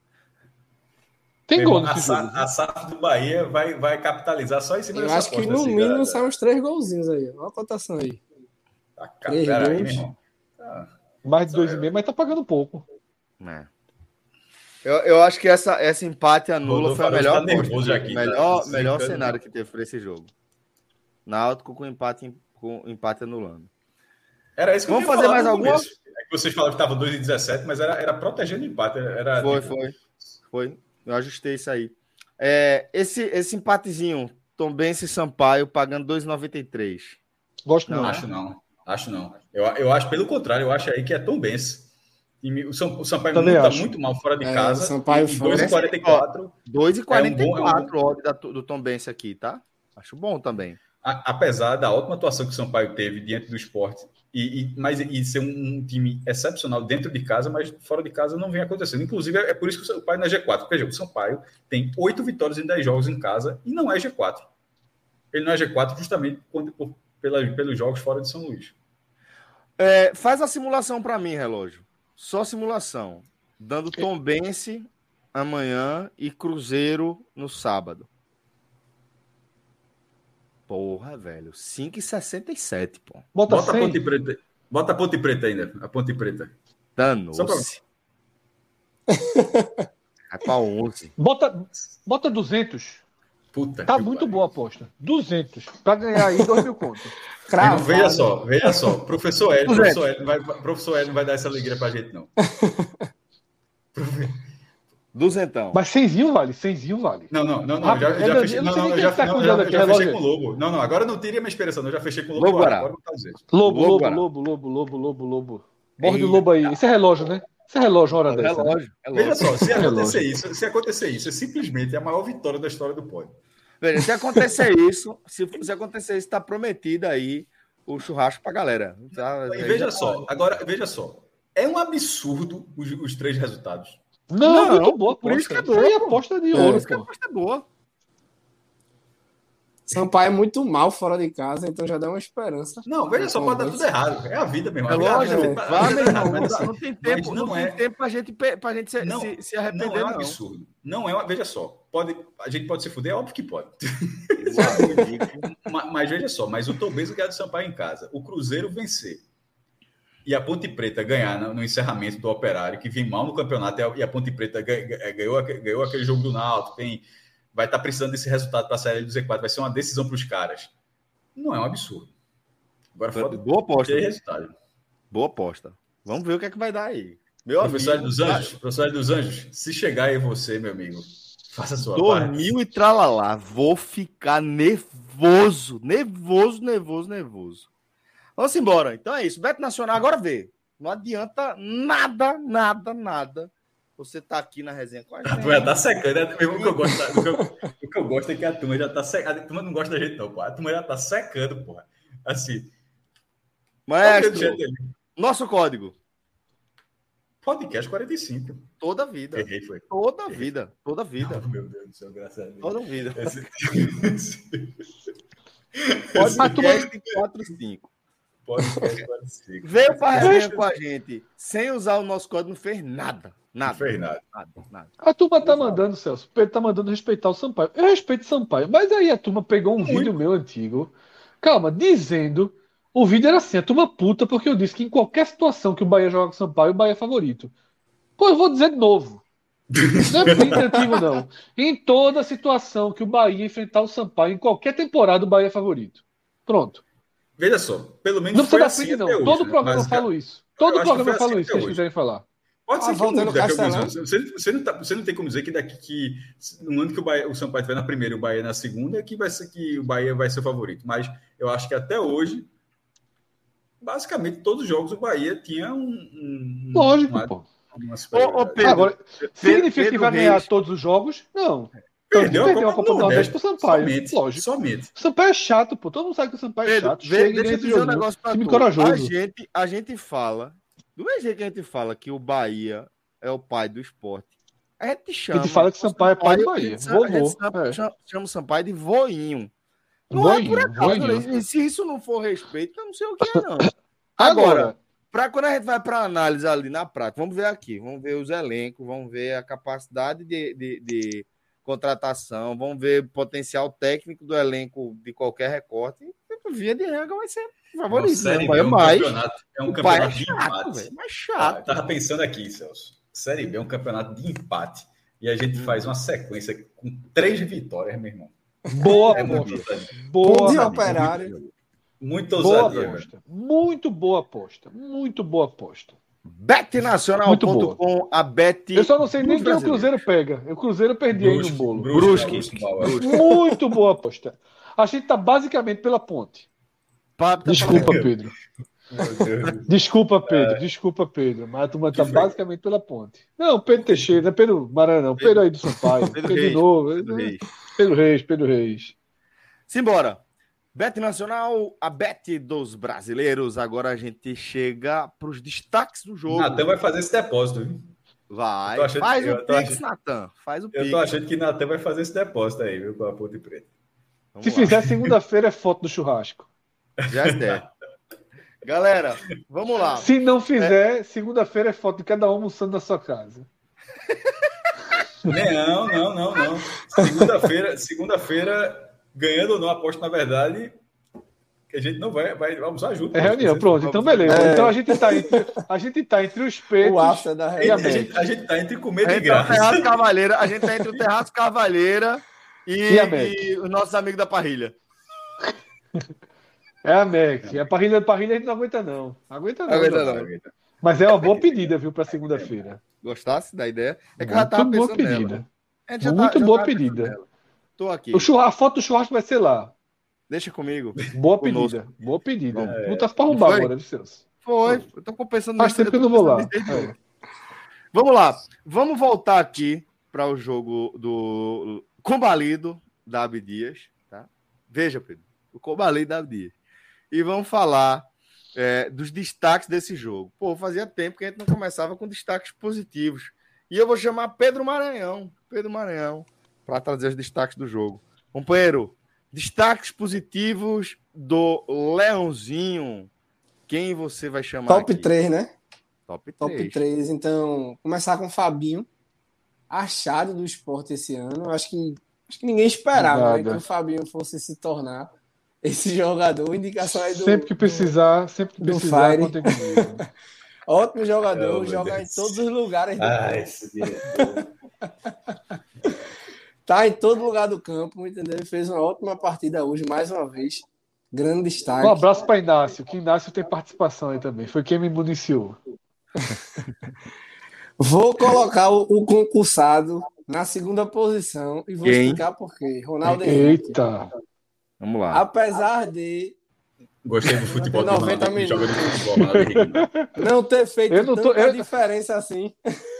Tem gol a, nesse jogo. a S A F do Bahia vai, vai capitalizar só em cima Eu dessa acho que aposta, no assim, mínimo da- saem uns três golzinhos aí. Olha a cotação aí. Tá, Três pera aí, gols. meu irmão. Tá. Mais de dois e meio, mas tá pagando pouco. É. Eu, eu acho que essa, essa empate anula Rodolfo foi a Araújo melhor tá aposta. nervoso já aqui, tá? melhor Tá melhor brincando, cenário não. que teve para esse jogo. Náutico com empate, com empate anulando. Era isso que Vamos eu ia fazer falar mais no alguma? começo. É que vocês falaram que estava dois e dezessete, mas era, era protegendo o empate. Era, Foi, tipo, foi. Foi. Eu ajustei isso aí. É, esse, esse empatezinho, Tombense e Sampaio pagando dois e noventa e três. Gosto Não, não. Acho não. Acho não. Eu, eu acho, pelo contrário, eu acho aí que é Tom Benz. O, São, o Sampaio Também está acho. muito mal fora de É, casa. o Sampaio e foi. dois e quarenta e quatro. dois e quarenta e quatro É um bom- o odd da- do Tombense aqui, tá? Acho bom também. A- apesar da ótima atuação que o Sampaio teve diante do esporte, e, e, mas, e ser um, um time excepcional dentro de casa, mas fora de casa não vem acontecendo. Inclusive, é por isso que o Sampaio não é G quatro. Porque o Sampaio tem oito vitórias em dez jogos em casa e não é G quatro. Ele não é G quatro justamente quando, por, pela, pelos jogos fora de São Luís. É, faz a simulação para mim, relógio. Só simulação. Dando Tombense amanhã e Cruzeiro no sábado. Porra, velho. cinco e sessenta e sete, pô. Bota, Bota a cem. Ponte Preta. Bota a Ponte Preta ainda. A Ponte Preta. Só pra- Danou-se. Vai pra onze. Bota, bota duzentos. Puta Tá que muito pariu. boa a aposta. duzentos. Pra ganhar aí dois mil contos. Não, veja Cravado. só, veja só. Professor Ed, duzentos. professor Ed, não vai, professor Ed não vai dar essa alegria pra gente, não. Duzentão. Mas cenzinho vale, cenzinho vale. Não, não, não, não. Rápido, Já, já eu- fechei. eu Não, não sei não, nem eu quem já, tá não, cuidando já, aqui, já fechei relógio. com o Lobo. Não, não, agora não tire a minha esperança, não. Eu já fechei com o Lobo. Lobo agora, Guará. agora não tá dizendo. Lobo, Lobo, lobo, Guará. lobo, lobo, lobo, lobo, lobo. Morde o Eita. lobo aí. Esse é relógio, né? Esse é relógio, uma hora dessa. Né? Relógio. Veja relógio. só, se É acontecer lógico. isso, se acontecer isso, é simplesmente a maior vitória da história do pódio. Veja, se acontecer isso, se, se acontecer isso, tá prometido aí o churrasco pra galera. Tá, E aí veja já- só, agora, veja só. É um absurdo os, os três resultados. Não, Não, muito boa por isso aposta. que é Isso boa, aí é pô. aposta de É. ouro, Por isso que a pô. aposta é boa. Sampaio é muito mal fora de casa, então já dá uma esperança. Não, veja só, pode dar tudo errado. É a vida mesmo. É A vida- a lógico, vida- é. a vida Vá, dá meu errado, irmão, mas não, dá- assim, não tem mas tempo, não não é- tem tempo pra gente, pe- pra gente se, Não, se, se arrepender, não é um não. absurdo. Não é uma, veja só, pode, a gente pode se fuder, é óbvio que pode. Isso é ridículo. mas, mas veja só, mas o Tombense ganhar do Sampaio em casa, o Cruzeiro vencer e a Ponte Preta ganhar no, no encerramento do Operário, que vem mal no campeonato, e a, e a Ponte Preta ga- ga- ganhou, aque- ganhou aquele jogo do Náutico, tem, vai estar precisando desse resultado para sair do Z quatro, vai ser uma decisão para os caras. Não é um absurdo. Agora foda Boa aposta. ter resultado. Boa aposta. Vamos ver o que é que vai dar aí. Meu Professor amigo, dos Anjos, professor dos Anjos, se chegar aí você, meu amigo, faça a sua parte. dormiu e tralalá. Vou ficar nervoso. Nervoso, nervoso, nervoso. Vamos embora. Então é isso. Beto Nacional, agora vê. Não adianta nada, nada, nada. Você tá aqui na resenha com a A gente. turma já tá secando, né? Mesmo o que eu gosto, da- o que eu, o que eu gosto é que a turma já tá secando. A turma não gosta da gente, não, pô. A turma já tá secando, porra. Assim. Maestro, Olha o jeito ali. nosso código. Podcast quarenta e cinco. Toda vida. Errei, foi. Toda vida. Toda vida. Oh, meu Deus do céu, graças a Deus. Toda vida. Esse... Podcast quatro cinco. Podcast quarenta e cinco. Veio pra resenha com a gente sem usar o nosso código, não fez nada. Nada. Não fez nada. Nada, nada. A turma tá mandando, Celso. O Pedro tá mandando respeitar o Sampaio. Eu respeito o Sampaio, mas aí a turma pegou um vídeo meu antigo. Calma, dizendo. O vídeo era assim, a turma puta, porque eu disse que em qualquer situação que o Bahia joga com o Sampaio, o Bahia é favorito. Pô, eu vou dizer de novo. Não é print antigo, não. Em toda situação que o Bahia enfrentar o Sampaio, em qualquer temporada, o Bahia é favorito. Pronto. Veja só, pelo menos Não precisa foi dar assim print, até não. hoje, Todo né? programa Mas, eu falo isso. Todo eu acho programa que eu foi falo assim isso, se até vocês quiserem falar. Pode ser Ah, que voltando mude daqui a ao alguns Castelão. anos. Você, você, não tá, você não tem como dizer que daqui que no ano que o, Bahia, o Sampaio estiver na primeira e o Bahia na segunda, é que vai ser que o Bahia vai ser o favorito. Mas eu acho que até hoje, basicamente, todos os jogos o Bahia tinha um. um Lógico, uma, pô. uma Ô, ô, superioridade. Pedro, Agora, significa que Pedro vai ganhar Reis. todos os jogos? Não. Perdeu, Perdeu a Copa do Nordeste Nordeste pro Sampaio. Somente, Lógico. somente. O Sampaio é chato, pô. Todo mundo sabe que o Sampaio é Pedro, chato. vê- Chega e deixa ganha eu esse dizer um joguinho. negócio pra Time tu. corajoso. A gente, a gente fala, do mesmo jeito que a gente fala que o Bahia é o pai do esporte, a gente chama. A gente fala que o Sampaio é pai do a Bahia. gente chama- a gente Vovô, chama, é. chama- chama o Sampaio de voinho. Não é por Voinho, acaso, voinho. né? E se isso não for respeito, eu não sei o que é, não. Agora, Agora, pra quando a gente vai para análise ali na prática, vamos ver aqui, vamos ver os elencos, vamos ver a capacidade de, de, de, contratação, vamos ver potencial técnico do elenco de qualquer recorte. Via de regra vai ser favorito. Série Né? B é um mais, campeonato, é um o pai campeonato é de chato, empate. véio, mais Ah, chato. eu tava pensando aqui, Celso. Série B é um campeonato de empate. E a gente hum. faz uma sequência com três vitórias, meu irmão. Boa é aposta. Boa de Operário. Muito ousadia. Boa aposta. Muito boa aposta. Muito boa aposta. bet nacional ponto com, a Bet. Eu só não sei nem quem o Cruzeiro pega. O Cruzeiro perdi aí no bolo. Brusque. Brusque. Muito boa aposta. A gente tá basicamente pela ponte. Desculpa, Pedro. Desculpa, Pedro. É. Desculpa, Pedro. Mas a turma tá basicamente pela ponte. Não, Pedro Teixeira, Pedro Maranhão, não. Pedro aí do Sampaio. Pedro, Pedro Reis, de novo. Pedro Reis. Pedro Reis, Pedro Reis. Simbora. Bet Nacional, a Bet dos brasileiros. Agora a gente chega para os destaques do jogo. Natan vai fazer esse depósito, viu? Vai. Faz que, o Pix, achando... Natan. Faz o Pix. Eu tô achando que Natan vai fazer esse depósito aí, viu? Com a Ponte Preta. Vamos Se lá. Fizer segunda-feira, é foto do churrasco. Já é. Galera, vamos lá. Se não fizer, é... segunda-feira é foto de cada um almoçando na sua casa. Não, não, não, não. Segunda-feira, segunda-feira, ganhando ou não, aposto, na verdade, que a gente não vai, vai almoçar junto. É reunião, pronto. Então, beleza. É. Então a gente tá entre, a gente tá entre os peitos. O after da reunião. A gente, a gente tá entre comer de graça. Tá Terraço Cavalheira, a gente tá entre o Terraço Cavalheira e, e, e os nossos amigos da parrilha. É a M E C. A parrilha, a parrilha a gente não aguenta, não. Aguenta não. Aguenta não. não. Mas é uma boa pedida, viu, para segunda-feira. Gostasse da ideia? É que Muito eu já tava boa pensando pedida. Já Muito tá, boa já pedida. Tô aqui. O churrasco, a foto do churrasco vai ser lá. Deixa comigo. Boa pedida. Conosco. Boa pedida. É. Não tá para arrombar agora, viu, Celso? Foi. Eu tô pensando Faz tempo que eu não vou lá. É. Vamos lá. Vamos voltar aqui para o jogo do combalido da Abdias. Tá? Veja, Pedro. O combalido da Abdias. E vamos falar é, dos destaques desse jogo. Pô, fazia tempo que a gente não começava com destaques positivos. E eu vou chamar Pedro Maranhão. Pedro Maranhão, para trazer os destaques do jogo. Companheiro, destaques positivos do Leãozinho. Quem você vai chamar? Top aqui? três, né? Top três. Top três. Então, começar com o Fabinho. Achado do esporte esse ano. Acho que, acho que ninguém esperava, né, que o Fabinho fosse se tornar esse jogador. Indicação aí do... Sempre que precisar, do, sempre que precisar, contem comigo. Ótimo jogador, oh, joga Deus. Em todos os lugares do ah, campo. Esse diretor. Tá em todo lugar do campo, entendeu? Ele fez uma ótima partida hoje, mais uma vez. Grande destaque. Um abraço para Inácio, que Inácio tem participação aí também. Foi quem me municiou. Vou colocar o, o concursado na segunda posição e vou quem? explicar por quê. Ronaldo Henrique. Eita! Vamos lá. Apesar de... Gostei do futebol do noventa Ronaldo, minutos. Joga do futebol, Ronaldo não ter feito eu não tô, tanta eu... diferença assim.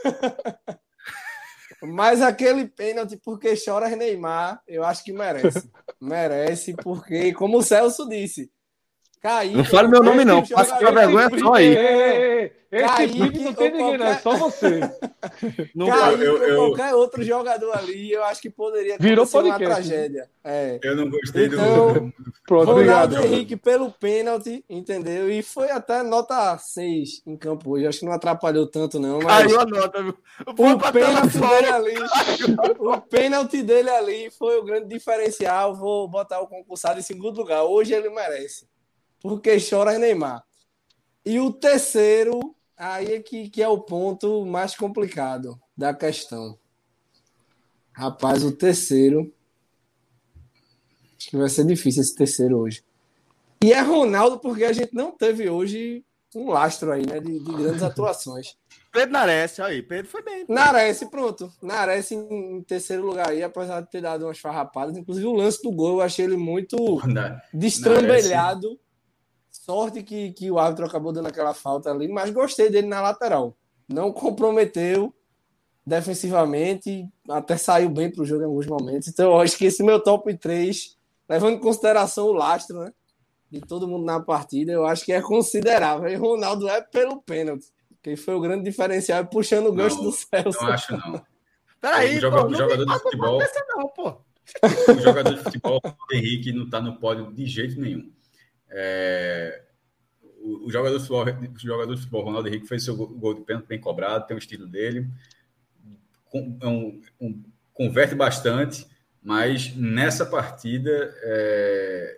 Mas aquele pênalti, porque chora Neymar, eu acho que merece. Merece, porque, como o Celso disse, Kaique... Não fale meu nome não, passa a vergonha só aí. Esse Kaique não tem ninguém, qualquer... não, é só você. Não, Kaique eu, eu, ou qualquer outro jogador ali, eu acho que poderia Virou ser uma tragédia. É. Eu não gostei então, do... Pronto, Ronaldo Henrique pelo pênalti, entendeu? E foi até nota seis em campo hoje. Acho que não atrapalhou tanto, não. Mas caiu a nota, viu? O pênalti dele ali, o pênalti dele ali foi o grande diferencial. Vou botar o concursado em segundo lugar. Hoje ele merece. Porque chora Neymar. E o terceiro, aí é que, que é o ponto mais complicado da questão. Rapaz, o terceiro... Acho que vai ser difícil esse terceiro hoje. E é Ronaldo, porque a gente não teve hoje um lastro aí, né? De, de grandes atuações. Pedro Nares, aí. Pedro foi bem. Nares, pronto. Nares em, em terceiro lugar aí, apesar de ter dado umas farrapadas. Inclusive o lance do gol, eu achei ele muito Na, destrambelhado. Nares. Sorte que, que o árbitro acabou dando aquela falta ali, mas gostei dele na lateral. Não comprometeu defensivamente, até saiu bem para o jogo em alguns momentos. Então, eu acho que esse meu top três, levando em consideração o lastro, né, de todo mundo na partida, eu acho que é considerável. E o Ronaldo é pelo pênalti, que foi o grande diferencial, puxando o gancho do Celso. Não acho, não. Peraí, o jogador, o jogador de futebol... Não, pô. O jogador de futebol, o Henrique, não está no pódio de jeito nenhum. É... O, o, jogador de futebol, o jogador de futebol, Ronaldo Henrique, fez seu gol de pênalti bem cobrado, tem o estilo dele, com, um, um, converte bastante, mas nessa partida, é,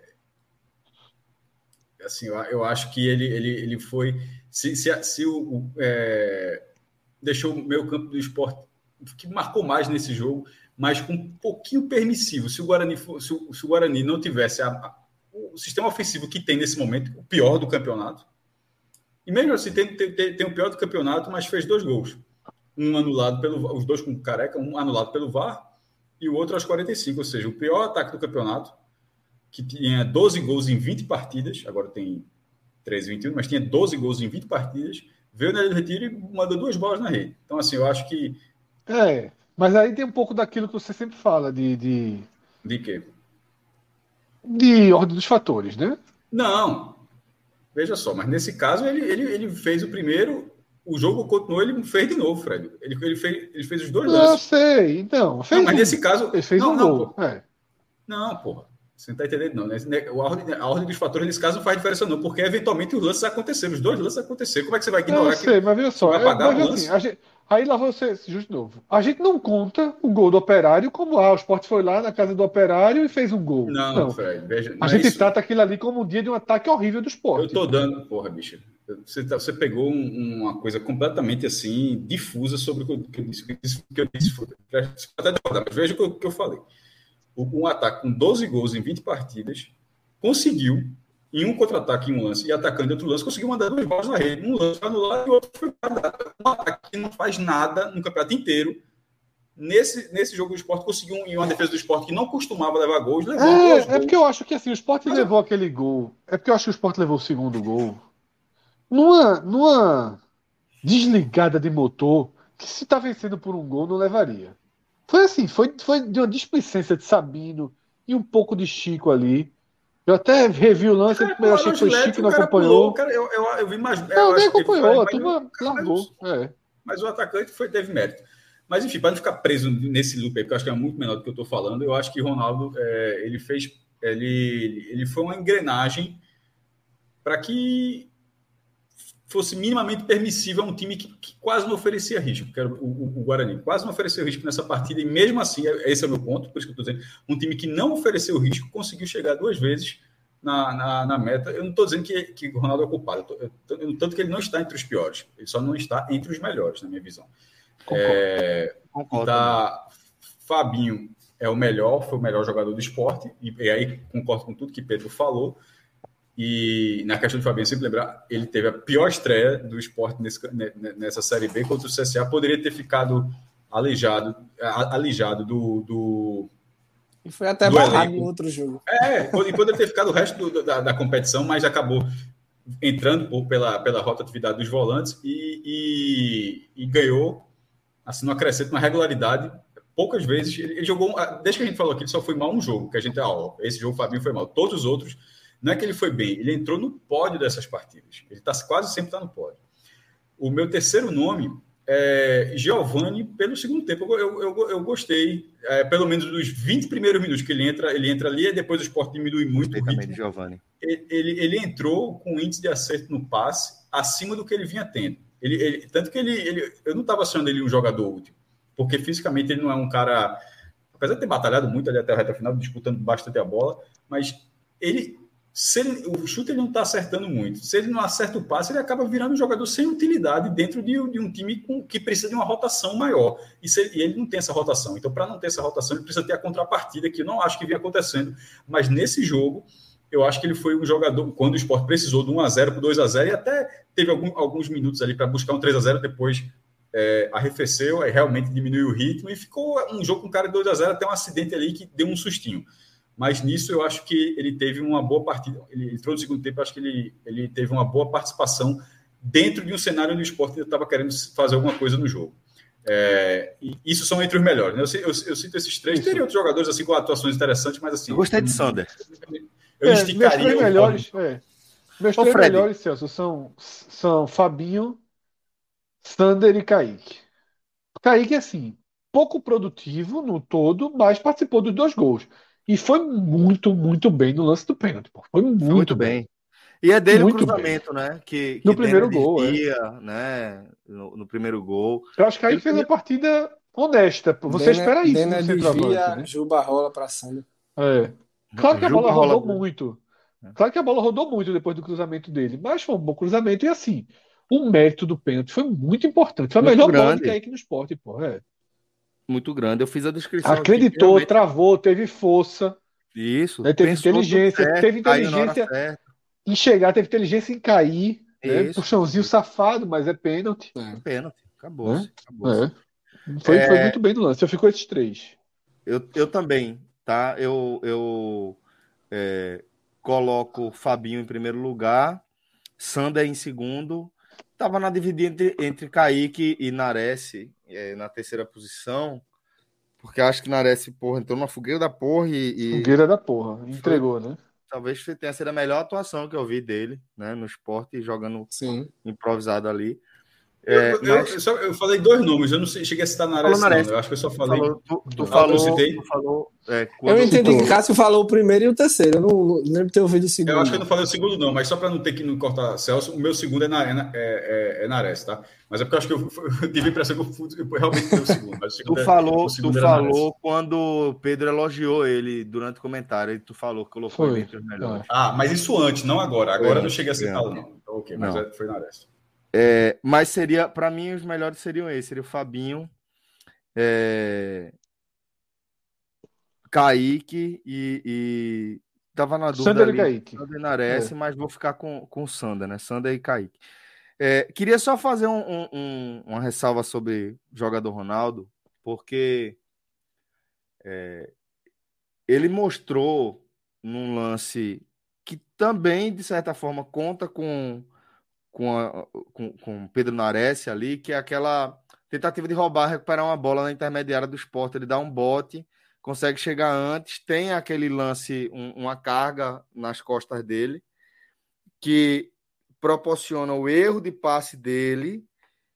assim, eu, eu acho que ele, ele, ele foi... Se, se, se o... o é, deixou o meio campo do Sport, que marcou mais nesse jogo, mas com um pouquinho permissivo. Se o Guarani, for, se o, se o Guarani não tivesse a, a, o sistema ofensivo que tem nesse momento, o pior do campeonato, e mesmo assim tem, tem, tem o pior do campeonato, mas fez dois gols. Um anulado pelo... Os dois com Careca, um anulado pelo V A R e o outro aos quarenta e cinco, ou seja, o pior ataque do campeonato, que tinha doze gols em vinte partidas, agora tem treze, vinte e um, mas tinha doze gols em vinte partidas, veio na linha do retiro e mandou duas bolas na rede. Então, assim, eu acho que... É, mas aí tem um pouco daquilo que você sempre fala, de... De, de quê? De ordem dos fatores, né? Não. Veja só, mas nesse caso ele, ele, ele fez o primeiro, o jogo continuou, ele fez de novo, Fred. Ele, ele, fez, ele fez os dois lances. Eu sei, então. Fez não, mas um, nesse caso... Ele fez não, um não, gol. É. Não, porra. Você não está entendendo, não. A ordem, a ordem dos fatores nesse caso não faz diferença, não, porque eventualmente os lances aconteceram, os dois lances aconteceram. Como é que você vai ignorar? Eu sei, que mas veja só. vai apagar é, o lance? Assim, gente, aí lá você, justo de novo. A gente não conta o gol do Operário como ah, o Sport foi lá na casa do Operário e fez um gol. Não, não. Fred, veja. A é gente isso. trata aquilo ali como um dia de um ataque horrível do Sport. Eu tô dando, porra, bicho. Você, tá, você pegou um, uma coisa completamente assim, difusa sobre o que eu, que eu disse. Que eu disse até discordar, mas veja o que eu, que eu falei. Um ataque com doze gols em vinte partidas, conseguiu, em um contra-ataque em um lance, e atacando em outro lance, conseguiu mandar duas bolas na rede. Um lance anulado e o outro foi para um ataque que não faz nada no campeonato inteiro. Nesse, nesse jogo do Sport, conseguiu em uma defesa do Sport que não costumava levar gols, levou é, dois é gols. porque eu acho que assim, o Sport Mas levou eu... aquele gol. É porque eu acho que o Sport levou o segundo gol numa, numa desligada de motor que, se tá vencendo por um gol, não levaria. Foi assim, foi, foi de uma displicência de Sabino e um pouco de Chico ali. Eu até revi o lance, eu achei que foi Chico que não acompanhou. Pulou, cara, eu, eu, eu vi mais. Não, eu nem acho que acompanhou, a teve, turma mas, largou. Mas, é. mas o atacante foi, teve mérito. Mas, enfim, para não ficar preso nesse loop aí, porque eu acho que é muito menor do que eu estou falando, eu acho que Ronaldo, é, ele fez. Ele, ele foi uma engrenagem para que fosse minimamente permissível a um time que, que quase não oferecia risco, que era o, o, o Guarani. Quase não ofereceu risco nessa partida, e mesmo assim, esse é o meu ponto, por isso que eu estou dizendo, um time que não ofereceu risco conseguiu chegar duas vezes na, na, na meta. Eu não estou dizendo que, que o Ronaldo é culpado, eu tô, eu, tanto que ele não está entre os piores, ele só não está entre os melhores, na minha visão. Concordo. É, Concordo. Tá, Fabinho é o melhor, foi o melhor jogador do esporte, e, e aí concordo com tudo que Pedro falou. E na questão do Fabinho, sempre lembrar, ele teve a pior estreia do esporte nesse, nessa Série B contra o C S A. Poderia ter ficado aleijado, alijado do, do. E foi até barrado no outro jogo. É, e poderia ter ficado o resto do, da, da competição, mas acabou entrando por, pela, pela rotatividade dos volantes e, e, e ganhou, assim, numa crescente, uma regularidade. Poucas vezes, ele, ele jogou, desde que a gente falou aqui, ele só foi mal um jogo, que a gente, ó, esse jogo o Fabinho foi mal. Todos os outros, não é que ele foi bem, ele entrou no pódio dessas partidas. Ele tá, quase sempre está no pódio. O meu terceiro nome é Giovani, pelo segundo tempo. Eu, eu, eu gostei, é, pelo menos dos vinte primeiros minutos que ele entra, ele entra ali, e depois o Sport diminui muito o ritmo. De Giovani. Ele, ele, ele entrou com um índice de acerto no passe acima do que ele vinha tendo. Ele, ele, tanto que ele, ele, eu não estava achando ele um jogador útil, porque fisicamente ele não é um cara, apesar de ter batalhado muito ali até a reta final, disputando bastante a bola, mas ele... Se ele, o chute ele não está acertando muito. Se ele não acerta o passe, ele acaba virando um jogador sem utilidade dentro de, de um time com, que precisa de uma rotação maior. E, se ele, e ele não tem essa rotação. Então, para não ter essa rotação, ele precisa ter a contrapartida, que eu não acho que vinha acontecendo. Mas nesse jogo, eu acho que ele foi um jogador, quando o Sport precisou de um a zero para dois a zero, e até teve algum, alguns minutos ali para buscar um três a zero, depois é, arrefeceu, aí realmente diminuiu o ritmo, e ficou um jogo com um cara de dois a zero, até um acidente ali que deu um sustinho. Mas nisso eu acho que ele teve uma boa partida. Ele entrou no segundo tempo, acho que ele, ele teve uma boa participação dentro de um cenário onde o Sport estava querendo fazer alguma coisa no jogo. É, e isso são entre os melhores. Né? Eu, eu, eu cito esses três. Teria outros jogadores assim, com atuações interessantes, mas assim. Eu gostei de Sander. Eu é, esticaria. Meus três melhores, é, meus três Fred. melhores, Celso, são, são Fabinho, Sander e Kaique. Kaique, assim, pouco produtivo no todo, mas participou dos dois gols. E foi muito, muito bem no lance do pênalti. Pô. Foi muito, foi muito bem. bem. E é dele muito o cruzamento, bem. né? Que, no que primeiro gol, desvia, é. né? No, no primeiro gol. Eu acho que aí Ele fez tinha... uma partida honesta. Você Dena- espera isso Dena no centroavante, desvia, né? Juba rola pra Sander. É. Claro que a bola Juba rola rodou bem. muito. Claro que a bola rodou muito depois do cruzamento dele, mas foi um bom cruzamento. E assim, o mérito do pênalti foi muito importante. Foi a Muito melhor bola de grande. Kaique no esporte, pô. É. Muito grande. Eu fiz a descrição aqui. Acreditou, Realmente, travou, teve força, isso. né? Teve Pensou tudo inteligência, certo, teve caiu na hora inteligência certa. em chegar, teve inteligência em cair, né? Isso. Puxãozinho Isso. safado, mas é pênalti, É. Pênalti. Acabou-se. né? Acabou-se. É. Foi, foi muito bem no lance. Eu fico com esses três. Eu, eu também, tá? Eu, eu é, coloco Fabinho em primeiro lugar, Sander em segundo. Tava na dividida entre, entre Kaique e Nares é, na terceira posição, porque acho que Nares, porra, entrou numa fogueira da porra e, e Fogueira da porra. Entregou, né? talvez tenha sido a melhor atuação que eu vi dele, né, no esporte, jogando Sim. improvisado ali. Eu, É, eu, mas- eu, só- eu falei dois nomes, eu não sei- cheguei a citar Nares, Falou não. Nares. Eu acho que eu só Tu falei. falou, tu, tu Não. falou, Eu citei? tu falou, é, Eu quando- entendi citou. que Cássio falou o primeiro e o terceiro. Eu não, não lembro de ter ouvido o segundo. Eu acho que eu não falei o segundo, não, mas só para não ter que não cortar Celso, o meu segundo é, na, é, na- é, é, é Nares, tá? Mas é porque eu acho que eu, eu tive a impressão que eu, fui- eu realmente dei o segundo. Mas o segundo Tu é- falou, o segundo tu era Nares. falou quando o Pedro elogiou ele durante o comentário, e tu falou que colocou Foi. ele entre os melhores. Ah, mas isso antes, não agora. Agora eu não cheguei a Foi citá-lo, antes. não. Então, ok, mas Não. é- foi Nares. É, mas seria, para mim, os melhores seriam esses, seria o Fabinho, é, Kaique e, e tava na dúvida Sander e ali, Kaique. Sander e Nares, É. mas vou ficar com, com o Sander, né? Sander e Kaique. É, queria só fazer um- um- um- uma ressalva sobre o jogador Ronaldo, porque é, ele mostrou num lance que também, de certa forma, conta com com, a, com, com Pedro Nares ali, que é aquela tentativa de roubar, recuperar uma bola na intermediária do Sport. Ele dá um bote, consegue chegar antes, tem aquele lance, um, uma carga nas costas dele, que proporciona o erro de passe dele,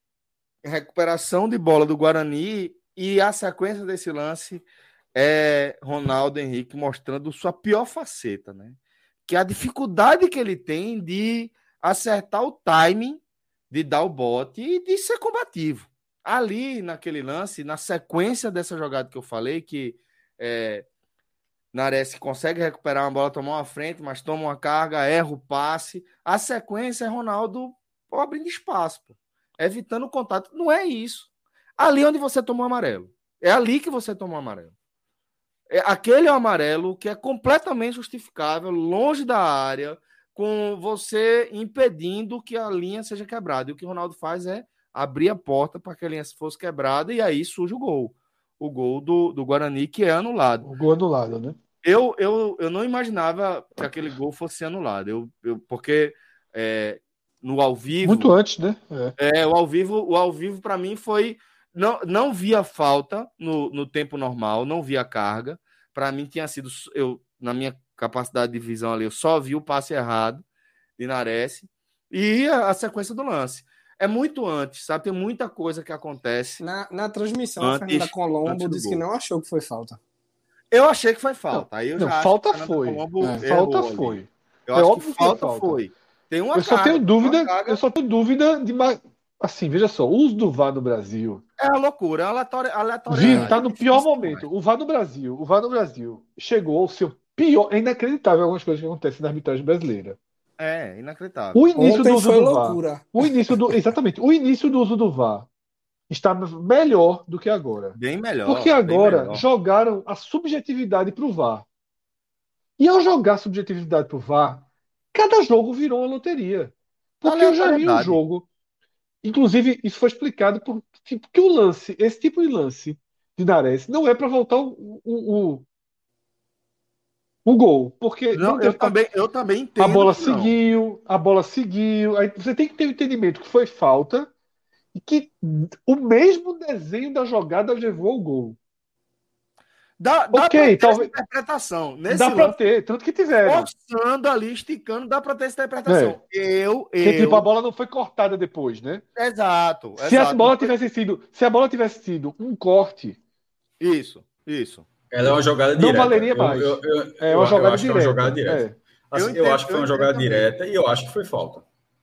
recuperação de bola do Guarani, e a sequência desse lance é Ronaldo Henrique mostrando sua pior faceta, né? Que é a dificuldade que ele tem de acertar o timing de dar o bote e de ser combativo. Ali, naquele lance, na sequência dessa jogada que eu falei, que é, Nares consegue recuperar uma bola, tomar uma frente, mas toma uma carga, erra o passe. A sequência é Ronaldo pô, abrindo espaço, pô, evitando o contato. Não é isso. Ali onde você tomou amarelo. É ali que você tomou amarelo. É, aquele é o amarelo que é completamente justificável, longe da área, com você impedindo que a linha seja quebrada. E o que o Ronaldo faz é abrir a porta para que a linha fosse quebrada e aí surge o gol. O gol do, do Guarani, que é anulado. O gol anulado, né? Eu, eu, eu não imaginava que aquele gol fosse anulado. Eu, eu, porque é, no ao vivo... Muito antes, né? É. É, o ao vivo, o ao vivo para mim foi... Não, não via falta no, no tempo normal, não via carga. Para mim tinha sido... Eu, na minha capacidade de visão ali, eu só vi o passe errado de Nares e a, a sequência do lance. É muito antes, sabe? Tem muita coisa que acontece. Na, na transmissão, Antes- a Fernanda antes Colombo do disse gol. que não achou que foi falta. Eu achei que foi falta. Aí eu Não, já acho falta que a Fernanda foi. Colombo É, errou Falta ali. foi. Eu É acho óbvio que que é falta, falta. foi. Tem uma Eu só carga, tenho tem uma dúvida, carga. eu só tenho dúvida de ma- assim, veja só, o uso do V A R no Brasil. É a loucura, é aleatória. aleatória Viu, tá no pior difícil momento. demais. O V A R no Brasil, o V A R no Brasil chegou ao seu pior, é inacreditável algumas coisas que acontecem na arbitragem brasileira. É, inacreditável. O início do Ontem uso foi do V A R, loucura. o início do, exatamente, o início do uso do V A R está melhor do que agora. Bem melhor. Porque bem agora melhor. jogaram a subjetividade para o V A R. E ao jogar a subjetividade para o V A R, cada jogo virou uma loteria. Porque eu já vi um Aleatoriedade. jogo. Inclusive, isso foi explicado por que o lance, esse tipo de lance de Nares, não é para voltar o, o, o, o gol. Porque Não, não eu, teve- também, eu também entendo. a bola que não. seguiu, a bola seguiu. Aí você tem que ter o entendimento que foi falta e que o mesmo desenho da jogada levou ao gol. Dá, dá Ok, pra ter talvez- essa interpretação. Nesse Dá para lance, ter, tanto que tiveram. forçando ali, esticando, dá pra ter essa interpretação. Eu, Porque eu. tipo, a bola não foi cortada depois, né? Exato. Se exato. a bola tivesse sido, se a bola tivesse sido um corte, Isso, isso. Ela é uma jogada Não direta. valeria Eu- mais. Eu, eu, É eu- uma eu jogada acho que é uma direta. jogada direta. É. Assim, Eu eu, entendo- acho que foi eu uma entendo jogada também. direta e eu acho que foi falta.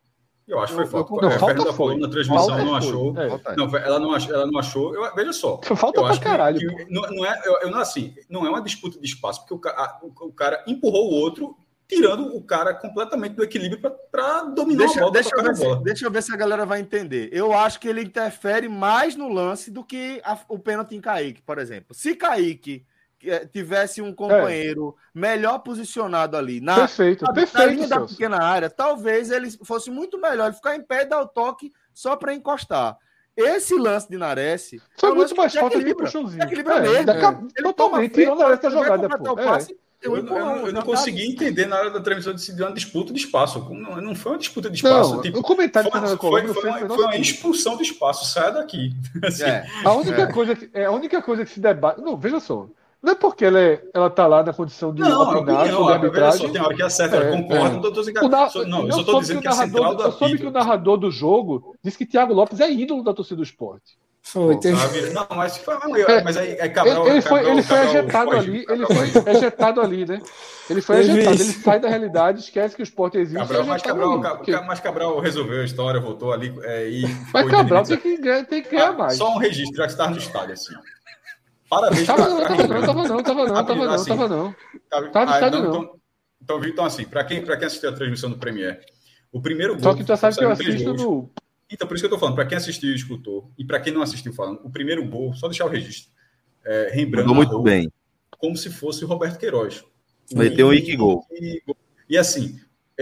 Eu acho que foi falta. Não, é, falta Fernanda foi. falou na transmissão, Falta não foi. achou. É. Não, ela não achou. Ela não achou. Eu, veja só. Falta eu pra acho que, caralho. que não, não é, eu, eu não assim. Não é uma disputa de espaço, porque o, ca- o, o cara empurrou o outro, tirando o cara completamente do equilíbrio para dominar Deixa, a bola. deixa, pra eu tocar ver na bola. se, deixa eu ver se a galera vai entender. Eu acho que ele interfere mais no lance do que a- o pênalti em Kaique, por exemplo. Se Kaique eh, tivesse um companheiro é. melhor posicionado ali, na, perfeito, na, perfeito, na linha da Celso. pequena área, talvez ele fosse muito melhor ele ficar em pé e dar o toque só para encostar. Esse lance de Nares foi é um muito mais que falta que equilibra. puxõezinho. Equilibra É, mesmo. da, É. Ele totalmente, frente, tirou o Nares da vai jogada. completar Pô. o passe, É. tem um Eu, eu, não, eu não consegui entender na hora da transmissão de uma disputa de espaço. Não, não foi uma disputa de espaço. Não, tipo, o comentário foi, da foi, Colômbia foi, foi, uma, foi, foi uma expulsão de espaço. Saia daqui. Assim, é. A única é. coisa que, é a única coisa que se debate. Não, veja só. Não é porque ela, é, ela tá lá na condição de não, opinar é sobre a arbitragem. Só, tem hora que acerta, é, concordo, é. não tô dizendo que... na... Não, não, eu só estou dizendo que, que a central do Eu soube que o narrador do jogo disse que Thiago Lopes é ídolo da torcida do esporte. Foi, teve... Não, mas foi é, mas aí é Cabral, ele, ele foi, Cabral, ele foi Cabral, ejetado Cabral, ali, Cabral, ele foi ejetado ali, né? Ele foi Teve ejetado, isso. ele sai da realidade, esquece que o esporte existe. Cabral, mas, Cabral, ali, Cabral, porque... mas Cabral resolveu a história, voltou ali é, e. Mas Cabral tem que, tem que ganhar mais. Só um registro, já que você estava no estádio, assim. Parabéns, tava, não, tava, não, tava não, tava não, tava não, assim, tava não. Tava, tava no ah, estádio não. não. Então, então, então assim, para quem, quem assistiu a transmissão do Premier, o primeiro gol. Só que tu já sabe que eu três assisto gols. no. Então, por isso que eu tô falando, para quem assistiu e escutou, e para quem não assistiu falando, o primeiro gol, só deixar o registro. É, Rembrandt muito bem. Como se fosse o Roberto Queiroz. Meteu um Ike gol. E, e assim,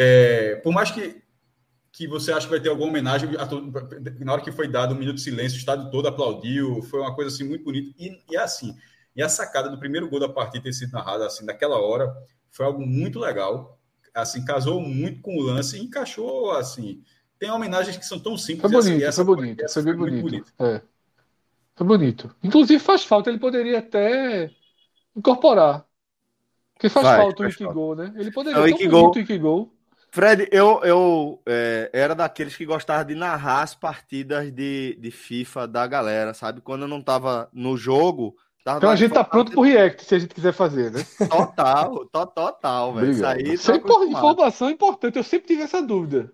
é, por mais que, que você ache que vai ter alguma homenagem, a todo, na hora que foi dado um minuto de silêncio, o estádio todo aplaudiu, foi uma coisa assim muito bonita. E, e assim, e a sacada do primeiro gol da partida ter sido narrada assim, naquela hora, foi algo muito legal. Assim, casou muito com o lance e encaixou assim. Tem homenagens que são tão simples. Foi bonito, e essa, foi bonito, essa foi bem foi bonito. bonito. É. Foi bonito. Inclusive faz falta, ele poderia até incorporar. Porque faz Vai, falta o faz Ikigol, né? Ele poderia Não, ter Ikigol. muito Ikigol. Fred, eu, eu é, era daqueles que gostava de narrar as partidas de, de FIFA da galera, sabe? Quando eu não tava no jogo... Tava Então a gente tá pronto pro react, se a gente quiser fazer, né? Total, to, total, velho. Isso aí... Isso é impor- informação importante, eu sempre tive essa dúvida.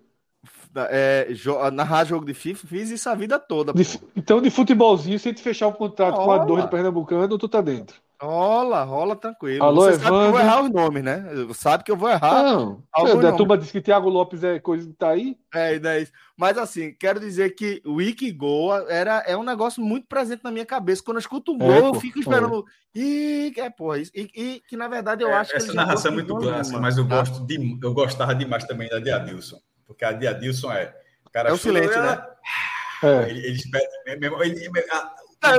É, jo- narrar jogo de FIFA, fiz isso a vida toda. De- pô. então, de futebolzinho, se a gente fechar um contrato com a Rola. dois do Pernambucano, tu tá dentro. Rola, rola tranquilo. Alô, Você sabe que eu vou Evandro. errar os nomes, né? Sabe que eu vou errar. Não, algum a nome. turma disse que Thiago Lopes é coisa que tá aí. É, não é isso. Mas assim, quero dizer que o Ikigol era, é um negócio muito presente na minha cabeça. Quando eu escuto o gol, É, eu pô, fico esperando. E é, porra, isso. E, e que na verdade eu É, acho que essa ele já narração é botou muito em clássica, uma, mas eu, tá? gosto de, eu gostava demais também da de Adilson. Porque a de Adilson é. O cara É o chuta, silêncio, ela- né? É. Ele, ele espera. Ele, ele, ele, a-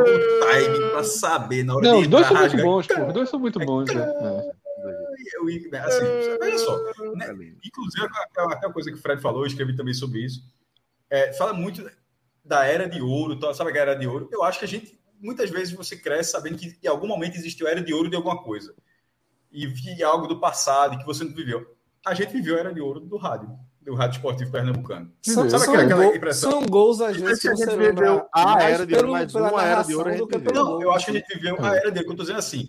o timing pra saber na hora Não, de os dois entrar, são muito rasgar. bons, pô. Os dois são muito bons. né? É. Eu, eu, assim, olha só. Né? Inclusive, até uma coisa que o Fred falou, eu escrevi também sobre isso. É, fala muito da era de ouro, tá? Sabe a era de ouro? Eu acho que a gente, muitas vezes, você cresce sabendo que em algum momento existiu a era de ouro de alguma coisa. E vi algo do passado que você não viveu. A gente viveu a era de ouro do rádio, do rádio esportivo pernambucano. São- Sabe são, aquela gol- impressão? são gols, às Não vezes, sei que se a você gente viveu lembra a mais era de ouro, pelo- mas pela uma era de ouro a narração gente do que viveu. pelo Não, gol. eu acho que a gente viveu a era dele, que eu tô dizendo assim.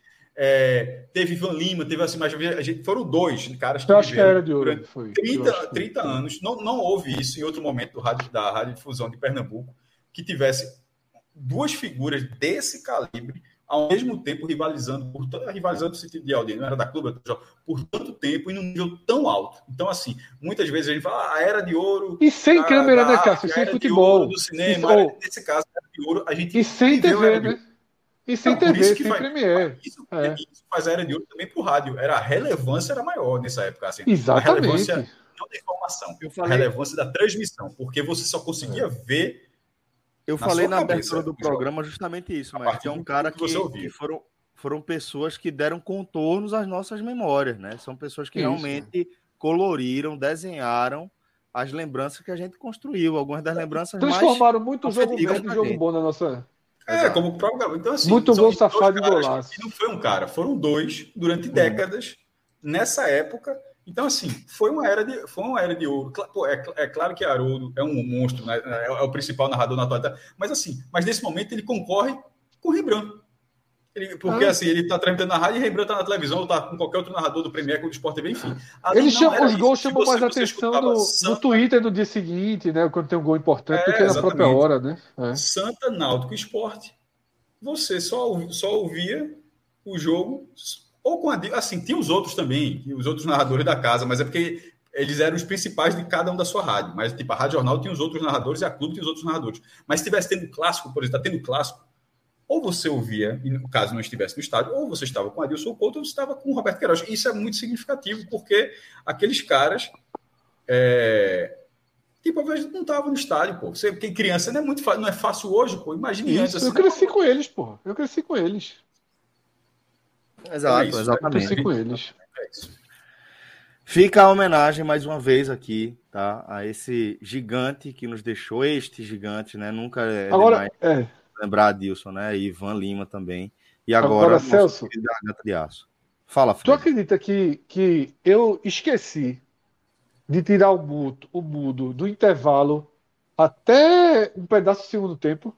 É, teve Ivan Lima, teve assim, mas a gente, foram dois caras que Eu acho que viveram era de ouro. durante Foi. Eu trinta, acho que- trinta anos. Não, não houve isso em outro momento do rádio, da Radiodifusão de Pernambuco que tivesse duas figuras desse calibre ao mesmo tempo rivalizando, por, rivalizando no sentido de audiência, não era da clube, por tanto tempo e num nível tão alto. Então, assim, muitas vezes a gente fala, ah, a era de ouro... E sem da- câmera, da né, Cássio? arte, a Sem era de futebol. ouro do cinema, E- a era- nesse caso, a era de ouro, a gente E sem viveu a era T V, de ouro. né? E sem Não, por T V, isso que sem vai- Premiere. Isso, É. isso faz a era de ouro também para o rádio. Era, a relevância era maior nessa época. Assim. A Exatamente. relevância não da informação, Eu a falei- relevância da transmissão, porque você só conseguia ver Eu na falei sua na cabeça, abertura do jogo. programa justamente isso, A mas partir que é um do cara que que, você ouvia. que foram, foram pessoas que deram contornos às nossas memórias, né? São pessoas que Isso. realmente coloriram, desenharam as lembranças que a gente construiu, algumas das lembranças mais... Transformaram muito jogo afetivas merda em pra jogo gente. bom na nossa. É, Exato. como o próprio Gabriel. Então, assim, Muito são gol dois safado e caras, golaço. E não foi um cara, foram dois durante décadas nessa época. Então, assim, foi uma era de, foi uma era de ouro. Cla- pô, é, cl- é claro que Haroldo é um monstro, né? é, é o principal narrador na atualidade, mas assim, mas nesse momento ele concorre com o Rembrandt. Ele, porque Ah. assim, ele tá transmitindo na rádio e Rembrandt tá na televisão, ou tá com qualquer outro narrador do Premier, com o do Sport T V, enfim. Ali Ele não chama, era os isso. gols Se chamam você- mais você atenção escutava no, no Santa, Twitter no dia seguinte, né? Quando tem um gol importante, do É, que na própria exatamente. hora, né? É. Santa, Náutico e Sport, você só, só ouvia o jogo, ou com a, assim, tinha os outros também, os outros narradores da casa, mas é porque eles eram os principais de cada um da sua rádio. Mas, tipo, a Rádio Jornal tinha os outros narradores e a Clube tinha os outros narradores. Mas se tivesse tendo clássico, por exemplo, tá tendo clássico, ou você ouvia, e no caso não estivesse no estádio, ou você estava com Adilson Couto, ou você estava com o Roberto Queiroz. Isso é muito significativo, porque aqueles caras, é... tipo, às vezes não estavam no estádio, pô. Você, porque criança não é muito fácil, não é fácil hoje, pô. Imagine antes. Isso, Assim, eu cresci com eles, pô. Eu cresci com eles. Exato, isso, Eu exatamente. cresci com eles. É isso. Fica a homenagem mais uma vez aqui, tá? A esse gigante que nos deixou, este gigante, né? Nunca é Agora, demais é, lembrar Adilson, né? E Ivan Lima também. E agora, agora nosso Celso, querido Garganta de Aço. Fala, tu Fred. acredita que, que eu esqueci de tirar o mudo, o mudo do intervalo até um pedaço do segundo tempo?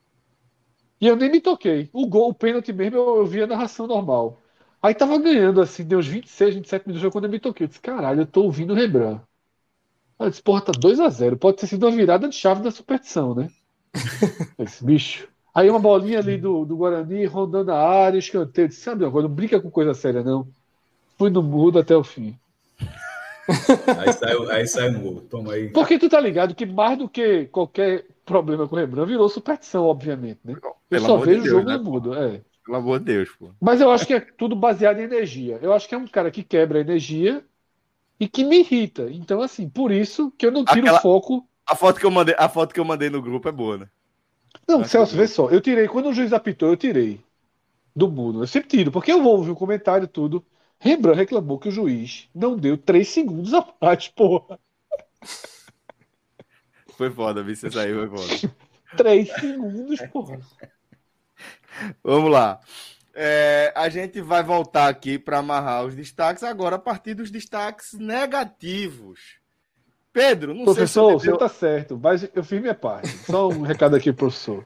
E eu nem me toquei. O gol, o pênalti mesmo, eu, eu vi a narração normal. Aí tava ganhando, assim, deu uns vinte e seis, vinte e sete minutos do jogo quando eu me toquei. Eu disse, caralho, eu tô ouvindo o Rembrandt. Aí eu disse, porra, tá dois a zero. Pode ter sido uma virada de chave da superstição, né? Esse bicho. Aí uma bolinha ali do, do Guarani rondando a área, escanteio. Eu disse, sabe, agora não brinca com coisa séria, não. Fui no mudo até o fim. Aí saiu, aí saiu no gol. Toma aí. Porque tu tá ligado que mais do que qualquer problema com o Rembrandt, virou superstição, obviamente, né? Eu Pelo só amor de vejo o Deus, jogo né, no mudo, é. Pelo amor de Deus, pô. Mas eu acho que é tudo baseado em energia. Eu acho que é um cara que quebra a energia e que me irrita. Então, assim, por isso que eu não tiro Aquela- foco. A foto que eu mandei, a foto que eu mandei no grupo é boa, né? Não, Acho Celso, que- vê só. Eu tirei, quando o juiz apitou, eu tirei do mudo. Eu sempre tiro, porque eu vou ouvir o comentário e tudo. Rembrandt reclamou que o juiz não deu três segundos a mais, porra. Foi foda, vi se isso aí foi foda. Três segundos, porra. Vamos lá. É, a gente vai voltar aqui para amarrar os destaques agora a partir dos destaques negativos. Pedro, não Professor, sei se você você tá certo, mas eu fiz minha parte. Só um recado aqui, professor.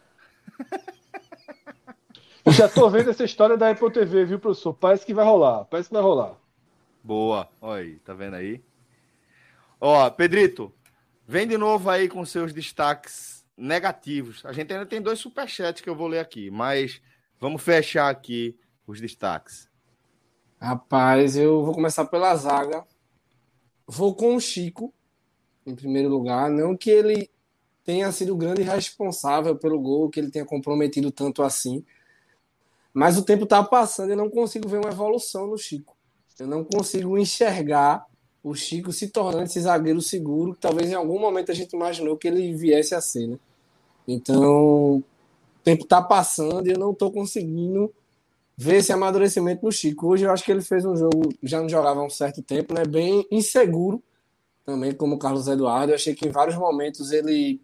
Eu já tô vendo essa história da Apple T V, viu, professor? Parece que vai rolar, parece que vai rolar. Boa, olha aí, tá vendo aí? Ó, Pedrito, vem de novo aí com seus destaques negativos. A gente ainda tem dois superchats que eu vou ler aqui, mas vamos fechar aqui os destaques. Rapaz, eu vou começar pela zaga. Vou com o Chico, em primeiro lugar. Não que ele tenha sido o grande responsável pelo gol, que ele tenha comprometido tanto assim. Mas o tempo está passando e eu não consigo ver uma evolução no Chico. Eu não consigo enxergar o Chico se tornando esse zagueiro seguro, que talvez em algum momento a gente imaginou que ele viesse a ser, né? Então, o tempo está passando e eu não estou conseguindo ver esse amadurecimento no Chico. Hoje eu acho que ele fez um jogo, já não jogava há um certo tempo, né? Bem inseguro também, como o Carlos Eduardo. Eu achei que em vários momentos ele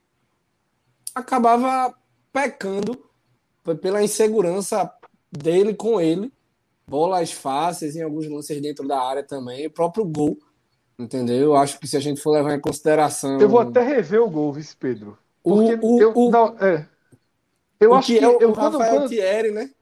acabava pecando pela insegurança dele com ele. Bolas fáceis em alguns lances dentro da área também. O próprio gol, entendeu? Eu acho que se a gente for levar em consideração... Eu vou até rever o gol, vice Pedro. O, Porque o, eu, o, não, é. eu o acho que que é o eu, quando, Rafael quando... Thierry, né?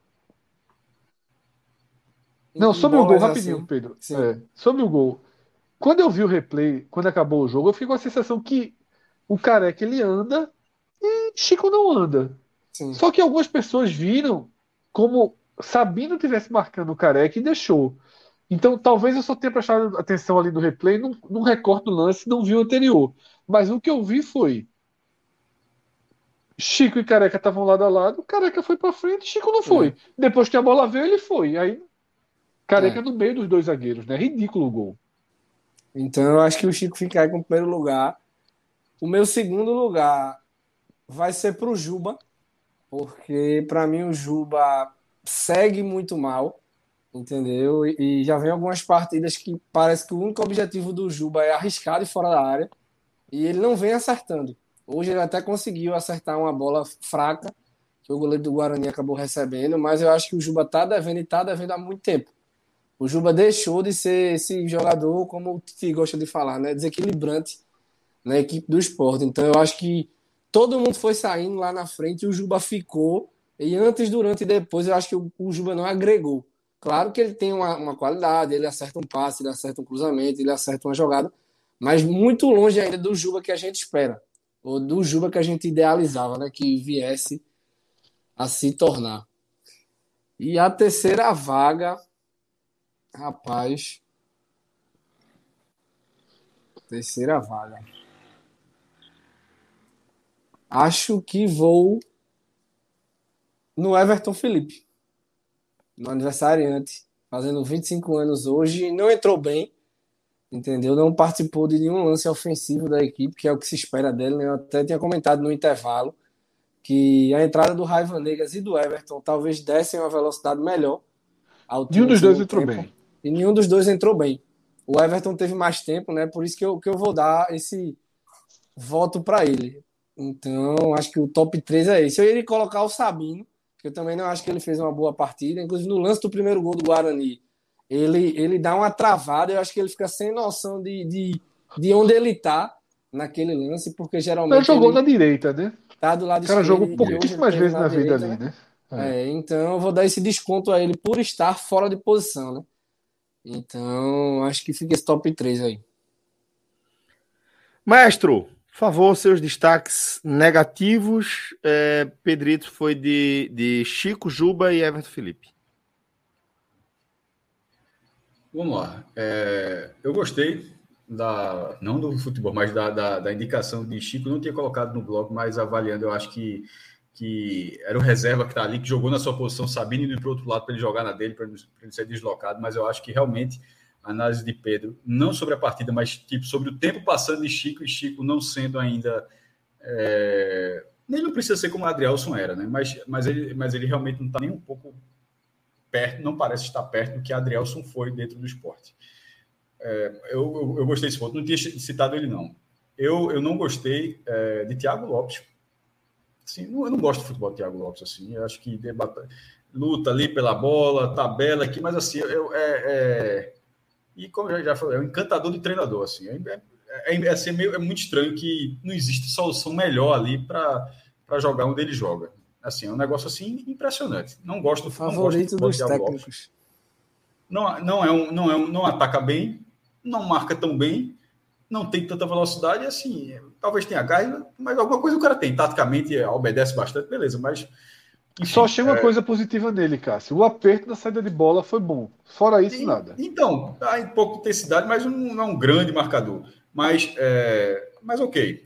Não, Em sobre o gol, bolas rapidinho, assim. Pedro. Sim. É, sobre o gol. Quando eu vi o replay, quando acabou o jogo, eu fiquei com a sensação que o Careca ele anda e Chico não anda. Sim. Só que algumas pessoas viram como Sabino tivesse marcando o Careca e deixou. Então talvez eu só tenha prestado atenção ali no replay, num, num recorte do lance, não vi o anterior. Mas o que eu vi foi Chico e Careca estavam lado a lado, Careca foi pra frente, Chico não foi. É. Depois que a bola veio, ele foi. Aí Careca É. no meio dos dois zagueiros, né? Ridículo o gol. Então eu acho que o Chico fica aí com o primeiro lugar. O meu segundo lugar vai ser pro Juba, porque para mim o Juba segue muito mal, entendeu? E, e já vem algumas partidas que parece que o único objetivo do Juba é arriscar de fora da área e ele não vem acertando. Hoje ele até conseguiu acertar uma bola fraca que o goleiro do Guarani acabou recebendo, mas eu acho que o Juba tá devendo e tá devendo há muito tempo. O Juba deixou de ser esse jogador, como o Titi gosta de falar, né? Desequilibrante na equipe do Sport. Então eu acho que todo mundo foi saindo lá na frente e o Juba ficou E antes, durante e depois, eu acho que o, o Juba não agregou. Claro que ele tem uma, uma qualidade, ele acerta um passe, ele acerta um cruzamento, ele acerta uma jogada, mas muito longe ainda do Juba que a gente espera, ou do Juba que a gente idealizava, né, que viesse a se tornar. E a terceira vaga, rapaz, terceira vaga. Acho que vou no Everton Felipe, no aniversariante, fazendo vinte e cinco anos hoje, não entrou bem, entendeu? Não participou de nenhum lance ofensivo da equipe, que é o que se espera dele, né? Eu até tinha comentado no intervalo que a entrada do Raiva Negas e do Everton talvez dessem uma velocidade melhor ao time. Nenhum dos dois entrou tempo, bem. E nenhum dos dois entrou bem. O Everton teve mais tempo, né? Por isso que eu, que eu vou dar esse voto para ele. Então, acho que o top três é esse. Eu iria colocar o Sabino, que eu também não acho que ele fez uma boa partida. Inclusive, no lance do primeiro gol do Guarani, ele, ele dá uma travada. Eu acho que ele fica sem noção de, de, de onde ele tá naquele lance, porque geralmente Ele jogou ele na direita, né? tá do lado O cara esquerdo. jogou E hoje pouquíssimas ele vezes teve na vida direita, ali, né? né? É. É, então, eu vou dar esse desconto a ele por estar fora de posição, né? Então, acho que fica esse top três aí. Maestro, por favor, seus destaques negativos. É, Pedrito foi de, de Chico, Juba e Everton Felipe. Vamos lá. É, eu gostei da, não do futebol, mas da, da, da indicação de Chico. Não tinha colocado no blog, mas avaliando, eu acho que, que era o reserva que está ali, que jogou na sua posição, sabendo ir para o outro lado para ele jogar na dele, para ele ser deslocado. Mas eu acho que realmente a análise de Pedro, não sobre a partida, mas tipo, sobre o tempo passando de Chico e Chico não sendo ainda. É, ele não precisa ser como o Adrielson era, né? Mas, mas, ele, mas ele realmente não está nem um pouco perto, não parece estar perto do que Adrielson foi dentro do esporte. É, eu, eu, eu gostei desse ponto, não tinha citado ele, não. Eu, eu não gostei é, de Thiago Lopes. Assim, não, eu não gosto do futebol de Thiago Lopes, assim, eu acho que debata, luta ali pela bola, tabela aqui, mas assim, eu, é, é, e como eu já falei, é um encantador de treinador, assim, é, é, é, assim, é, meio, é muito estranho que não existe solução melhor ali para jogar onde ele joga. Assim, é um negócio assim impressionante. Não gosto do favorito não gosto do dos técnicos. Não, não é um, não é um, não ataca bem, não marca tão bem, não tem tanta velocidade, assim, talvez tenha gás, mas alguma coisa o cara tem. Taticamente obedece bastante, beleza, mas enfim, só achei uma é... coisa positiva nele, Cássio. O aperto da saída de bola foi bom. Fora isso, e, nada. Então, há um pouco de intensidade, mas não, não é um grande marcador. Mas, é, mas ok.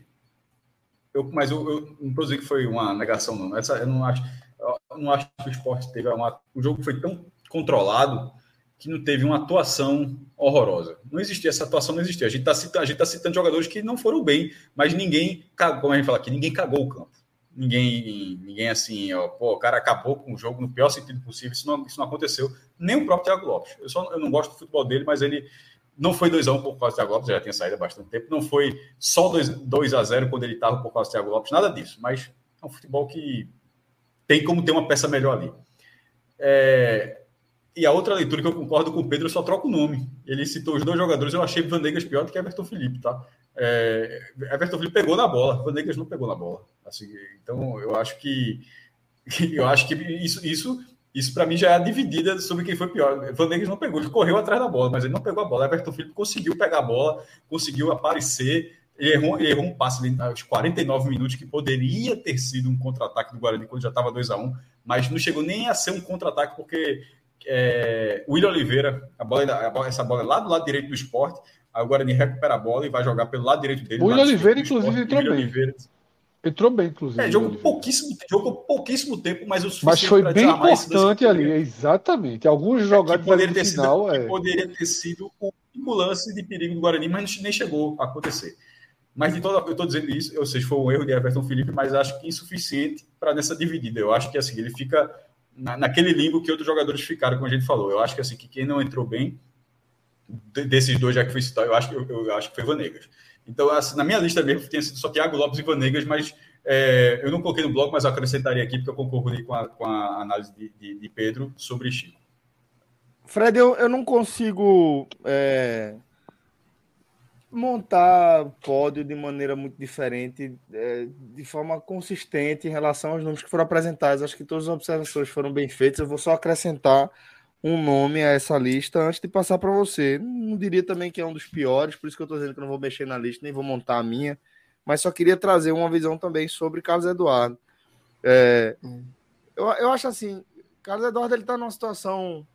Eu, mas eu, eu não estou dizendo que foi uma negação, não. Essa, eu, não acho, eu não acho que o esporte teve uma. O jogo foi tão controlado que não teve uma atuação horrorosa. Não existia, essa atuação não existia. A gente está citando, a gente tá citando jogadores que não foram bem, mas ninguém, como a gente fala aqui, ninguém cagou o campo. Ninguém, ninguém assim, ó, pô, o cara acabou com o jogo no pior sentido possível. Isso não, isso não aconteceu. Nem o próprio Thiago Lopes. Eu, só, eu não gosto do futebol dele, mas ele não foi dois a um por causa do Thiago Lopes, já tinha saído há bastante tempo. Não foi só dois a zero quando ele estava por causa do Thiago Lopes, nada disso. Mas é um futebol que tem como ter uma peça melhor ali. É... E a outra leitura que eu concordo com o Pedro, eu só troco o nome. Ele citou os dois jogadores, eu achei Vanegas pior do que Everton Felipe, tá? É... Everton Felipe pegou na bola, Vanegas não pegou na bola. Assim, então, eu acho que eu acho que isso, isso, isso para mim já é a dividida sobre quem foi pior. Vanegas não pegou, ele correu atrás da bola, mas ele não pegou a bola. Everton Felipe conseguiu pegar a bola, conseguiu aparecer, ele errou, ele errou um passe aos quarenta e nove minutos que poderia ter sido um contra-ataque do Guarani quando já estava dois a um, mas não chegou nem a ser um contra-ataque porque é, o William Oliveira, a bola, a bola, essa bola é lá do lado direito do Sport, aí o Guarani recupera a bola e vai jogar pelo lado direito dele. O William Oliveira, inclusive, entrou bem. Oliveira, Entrou bem, inclusive. É, jogou pouquíssimo, jogou pouquíssimo tempo, mas o suficiente Mas foi bem importante ali, poderia... exatamente. Alguns jogadores é, ali no final... Sido, é... que poderia ter sido o único lance de perigo do Guarani, mas nem chegou a acontecer. Mas de toda, eu estou dizendo isso, ou seja, foi um erro de Everton Felipe, mas acho que insuficiente para nessa dividida. Eu acho que assim, ele fica na, naquele limbo que outros jogadores ficaram, como a gente falou. Eu acho que assim, que quem não entrou bem, desses dois já que foi citado, eu acho, eu, eu acho que foi Vanegas. Então, assim, na minha lista mesmo, tinha sido só Thiago Lopes e Vanegas, mas é, eu não coloquei no bloco, mas eu acrescentaria aqui, porque eu concordei com a, com a análise de, de, de Pedro sobre Chico. Fred, eu, eu não consigo é, montar pódio de maneira muito diferente, é, de forma consistente em relação aos números que foram apresentados. Acho que todas as observações foram bem feitas. Eu vou só acrescentar um nome a essa lista antes de passar para você. Não diria também que é um dos piores, por isso que eu estou dizendo que eu não vou mexer na lista, nem vou montar a minha, mas só queria trazer uma visão também sobre Carlos Eduardo. É, hum. eu, eu acho assim, Carlos Eduardo ele está numa situação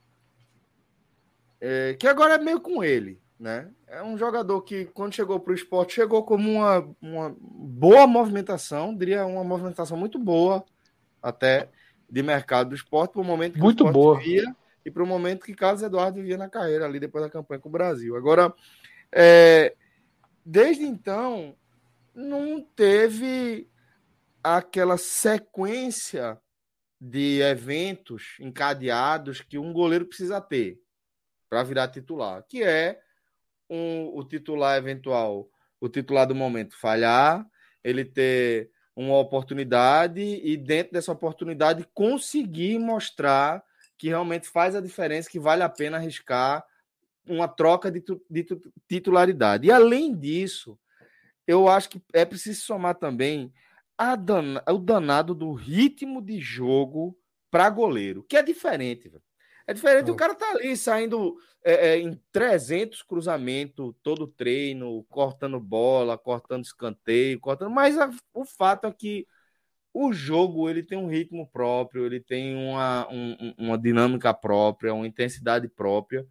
é, que agora é meio com ele, né? É um jogador que, quando chegou para o esporte, chegou como uma, uma boa movimentação, diria uma movimentação muito boa, até, de mercado do esporte, para o momento que muito o esporte boa. via e para o momento que Carlos Eduardo vivia na carreira, ali depois da campanha com o Brasil. Agora, é, desde então, não teve aquela sequência de eventos encadeados que um goleiro precisa ter para virar titular, que é um, o titular eventual, o titular do momento falhar, ele ter uma oportunidade e dentro dessa oportunidade conseguir mostrar que realmente faz a diferença, que vale a pena arriscar uma troca de, de titularidade. E além disso, eu acho que é preciso somar também a dan, o danado do ritmo de jogo para goleiro, que é diferente, velho. É diferente, é. O cara tá ali saindo é, é, em trezentos cruzamentos, todo treino, cortando bola, cortando escanteio, cortando. Mas a, o fato é que o jogo ele tem um ritmo próprio, ele tem uma, um, uma dinâmica própria, uma intensidade própria.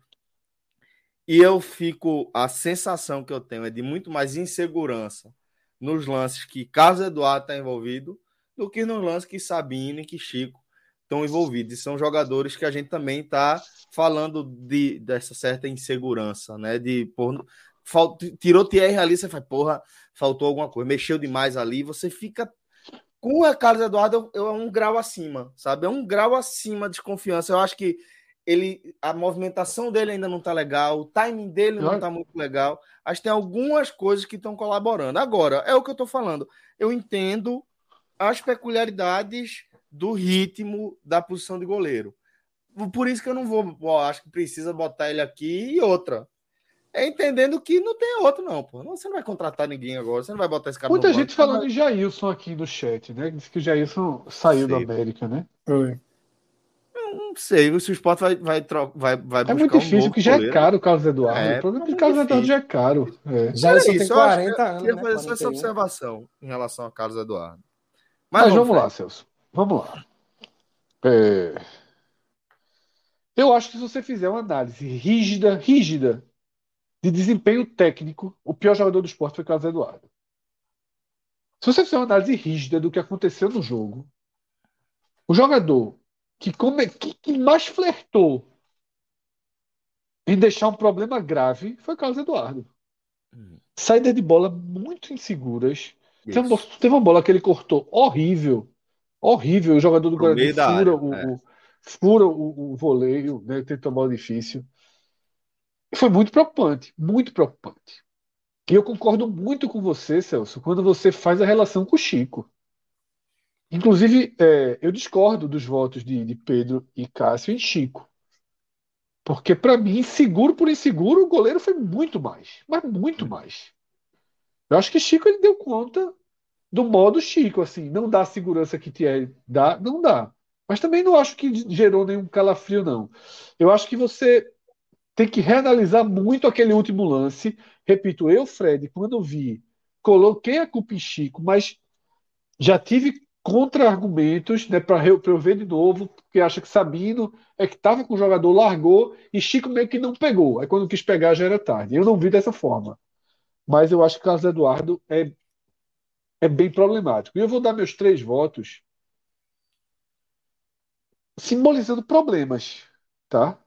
E eu fico, a sensação que eu tenho é de muito mais insegurança nos lances que Carlos Eduardo está envolvido do que nos lances que Sabino e que Chico estão envolvidos. E são jogadores que a gente também está falando de, dessa certa insegurança, né? De, por, falt, tirou Thierry ali, você fala, porra, faltou alguma coisa, mexeu demais ali, você fica... Com o Carlos Eduardo é um grau acima, sabe? É um grau acima de confiança. Eu acho que ele, a movimentação dele ainda não está legal, o timing dele não está muito legal. Acho que tem algumas coisas que estão colaborando. Agora, é o que eu estou falando. Eu entendo as peculiaridades do ritmo da posição de goleiro. Por isso que eu não vou, ó, acho que precisa botar ele aqui e outra. É entendendo que não tem outro, não, pô. Você não vai contratar ninguém agora, você não vai botar esse cara Muita no gente banco, falando vai... em Jailson aqui no chat, né? Diz que o Jailson saiu sei, do América, né? Foi. Eu não sei, se o Sport vai, vai, vai, vai É buscar muito um difícil, novo porque já é goleiro. caro o Carlos Eduardo. É, O problema é é que o muito Carlos Eduardo difícil. já é caro. É. Jailson tem isso, eu acho que quarenta eu anos, queria né? fazer só essa quarenta e um. observação em relação a Carlos Eduardo. Mas, Mas vamos vamos, lá, Celso. Vamos lá. É... Eu acho que se você fizer uma análise rígida, rígida, de desempenho técnico, o pior jogador do esporte foi Carlos Eduardo. Se você fizer uma análise rígida do que aconteceu no jogo, o jogador que, come... que, que mais flertou em deixar um problema grave foi Carlos Eduardo. Hum. Saídas de bola muito inseguras. Teve uma, teve uma bola que ele cortou horrível. Horrível. O jogador do Pro Guarani fura, área, o, é. o, fura o, o voleio, né? Tentou uma bola difícil. Foi muito preocupante. Muito preocupante. E eu concordo muito com você, Celso, quando você faz a relação com o Chico. Inclusive, é, eu discordo dos votos de, de Pedro e Cássio em Chico. Porque, para mim, seguro por inseguro, o goleiro foi muito mais. Mas muito mais. Eu acho que Chico ele deu conta do modo Chico, assim. Não dá a segurança que Thierry dá, não dá. Mas também não acho que gerou nenhum calafrio, não. Eu acho que você tem que reanalisar muito aquele último lance. Repito, eu, Fred, quando vi, coloquei a culpa em Chico, mas já tive contra-argumentos, né, para eu, eu ver de novo, porque acha que Sabino é que estava com o jogador, largou, e Chico meio que não pegou. Aí quando quis pegar já era tarde. Eu não vi dessa forma. Mas eu acho que o Carlos Eduardo é, é bem problemático. E eu vou dar meus três votos simbolizando problemas, tá?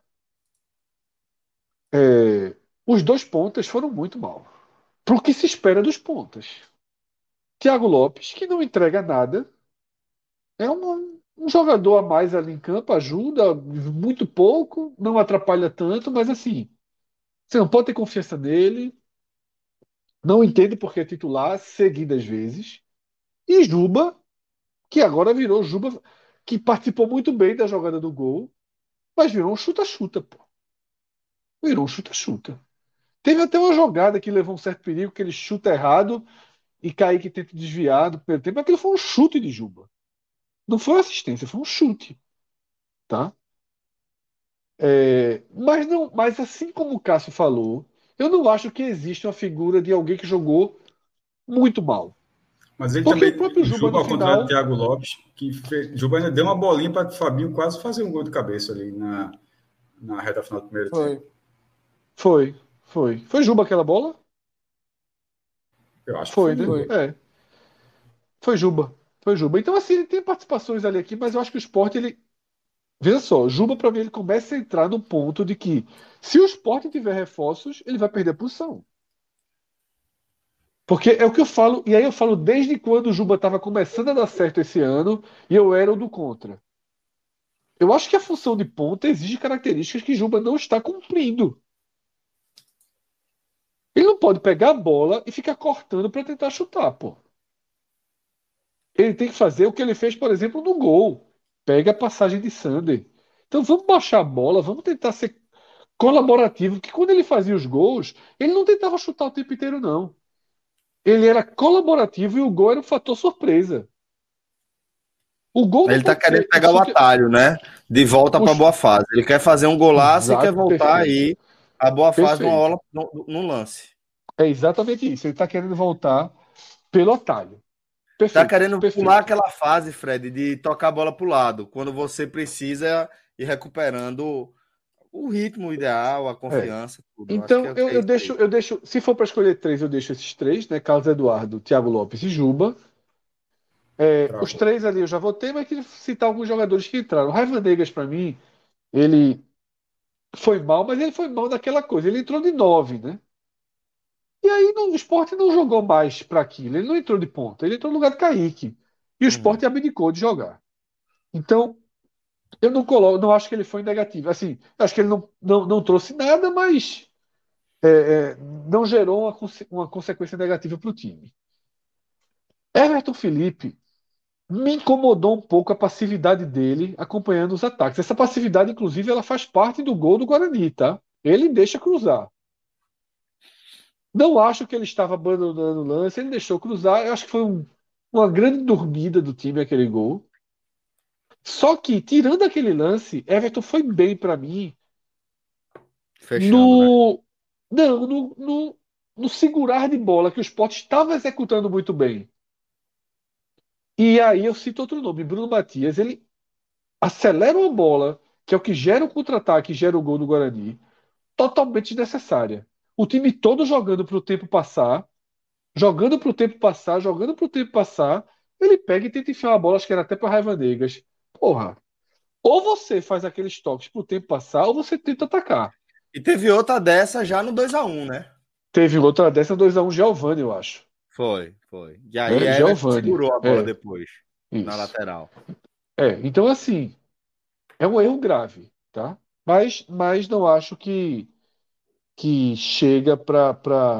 É, os dois pontas foram muito mal. Para o que se espera dos pontas. Thiago Lopes, que não entrega nada, é um, um jogador a mais ali em campo, ajuda muito pouco, não atrapalha tanto, mas assim, você não pode ter confiança nele, não entende porque é titular seguidas vezes. E Juba, que agora virou Juba, que participou muito bem da jogada do gol, mas virou um chuta-chuta, pô. Virou um chuta-chuta. Teve até uma jogada que levou um certo perigo, que ele chuta errado e Kaique tenta desviar do primeiro tempo. Aquilo foi um chute de Juba. Não foi uma assistência, foi um chute, tá? É, mas não, mas assim como o Cássio falou, eu não acho que existe uma figura de alguém que jogou muito mal. Mas ele Porque o também, próprio o Juba Juba, no ao contrário do final Thiago Lopes, que fez, Juba ainda deu uma bolinha para o Fabinho quase fazer um gol de cabeça ali na, na reta final do primeiro Foi. tempo. foi, foi. Foi Juba aquela bola? Eu acho que Foi, foi né? Foi. Juba. É, foi Juba. Foi Juba. Então, assim, ele tem participações ali aqui, mas eu acho que o Sport, ele. Veja só, Juba, para mim, ele começa a entrar no ponto de que, se o Sport tiver reforços, ele vai perder a posição. Porque é o que eu falo, e aí eu falo desde quando o Juba estava começando a dar certo esse ano e eu era o do contra. Eu acho que a função de ponta exige características que Juba não está cumprindo. Ele não pode pegar a bola e ficar cortando para tentar chutar, pô. Ele tem que fazer o que ele fez, por exemplo, no gol. Pega a passagem de Sander. Então vamos baixar a bola, vamos tentar ser colaborativo, que quando ele fazia os gols, ele não tentava chutar o tempo inteiro, não. Ele era colaborativo e o gol era um fator surpresa. O gol não Ele tá pode querendo ser o pegar o super... atalho, né? De volta para a os... boa fase. Ele quer fazer um golaço e quer Exato, voltar perfeito. aí a boa fase numa Perfeito. hora, no, no lance. É exatamente isso. Ele está querendo voltar pelo atalho. Tá Perfeito, querendo pular perfeito. aquela fase, Fred, de tocar a bola pro lado, quando você precisa ir recuperando o ritmo ideal, a É. confiança, tudo. Eu acho que Então é, eu, é eu isso deixo, aí. eu deixo. Se for para escolher três, eu deixo esses três, né? Carlos Eduardo, Thiago Lopes e Juba. É, os Travou. três ali eu já votei, mas queria citar alguns jogadores que entraram. O Raiva Negas, para mim, ele foi mal, mas ele foi mal naquela coisa. Ele entrou de nove, né? E aí no, o Sport não jogou mais para aquilo. Ele não entrou de ponta, ele entrou no lugar de Kaique. E o Sport Uhum. abdicou de jogar. Então, eu não coloco, não acho que ele foi negativo. Assim, acho que ele não, não, não trouxe nada, mas é, é, não gerou uma, conse- uma consequência negativa para o time. Everton Felipe me incomodou um pouco a passividade dele acompanhando os ataques. Essa passividade, inclusive, ela faz parte do gol do Guarani, tá? Ele deixa cruzar. Não acho que ele estava abandonando o lance, ele deixou cruzar. Eu acho que foi um- uma grande dormida do time aquele gol. Só que, tirando aquele lance, Everton foi bem para mim Fechando, né? no. Não, no, no, no segurar de bola, que o Sport estava executando muito bem. E aí eu cito outro nome, Bruno Matias. Ele acelera uma bola, que é o que gera o contra-ataque, gera o gol do Guarani, totalmente desnecessária. O time todo jogando para o tempo passar, jogando para o tempo passar, jogando para o tempo passar. Ele pega e tenta enfiar uma bola, acho que era até para Raiva Negas. Porra, ou você faz aqueles toques para o tempo passar, ou você tenta atacar. E teve outra dessa já no dois a um, né? Teve outra dessa, dois a um Giovani, eu acho. Foi, foi. E aí É, Everton Giovani. segurou a bola É, depois, na isso. lateral. É, então assim, é um erro grave, tá? Mas, mas não acho que, que chega para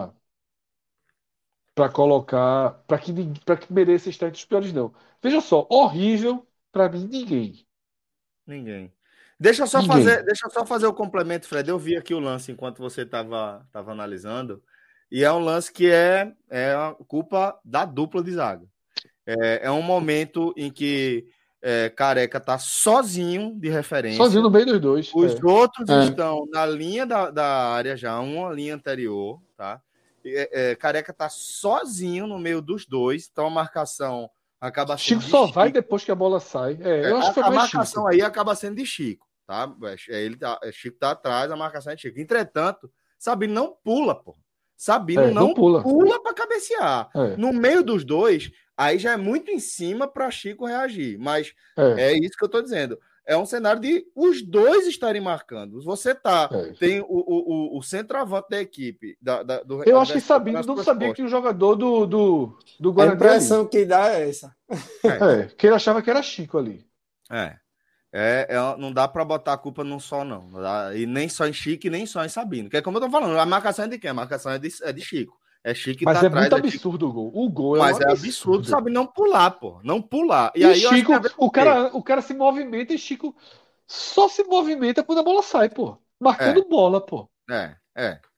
para colocar, para que, para que mereça estar entre os piores, não. Veja só, horrível, para mim, ninguém. Ninguém. Deixa eu só fazer, Ninguém. deixa eu só fazer o complemento, Fred. Eu vi aqui o lance enquanto você estava tava analisando, e é um lance que é, é a culpa da dupla de zaga. É, é um momento em que é, Careca está sozinho de Sozinho referência. no meio dos dois. Os É. outros É. estão na linha da, da área já, uma linha anterior, tá? É, é, Careca está sozinho no meio dos dois, então a marcação acaba sendo Chico de só vai Chico. depois que a bola sai. É, eu É, acho que foi a, a mais marcação Chico. aí acaba sendo de Chico, tá? É, ele tá, é, Chico tá atrás, a marcação é de Chico. Entretanto, Sabino não pula, pô. Sabino É, não não pula. pula para cabecear. É, No meio dos dois, aí já é muito em cima para Chico reagir. Mas é, é isso que eu tô dizendo. É um cenário de os dois estarem marcando. Você tá, é. tem o, o, o, o centroavante da equipe, da, da, do Eu acho que adversário Sabino nas não suas sabia que costas. tinha um jogador do, do, do A Guarani ali. impressão que dá é essa. É, É, que ele achava que era Chico ali. é. É, é, não dá para botar a culpa num só, não. Não dá, e nem só em Chico e nem só em Sabino. Que é como eu tô falando, a marcação é de quem? A marcação é de, é de Chico. É Chico que Mas tá é atrás. muito É Chico, absurdo o gol. O gol é um mas é absurdo, absurdo. sabe? Não pular, pô. Não pular. E E aí eu acho que tem Chico, a ver com o o quê? cara, o cara se movimenta e Chico só se movimenta quando a bola sai, pô. É, Marcando bola, pô. é, é.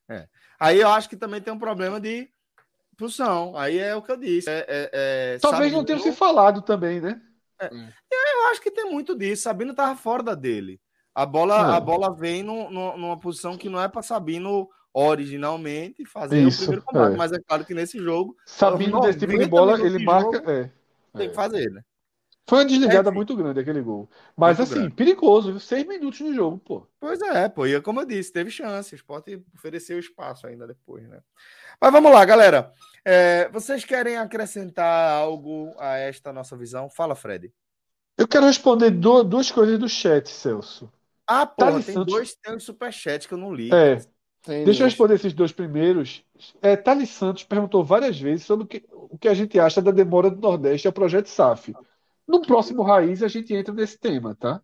É. Aí eu acho que também tem um problema de função. Aí é o que eu disse. É, é, é, Talvez Sabino, não tenham se falado também, né? é, eu acho que tem muito disso. Sabino estava fora da dele. A bola, É. a bola vem no, no, numa posição que não é para Sabino originalmente fazer Isso, o primeiro combate. é. Mas é claro que nesse jogo, Sabino desse tipo de bola, ele de marca. jogo, É, tem é. que fazer, né? Foi uma desligada Enfim. muito grande aquele gol. Mas Muito assim, grande. perigoso, viu? Seis minutos no jogo, pô. Pois é, pô. E como eu disse, teve chances. Pode oferecer o espaço ainda depois, né? Mas vamos lá, galera. É, vocês querem acrescentar algo a esta nossa visão? Fala, Fred. Eu quero responder du- duas coisas do chat, Celso. Ah, porra, Thales tem Santos. dois, tem um superchat que eu não li. É. cara. Tem Deixa eu dois. responder esses dois primeiros. É, Thales Santos perguntou várias vezes sobre o que, o que a gente acha da demora do Nordeste ao projeto S A F. No próximo Raiz a gente entra nesse tema, tá?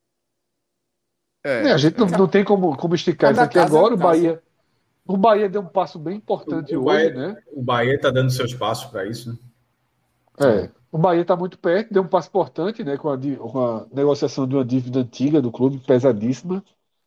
É, Né, a gente não, é. não tem como, como esticar isso Cada aqui caso é um agora. O caso. Bahia, o Bahia deu um passo bem importante O, o hoje, Bahia, né? o Bahia está dando seus passos para isso, né? É, o Bahia está muito perto, deu um passo importante, né? Com a, di- com a negociação de uma dívida antiga do clube, pesadíssima.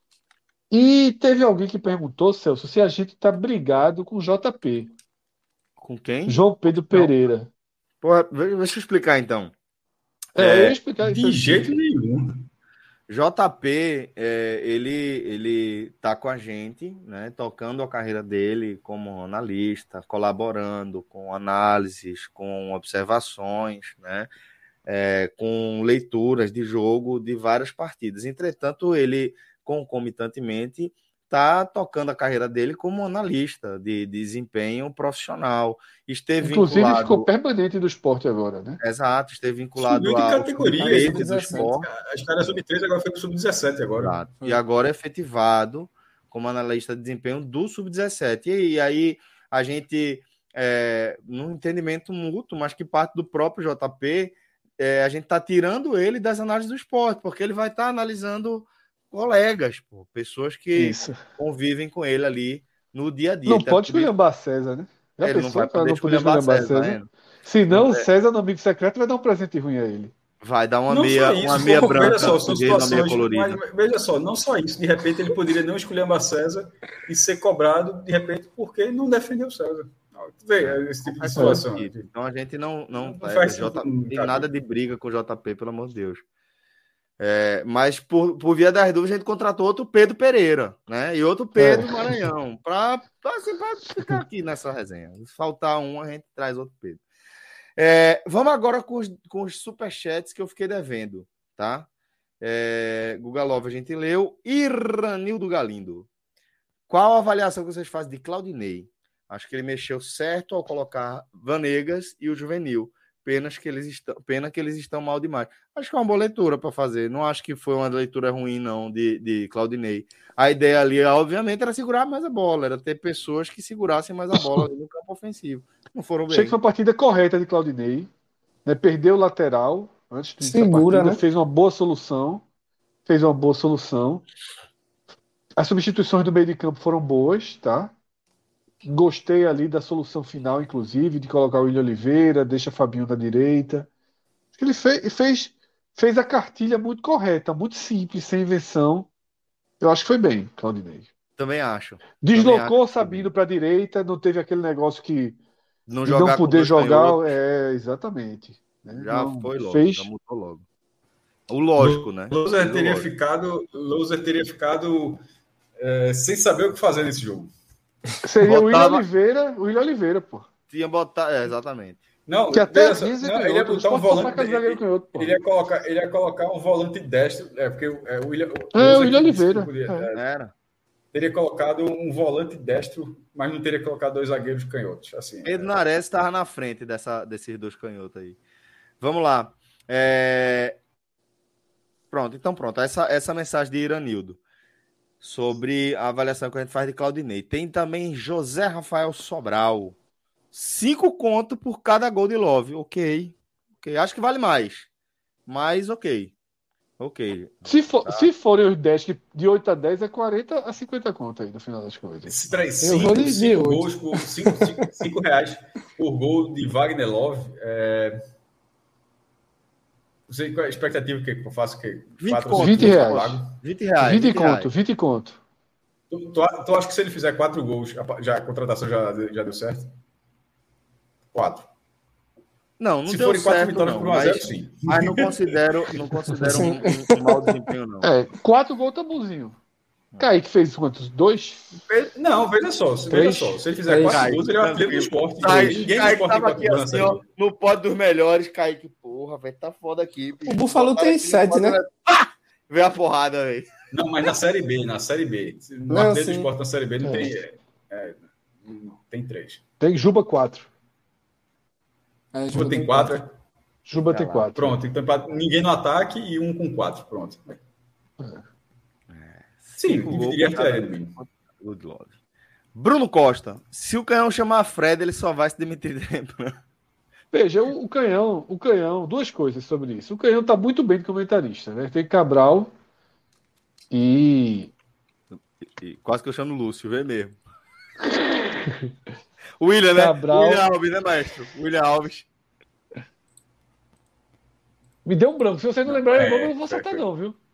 E teve alguém que perguntou, Celso, se a gente está brigado com o J P, Com quem? João Pedro Não. Pereira. Porra, deixa eu explicar então. É, eu ia É, explicar isso De aqui. jeito nenhum. J P, é, ele, ele tá com a gente, né, tocando a carreira dele como analista, colaborando com análises, com observações, né, é, com leituras de jogo de várias partidas. Entretanto, ele, concomitantemente, está tocando a carreira dele como analista de, de desempenho profissional. Esteve Inclusive vinculado... ficou permanente do esporte agora, né? Exato, esteve vinculado Subiu de ao categoria. sub treze sub do dezessete. esporte. A história sub treze agora foi para o sub dezessete agora. Exato. E agora é efetivado como analista de desempenho do sub dezessete. E aí a gente, é, num entendimento mútuo, mas que parte do próprio J P, é, a gente está tirando ele das análises do esporte, porque ele vai estar tá analisando colegas, pô, pessoas que Isso. convivem com ele ali no dia a dia. Não Até pode por isso, esculhambar César, né? Já ele não pensou vai o cara poder não poder esculhambar esculhambar César, César? né? Senão, Não o é. César, no amigo secreto, vai dar um presente ruim a ele. Vai dar uma Não meia, só isso, uma meia pô, branca, veja só, são sujeira na meia situações, colorida. mas veja só, não só isso, de repente ele poderia não esculhambar César e ser cobrado, de repente, porque ele não defendeu César. Vê, esse tipo de situação. É. Então a gente não, não, Não é, faz J, sentido, tem cara. nada de briga com o J P, pelo amor de Deus. É, mas por, por via das dúvidas, a gente contratou outro Pedro Pereira, né? E outro Pedro É. Maranhão, para assim, ficar aqui nessa resenha. Se faltar um, a gente traz outro Pedro. É, vamos agora com os, com os superchats que eu fiquei devendo, tá? É, Guga Love, a gente leu. Iranildo Galindo. Qual a avaliação que vocês fazem de Claudinei? Acho que ele mexeu certo ao colocar Vanegas e o Juvenil. Pena que eles estão, pena que eles estão mal demais. Acho que é uma boa leitura para fazer. Não acho que foi uma leitura ruim, não, de, de Claudinei. A ideia ali, obviamente, era segurar mais a bola, era ter pessoas que segurassem mais a bola ali no campo ofensivo. Não foram bem. Achei que foi uma partida correta de Claudinei. Né? Perdeu o lateral antes de Segura, partida, né? fez uma boa solução. Fez uma boa solução. As substituições do meio de campo foram boas, tá? Gostei ali da solução final, inclusive, de colocar o William Oliveira, deixa Fabinho na direita. Ele fez, fez, fez a cartilha muito correta, muito simples, sem invenção. Eu acho que foi bem, Claudinei. Também acho. Deslocou Também Sabino para a direita, não teve aquele negócio que não de jogar não com poder dois jogar. canhotos, É, exatamente. Né? já Não, foi logo, fez. já mudou logo. O lógico, né? Loser teria lógico. ficado, Loser teria ficado é, sem saber o que fazer nesse jogo. Seria o William Botava- Oliveira, o William Oliveira, pô. Tinha botar, é, exatamente. Não, Que até veja só, às vezes não, é ele ia canhoto, botar um pode passar volante. com a zagueiro Ele, canhoto, pô. ele ia colocar, ele ia colocar um volante destro, é porque é, o William, o É, o Loser William que disse que Oliveira. podia- É. é, Era. teria colocado um volante destro, mas não teria colocado dois zagueiros canhotos. Assim, Pedro Nares estava na frente dessa, desses dois canhotos aí. Vamos lá. É... Pronto, então pronto. Essa, essa mensagem de Iranildo sobre a avaliação que a gente faz de Claudinei. Tem também José Rafael Sobral. Cinco conto por cada gol de Love. Ok. Ok. Acho que vale mais. Mas ok. Ok. Se, for, se forem os dez, que de oito a dez é quarenta a cinquenta conto aí, no final das contas. Se traz Eu vou cinco, lhe dizer cinco oito. gols por cinco, cinco, cinco reais por gol de Wagner Love. É... Não sei qual é a expectativa que eu faço. Que vinte Quatro- conto. vinte cinco reais. pago. vinte reais. vinte vinte conto, reais. vinte conto. Tu, tu, tu acha que se ele fizer quatro gols, a, já, a contratação já, já deu certo? Quatro. Não, não Se deu forem quatro certo, vitórias não, por um a zero, mas, sim. mas não considero, não considero um, um- um mau desempenho, não. É, quatro gols tá bonzinho. Kaique fez quantos? Dois? Não, veja só, veja Três. só. Se ele fizer Três. quatro gols, ele é o artilheiro do esporte. Ninguém do esporte tem tava quatro aqui gols na assim, Série ó, B. no pódio dos melhores, Kaique, porra, velho, tá foda aqui. bicho. O Buffalo Botaram tem aqui no sete, pódio, né? Ah! Vê a porrada, velho. Não, mas na Série B, na Série B. No Não, artilheiro do sim. esporte na Série B não É. tem. é, é, tem três. Tem Juba quatro. É, Juba tem quatro. é? Juba Tá tem lá. quatro. Pronto, então pra- ninguém no ataque e um com quatro. Pronto. Sim, Cinco gols dividiria a por cada artilharia no mínimo. Good love. Bruno Costa, se o canhão chamar Fred, ele só vai se demitir de tempo. né? Veja, o, o Canhão, o Canhão, duas coisas sobre isso. O Canhão tá muito bem de comentarista, né? Tem Cabral e E quase que eu chamo Lúcio, vê mesmo. William, né? Cabral. William Alves, né, maestro? William Alves. Me deu um branco. Se vocês não lembrarem É, o nome, eu não vou foi, acertar, foi. não, viu?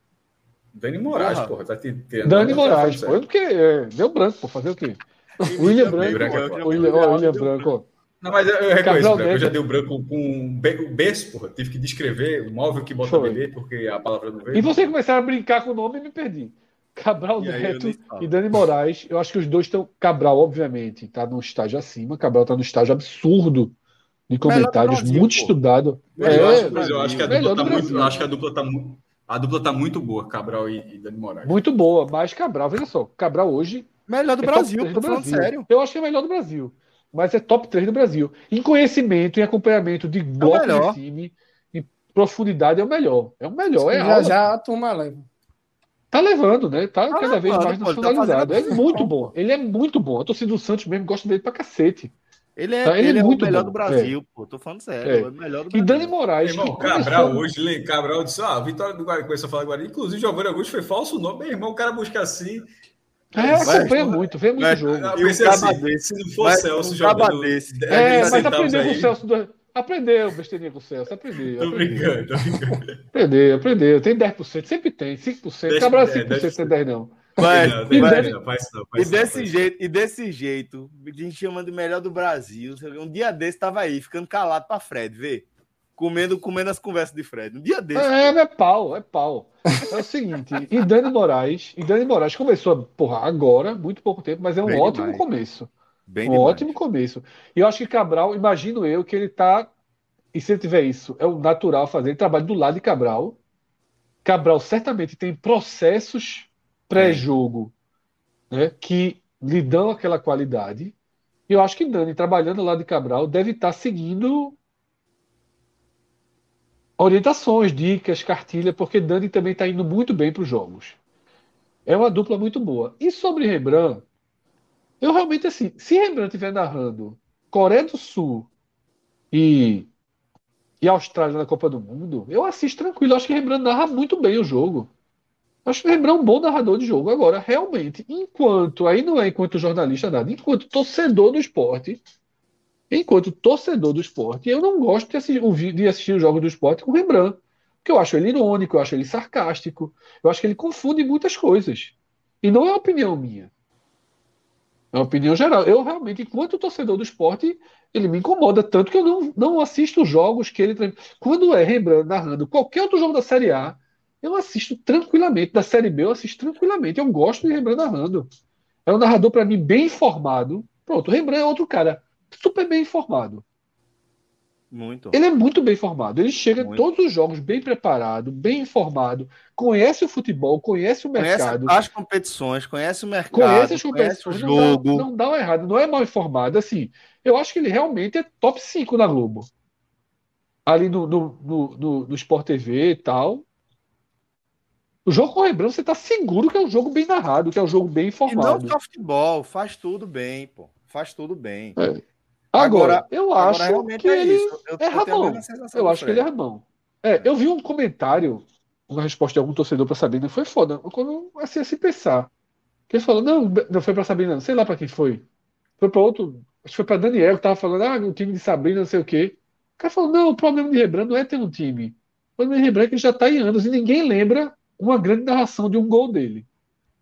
Dani Moraes, Porra. porra. Tá te, te, Dani não tá Moraes, falando pô. Eu porque é, deu branco, pô. Fazer o quê? William Branco. branco é foda. William, ó, William Branco, ó. Não, mas eu, eu reconheço, Cabral branco. Eu já Neto. dei o branco com o be- o berço, porra. Tive que descrever o móvel que bota Foi. B B, porque a palavra não veio. E vocês começaram a brincar com o nome e me perdi. Cabral E aí eu Neto nem falo. e Dani Moraes. Eu acho que os dois estão. Cabral, obviamente, tá num estágio acima. Cabral tá num estágio absurdo de comentários, Brasil, muito pô. estudado. Mas eu, É, acho, mas eu acho que a melhor dupla do tá muito. Brasil. Eu acho que a dupla tá muito. A dupla tá muito boa, Cabral e, e Dani Moraes. Muito boa, mas Cabral, veja só, Cabral hoje Melhor do é top Brasil, três tô do falando Brasil. sério. Eu acho que é melhor do Brasil, mas é top três do Brasil. Em conhecimento, em acompanhamento de bloco melhor. de time, em profundidade, é o melhor. É o melhor, é já aula. já a turma leva. Tá levando, né? Tá, Tá cada vez levando, mais pô, ele tá nacionalizado. fazendo a É muito posição, bom. Ele é muito bom. A torcida do Santos mesmo gosta dele pra cacete. Ele é, Tá, ele é ele é muito o melhor bom. do Brasil, pô. Tô falando sério. É. É o melhor do E Brasil. Dani Moraes, Meu irmão, que Cabral começou... hoje, le- Cabral disse: ah, a vitória do Guarani, começou a falar Guarani. Inclusive, Giovanni Augusto foi falso nome. Meu irmão, o cara busca assim. É, acompanha muito, vê muito Mas- jogo. Eu E um pensei caba assim, desse, se não for mas Celso um jogando caba desse. dez É, mas centavos aprendeu com aí, o Celso. do- Aprendeu, besteirinha com o Celso. Aprendeu. Tô aprendeu. brincando, tô brincando. Aprendeu, aprendeu. Tem dez por cento, sempre tem, cinco por cento. dez Cabral é por cento, cinco por cento, dez não é dez não. Mas, Não, tem e mais Dani- não, faz não, e, faz não, desse faz jeito, e desse jeito, a gente chama de melhor do Brasil. Um dia desse tava aí, ficando calado pra Fred, vê? Comendo, comendo as conversas de Fred. Um dia desse. É, é pau, é pau. É o seguinte, e Dani Moraes, e Dani Moraes começou, porra, agora, muito pouco tempo, mas é um Bem ótimo demais. começo. Bem Um demais. ótimo começo. E eu acho que Cabral, imagino eu, que ele tá. E se ele tiver isso, é o natural fazer. Ele trabalha do lado de Cabral. Cabral certamente tem processos pré-jogo, né, que lhe dão aquela qualidade. E eu acho que Dani, trabalhando ao lado de Cabral, deve estar seguindo orientações, dicas, cartilha, porque Dani também está indo muito bem para os jogos. É uma dupla muito boa. E sobre Rembrandt, eu realmente, assim, se Rembrandt estiver narrando Coreia do Sul e, e Austrália na Copa do Mundo, eu assisto tranquilo. Eu acho que Rembrandt narra muito bem o jogo. Eu acho que Rembrandt é um bom narrador de jogo. Agora, realmente, enquanto, aí não é enquanto jornalista nada, enquanto torcedor do esporte, enquanto torcedor do esporte, eu não gosto de assistir, ouvir- de assistir os jogos do esporte com Rembrandt. Porque eu acho ele irônico, eu acho ele sarcástico, eu acho que ele confunde muitas coisas. E não é uma opinião minha. É uma opinião geral. Eu realmente, enquanto torcedor do esporte, ele me incomoda tanto que eu não, não assisto jogos que ele. tra- Quando é Rembrandt narrando qualquer outro jogo da Série A, eu assisto tranquilamente. Da Série B, eu assisto tranquilamente. Eu gosto de Rembrandt narrando. É um narrador, para mim, bem informado. Pronto, o Rembrandt é outro cara super bem informado. Muito. Ele é muito bem informado. Ele chega em Muito. todos os jogos bem preparado, bem informado, conhece o futebol, conhece o Conhece mercado, as competições, conhece o mercado, conhece as conhece o competições, não dá, jogo. não dá uma errada, não é mal informado. Assim, eu acho que ele realmente é top cinco na Globo. Ali no, no, no, no, no Sport T V e tal. O jogo com o Rembrandt, você tá seguro que é um jogo bem narrado, que é um jogo bem E não informado. só futebol, faz tudo bem, pô. Faz tudo bem. É. Agora, eu agora acho realmente que é ele isso. Eu- é eu tenho a Ramon. mesma sensação Eu do acho que ele é Fred. Ramon. É, eu vi um comentário, uma resposta de algum torcedor pra Sabrina, foi foda. Quando assim, assim pensar. Que ele falou, não, não foi pra Sabrina, não, sei lá pra quem foi. Foi pra outro, acho que foi pra Daniel, que tava falando, ah, o time de Sabrina, não sei o quê. O cara falou, não, o problema de Rembrandt não é ter um time. O problema de Rembrandt é que ele já tá em anos e ninguém lembra uma grande narração de um gol dele.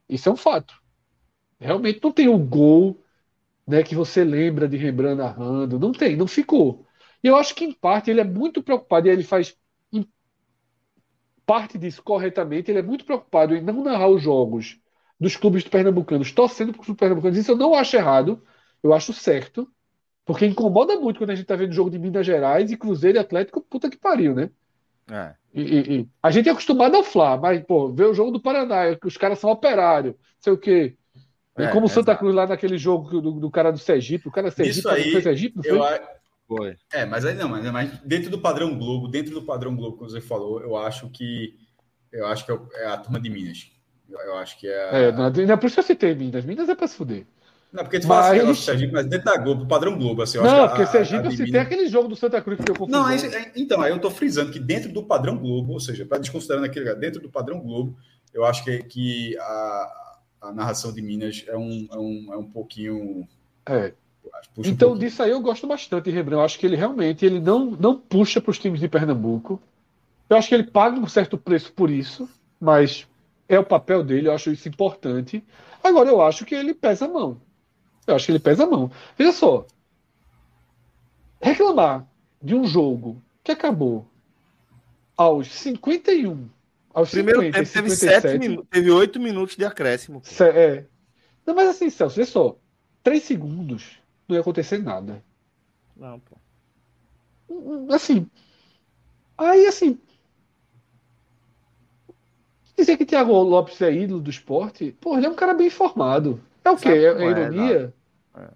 Isso é um fato. Realmente não tem o gol, né, que você lembra de Rembrandt narrando. Não tem, não ficou. E eu acho que, em parte, ele é muito preocupado, e ele faz em parte disso corretamente, ele é muito preocupado em não narrar os jogos dos clubes pernambucanos, torcendo para os clubes pernambucanos. Isso eu não acho errado, eu acho certo, porque incomoda muito quando a gente tá vendo o jogo de Minas Gerais e Cruzeiro e Atlético, puta que pariu, né? É. E, e- e a gente é acostumado ao Fla, mas, pô, ver o jogo do Paraná, que os caras são operários, não sei o quê. E como o É, Santa exato. Cruz lá naquele jogo que- do, do cara do Sergipe, o cara é Sergipe, Isso não foi aí, Sergipe, não eu foi? acho. Foi. É, mas aí não, mas, mas dentro do padrão Globo, dentro do padrão Globo que você falou, eu acho que eu acho que é o- é a turma de Minas. Eu, eu acho que é. É, A... não, não é por isso que eu citei Minas. Minas é pra se fuder. Não, porque tu fala esse negócio do Mas. Sergipe, mas dentro da Globo, do padrão Globo, assim, eu acho que a, Não, porque a, a Sergipe eu de citei Minas. aquele jogo do Santa Cruz que deu Não, confusão. é, isso- é- então, aí eu tô frisando que dentro do padrão Globo, ou seja, para desconsiderando aquele lugar, dentro do padrão Globo, eu acho que, que a, a narração de Minas é um, é um, é um pouquinho. É. Puxa um Então, pouquinho. disso aí eu gosto bastante de Rembrandt. Eu acho que ele realmente ele não, não puxa para os times de Pernambuco. Eu acho que ele paga um certo preço por isso, mas é o papel dele, eu acho isso importante. Agora, eu acho que ele pesa a mão. Eu acho que ele pesa a mão. Veja só, reclamar de um jogo que acabou aos cinquenta e um, aos Primeiro cinquenta e tempo teve cinquenta e sete sete. minutos, teve oito minutos de acréscimo. Ce- É. Não, mas assim, Celso, veja só, três segundos não ia acontecer nada. Não, pô. Hum, hum, Assim, aí assim, dizer que Thiago Lopes é ídolo do esporte, pô, ele é um cara bem informado. É o quê? Sabe É, como é é, ironia? exato.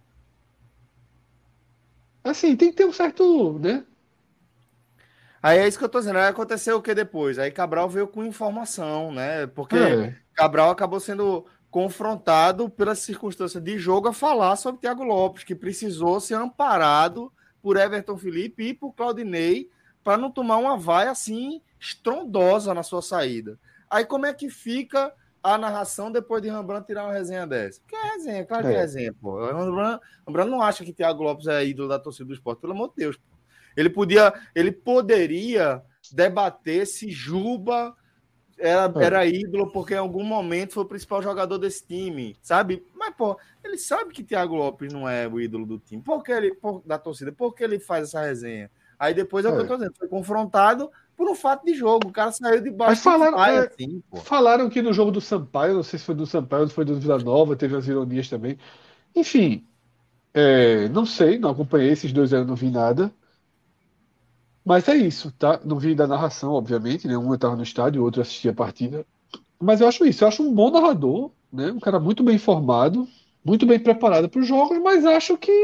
Assim, tem que ter um certo, né? Aí é isso que eu tô dizendo. Aí aconteceu o que depois? Aí Cabral veio com informação, né? Porque É, Cabral acabou sendo confrontado pela circunstância de jogo a falar sobre Thiago Lopes, que precisou ser amparado por Everton Felipe e por Claudinei para não tomar uma vaia assim estrondosa na sua saída. Aí como é que fica a narração depois de Rembrandt tirar uma resenha dessa? Que é resenha, claro que é É. resenha, pô. Rembrandt, Rembrandt não acha que Thiago Lopes é ídolo da torcida do esporte, pelo amor de Deus, pô. Ele podia, ele poderia debater se Juba era, É. era ídolo porque em algum momento foi o principal jogador desse time, sabe? Mas, pô, ele sabe que Thiago Lopes não é o ídolo do time. Por que ele, por, da torcida? Por que ele faz essa resenha? Aí depois é o que É. eu tô dizendo, foi confrontado por um fato de jogo. O cara saiu de Mas baixo falaram, de é, assim, pô. falaram que no jogo do Sampaio, não sei se foi do Sampaio ou se foi do Vila Nova, teve as ironias também. Enfim, é, não sei, não acompanhei esses dois anos, não vi nada. Mas é isso, tá? Não vi da narração, obviamente, né? Um eu estava no estádio, o outro assistia a partida. Mas eu acho isso, eu acho um bom narrador, né? Um cara muito bem informado, muito bem preparado para os jogos, mas acho que,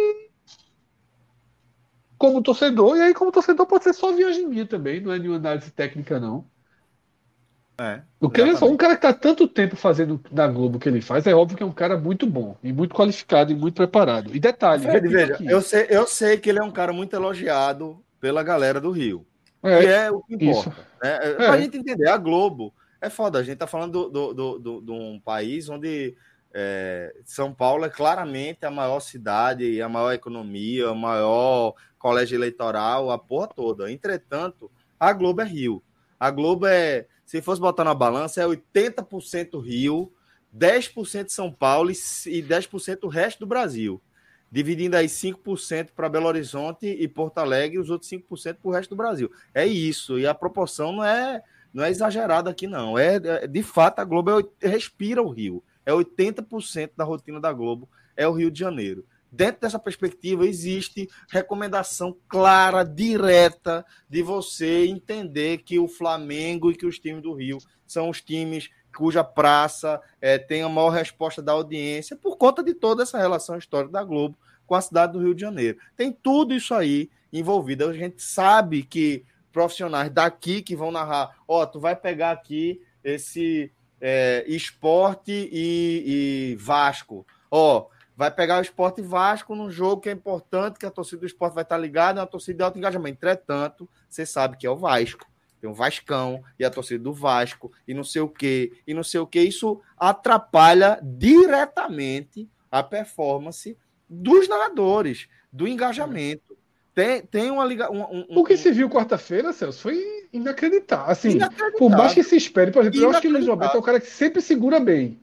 como torcedor, e aí como torcedor pode ser só viagem minha também, não é nenhuma análise técnica, não. É, O que ele, um exatamente. cara que está tanto tempo fazendo na Globo o que ele faz, é óbvio que é um cara muito bom, e muito qualificado, e muito preparado. E detalhe, Fred, repito veja, aqui. eu sei, eu sei que ele é um cara muito elogiado pela galera do Rio. É, Que é o que isso. importa. Né? É. Pra gente entender, a Globo é foda. A gente tá falando do, do, do, de um país onde é, São Paulo é claramente a maior cidade, a maior economia, o maior colégio eleitoral, a porra toda. Entretanto, a Globo é Rio. A Globo é, se fosse botar na balança, é oitenta por cento Rio, dez por cento São Paulo e dez por cento o resto do Brasil. Dividindo aí cinco por cento para Belo Horizonte e Porto Alegre e os outros cinco por cento para o resto do Brasil. É isso, e a proporção não é, não é exagerada aqui, não. É, é de fato, a Globo é, respira o Rio. É oitenta por cento da rotina da Globo, é o Rio de Janeiro. Dentro dessa perspectiva, existe recomendação clara, direta, de você entender que o Flamengo e que os times do Rio são os times cuja praça é, tem a maior resposta da audiência por conta de toda essa relação histórica da Globo com a cidade do Rio de Janeiro. Tem tudo isso aí envolvido. A gente sabe que profissionais daqui que vão narrar, ó, oh, tu vai pegar aqui esse é, Esporte e, e Vasco, ó, oh, vai pegar o Esporte e Vasco num jogo que é importante, que a torcida do Esporte vai estar ligada, é uma torcida de alto engajamento. Entretanto, você sabe que é o Vasco. Tem um Vascão e a torcida do Vasco e não sei o quê, e não sei o quê. Isso atrapalha diretamente a performance dos narradores, do engajamento. Tem, tem uma ligação. Um, um, o que se viu quarta-feira, Celso, foi inacreditável. Assim, inacreditável. por mais que se espere, por exemplo, eu acho que o Luiz Roberto é um cara que sempre segura bem.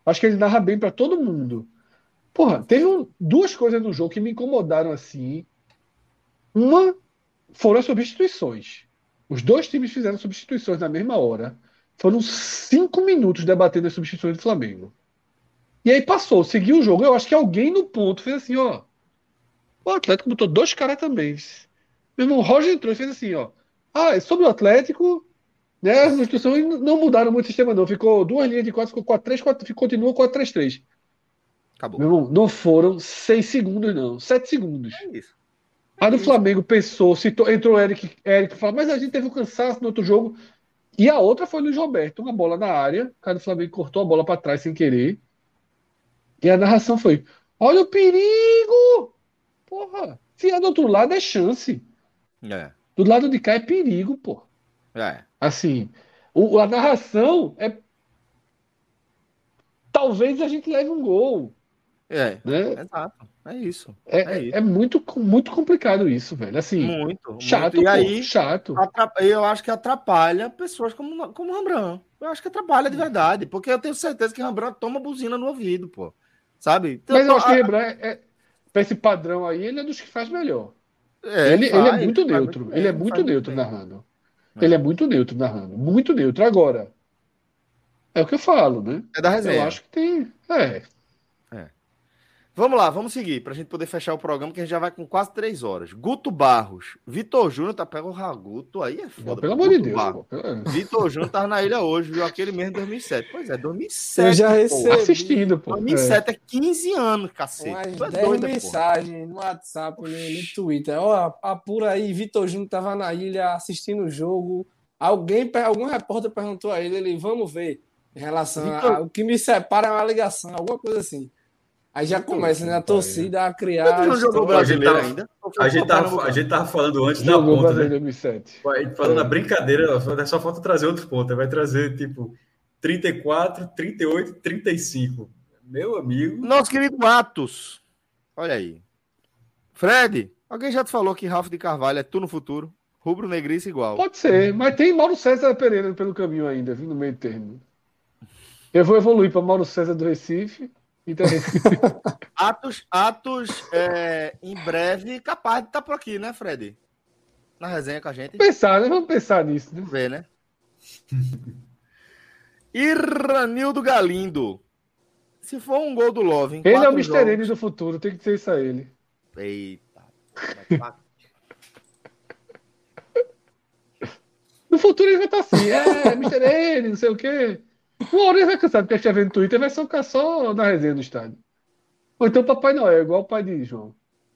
Acho que ele narra bem para todo mundo. Porra, teve um, duas coisas no jogo que me incomodaram assim. Uma foram as substituições. Os dois times fizeram substituições na mesma hora. Foram cinco minutos debatendo as substituições do Flamengo. E aí passou, seguiu o jogo. Eu acho que alguém no ponto fez assim, ó. O Atlético botou dois caras também. Meu irmão, o Roger entrou e fez assim, ó. Ah, sobre o Atlético, né? As substituições não mudaram muito o sistema, não. Ficou duas linhas de quatro, ficou quatro três, quatro, continua quatro três três. Acabou. Meu irmão, não foram seis segundos, não. Sete segundos. É isso. A do Flamengo pensou, citou, entrou Eric, Eric falou, mas a gente teve um cansaço no outro jogo. E a outra foi o Luiz Roberto, uma bola na área. O cara do Flamengo cortou a bola para trás sem querer. E a narração foi: olha o perigo! Porra! Se é do outro lado é chance. É. Do lado de cá é perigo, pô. É. Assim, o, a narração é. Talvez a gente leve um gol. É. Né? Exato. É isso. É, É é, isso. é muito, muito complicado isso, velho. Assim, Muito. chato, muito. E pô, aí, chato. atrap- eu acho que atrapalha pessoas como, como o Rembrandt. Eu acho que atrapalha de verdade. Porque eu tenho certeza que o Rembrandt toma buzina no ouvido, pô. Sabe? Então, Mas eu tô- acho que a- Rembrandt, é, pra esse padrão aí, ele é dos que faz melhor. é, Ele, ele é faz, muito faz neutro. muito Ele é bem, muito faz muito neutro bem. narrando. É. Ele é muito neutro narrando. Muito neutro. Agora, é o que eu falo, né? É da resenha. Eu acho que tem. É. Vamos lá, vamos seguir, pra gente poder fechar o programa, que a gente já vai com quase três horas. Guto Barros. Vitor Júnior tá pegando o Raguto, aí é Não, foda. pelo pô. amor de Guto Deus, Barros. pô. É. Vitor Júnior tava na ilha hoje, viu aquele mesmo em dois mil e sete. Pois é, dois mil e sete. Eu já pô. recebi Assistindo, pô. dois mil e sete é, quinze anos, cacete. umas Tu é dez doido, pô. mensagens no WhatsApp, no, no Twitter. Ó, apura aí, Vitor Júnior tava na ilha assistindo o jogo. Alguém, algum repórter perguntou a ele, ele, vamos ver, em relação Vitor- a, o que me separa é uma ligação, alguma coisa assim. Aí já Vitor, começa, né, a torcida a Vitor criar. Júnior jogou história. brasileiro tava- ainda? Ou foi A gente, só tava, a Pernambucano? gente tava falando antes da Jogou ponta, Brasileiro né? em dois mil e sete. Vai- Falando É. na brincadeira, só falta trazer outro ponto. Vai trazer, tipo, trinta e quatro, trinta e oito, trinta e cinco. Meu amigo. Nosso querido Atos. Olha aí. Fred, alguém já te falou que Ralf de Carvalho é tu no futuro? Rubro negrice igual. Pode ser, mas tem Mauro César Pereira pelo caminho ainda, viu, no meio termo. Eu vou evoluir para Mauro César do Recife. Então, Atos, Atos é, em breve, capaz de estar por aqui, né, Fred? Na resenha com a gente. pensar, né? Vamos pensar nisso. Né? Vamos ver, né? Iranildo Galindo. Se for um gol do Love em Ele é o quatro mister N jogos... do futuro, tem que ser isso a ele. Eita. No futuro ele vai estar assim, é, mister N, não sei o quê. Uma hora ele vai cansar, porque a gente vai ver no Twitter vai só ficar só na resenha do estádio. Ou então Papai Noel, igual o pai de João.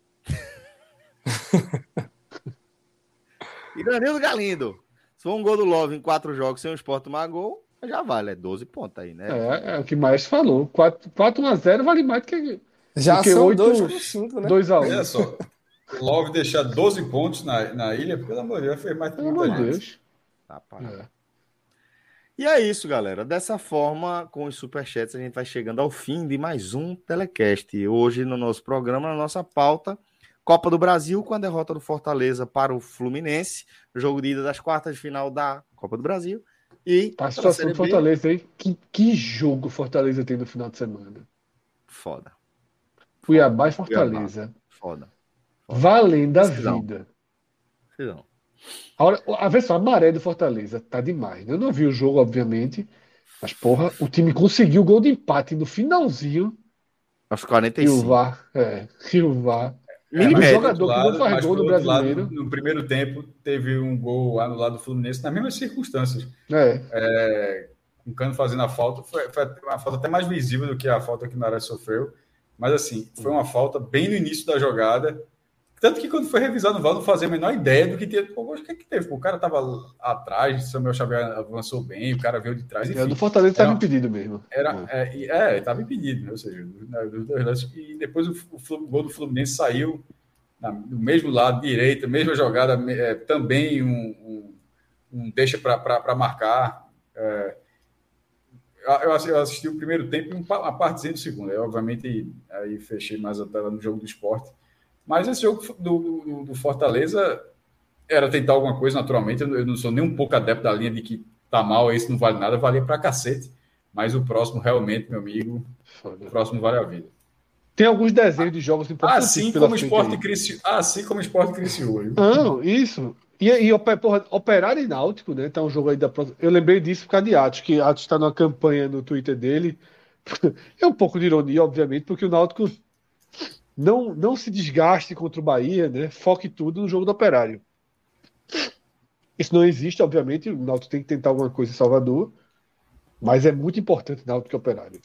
Iranildo Galindo. Se for um gol do Love em quatro jogos sem o Sport tomar gol, já vale. É doze pontos aí, né? É, é o que mais falou. quatro a zero vale mais do que, Já do que são oito, dois com cinco, né? dois a um. Olha só. Love deixar doze pontos na, na ilha, pelo amor de Deus, fez mais que Pelo muita amor de gente. Deus. Tá, pá. É. E é isso, galera. Dessa forma, com os superchats, a gente vai chegando ao fim de mais um Telecast. Hoje, no nosso programa, na nossa pauta, Copa do Brasil, com a derrota do Fortaleza para o Fluminense, jogo de ida das quartas de final da Copa do Brasil. E A pela situação Série do B, Fortaleza aí. Que, que jogo Fortaleza tem no final de semana? Foda. Cuiabá e Foda. Fortaleza. Foda. Foda. Valendo a Decisão. vida. Não. A, hora, a, ver só, a maré do Fortaleza tá demais. Eu não vi o jogo, obviamente. Mas, porra, o time conseguiu o gol de empate no finalzinho. Aos quarenta e E o cinco. V A R. É, e o V A R. É, Mini mas médio. por outro jogador que não lado- faz mas gol por no outro lado, brasileiro. no primeiro tempo, teve um gol anulado do Fluminense nas mesmas circunstâncias. É. É, com o Cano fazendo a falta, foi, foi uma falta até mais visível do que a falta que o Nares sofreu. Mas, assim, foi uma falta bem no início da jogada. Tanto que quando foi revisado no V A R, não fazia a menor ideia do que tinha. Pô, o que é que teve? Pô, o cara tava atrás, o Samuel Xavier avançou bem, o cara veio de trás. Enfim, É, do Fortaleza estava era- impedido mesmo. Era, é, e- é, estava impedido, né? Ou seja, né, dos dois lados. E depois o, o, Flu- o gol do Fluminense saiu na- do mesmo lado, direita, mesma jogada, me- é, também um, um, um deixa para marcar. É, eu, eu assi- eu assisti o primeiro tempo e um pa- uma partezinha do segundo. Eu, obviamente, aí fechei mais a tela no jogo do esporte. Mas esse jogo do, do, do Fortaleza era tentar alguma coisa, naturalmente. Eu não- eu não sou nem um pouco adepto da linha de que tá mal, esse não vale nada, valia pra cacete. Mas o próximo, realmente, meu amigo, o próximo vale a vida. Tem alguns desenhos de jogos importantes. Assim como o Sport Criciúma. Assim como o Sport Criciúma. Não, isso. E, e porra, Operário e Náutico, né? Tá um jogo aí da próxima. Eu lembrei disso por causa de Atos, que Atos está numa campanha no Twitter dele. É um pouco de ironia, obviamente, porque o Náutico não, não se desgaste contra o Bahia, né? Foque tudo no jogo do Operário. Isso não existe, obviamente. O Náutico tem que tentar alguma coisa em Salvador. Mas é muito importante o Náutico e Operário.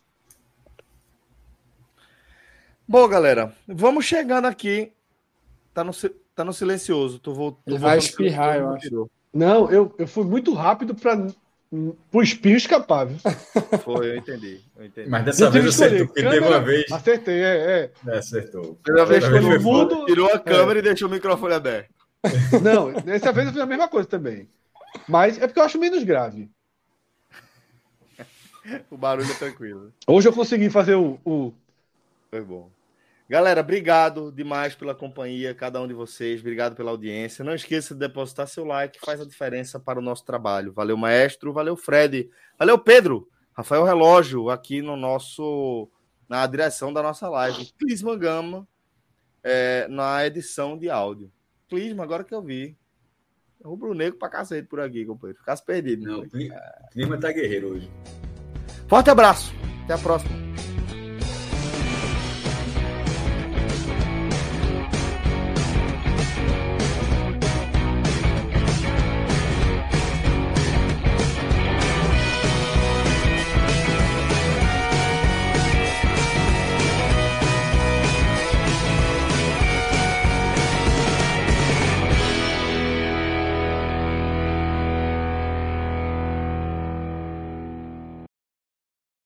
Bom, galera, vamos chegando aqui. Tá no, tá no silencioso. Tô, vou, tô Ele vai espirrar, eu acho. Não, eu, eu fui muito rápido para o espirro escapar, viu? Foi, eu entendi. Eu entendi. Mas dessa eu vez acertou, porque teve uma vez. Acertei, é. é. é acertou. Primeira vez que todo mundo tirou a câmera é. e deixou o microfone aberto. Não, dessa vez eu fiz a mesma coisa também. Mas é porque eu acho menos grave. O barulho é tranquilo. Hoje eu consegui fazer o. o... Foi bom. Galera, obrigado demais pela companhia, cada um de vocês. Obrigado pela audiência. Não esqueça de depositar seu like, faz a diferença para o nosso trabalho. Valeu, maestro. Valeu, Fred. Valeu, Pedro. Rafael Relógio, aqui no nosso, na direção da nossa live. Clisma Gama, é, na edição de áudio. Clisma, agora que eu vi. Rubro-negro pra cacete por aqui, companheiro. Ficasse perdido. Não, o clima tá guerreiro hoje. Forte abraço. Até a próxima.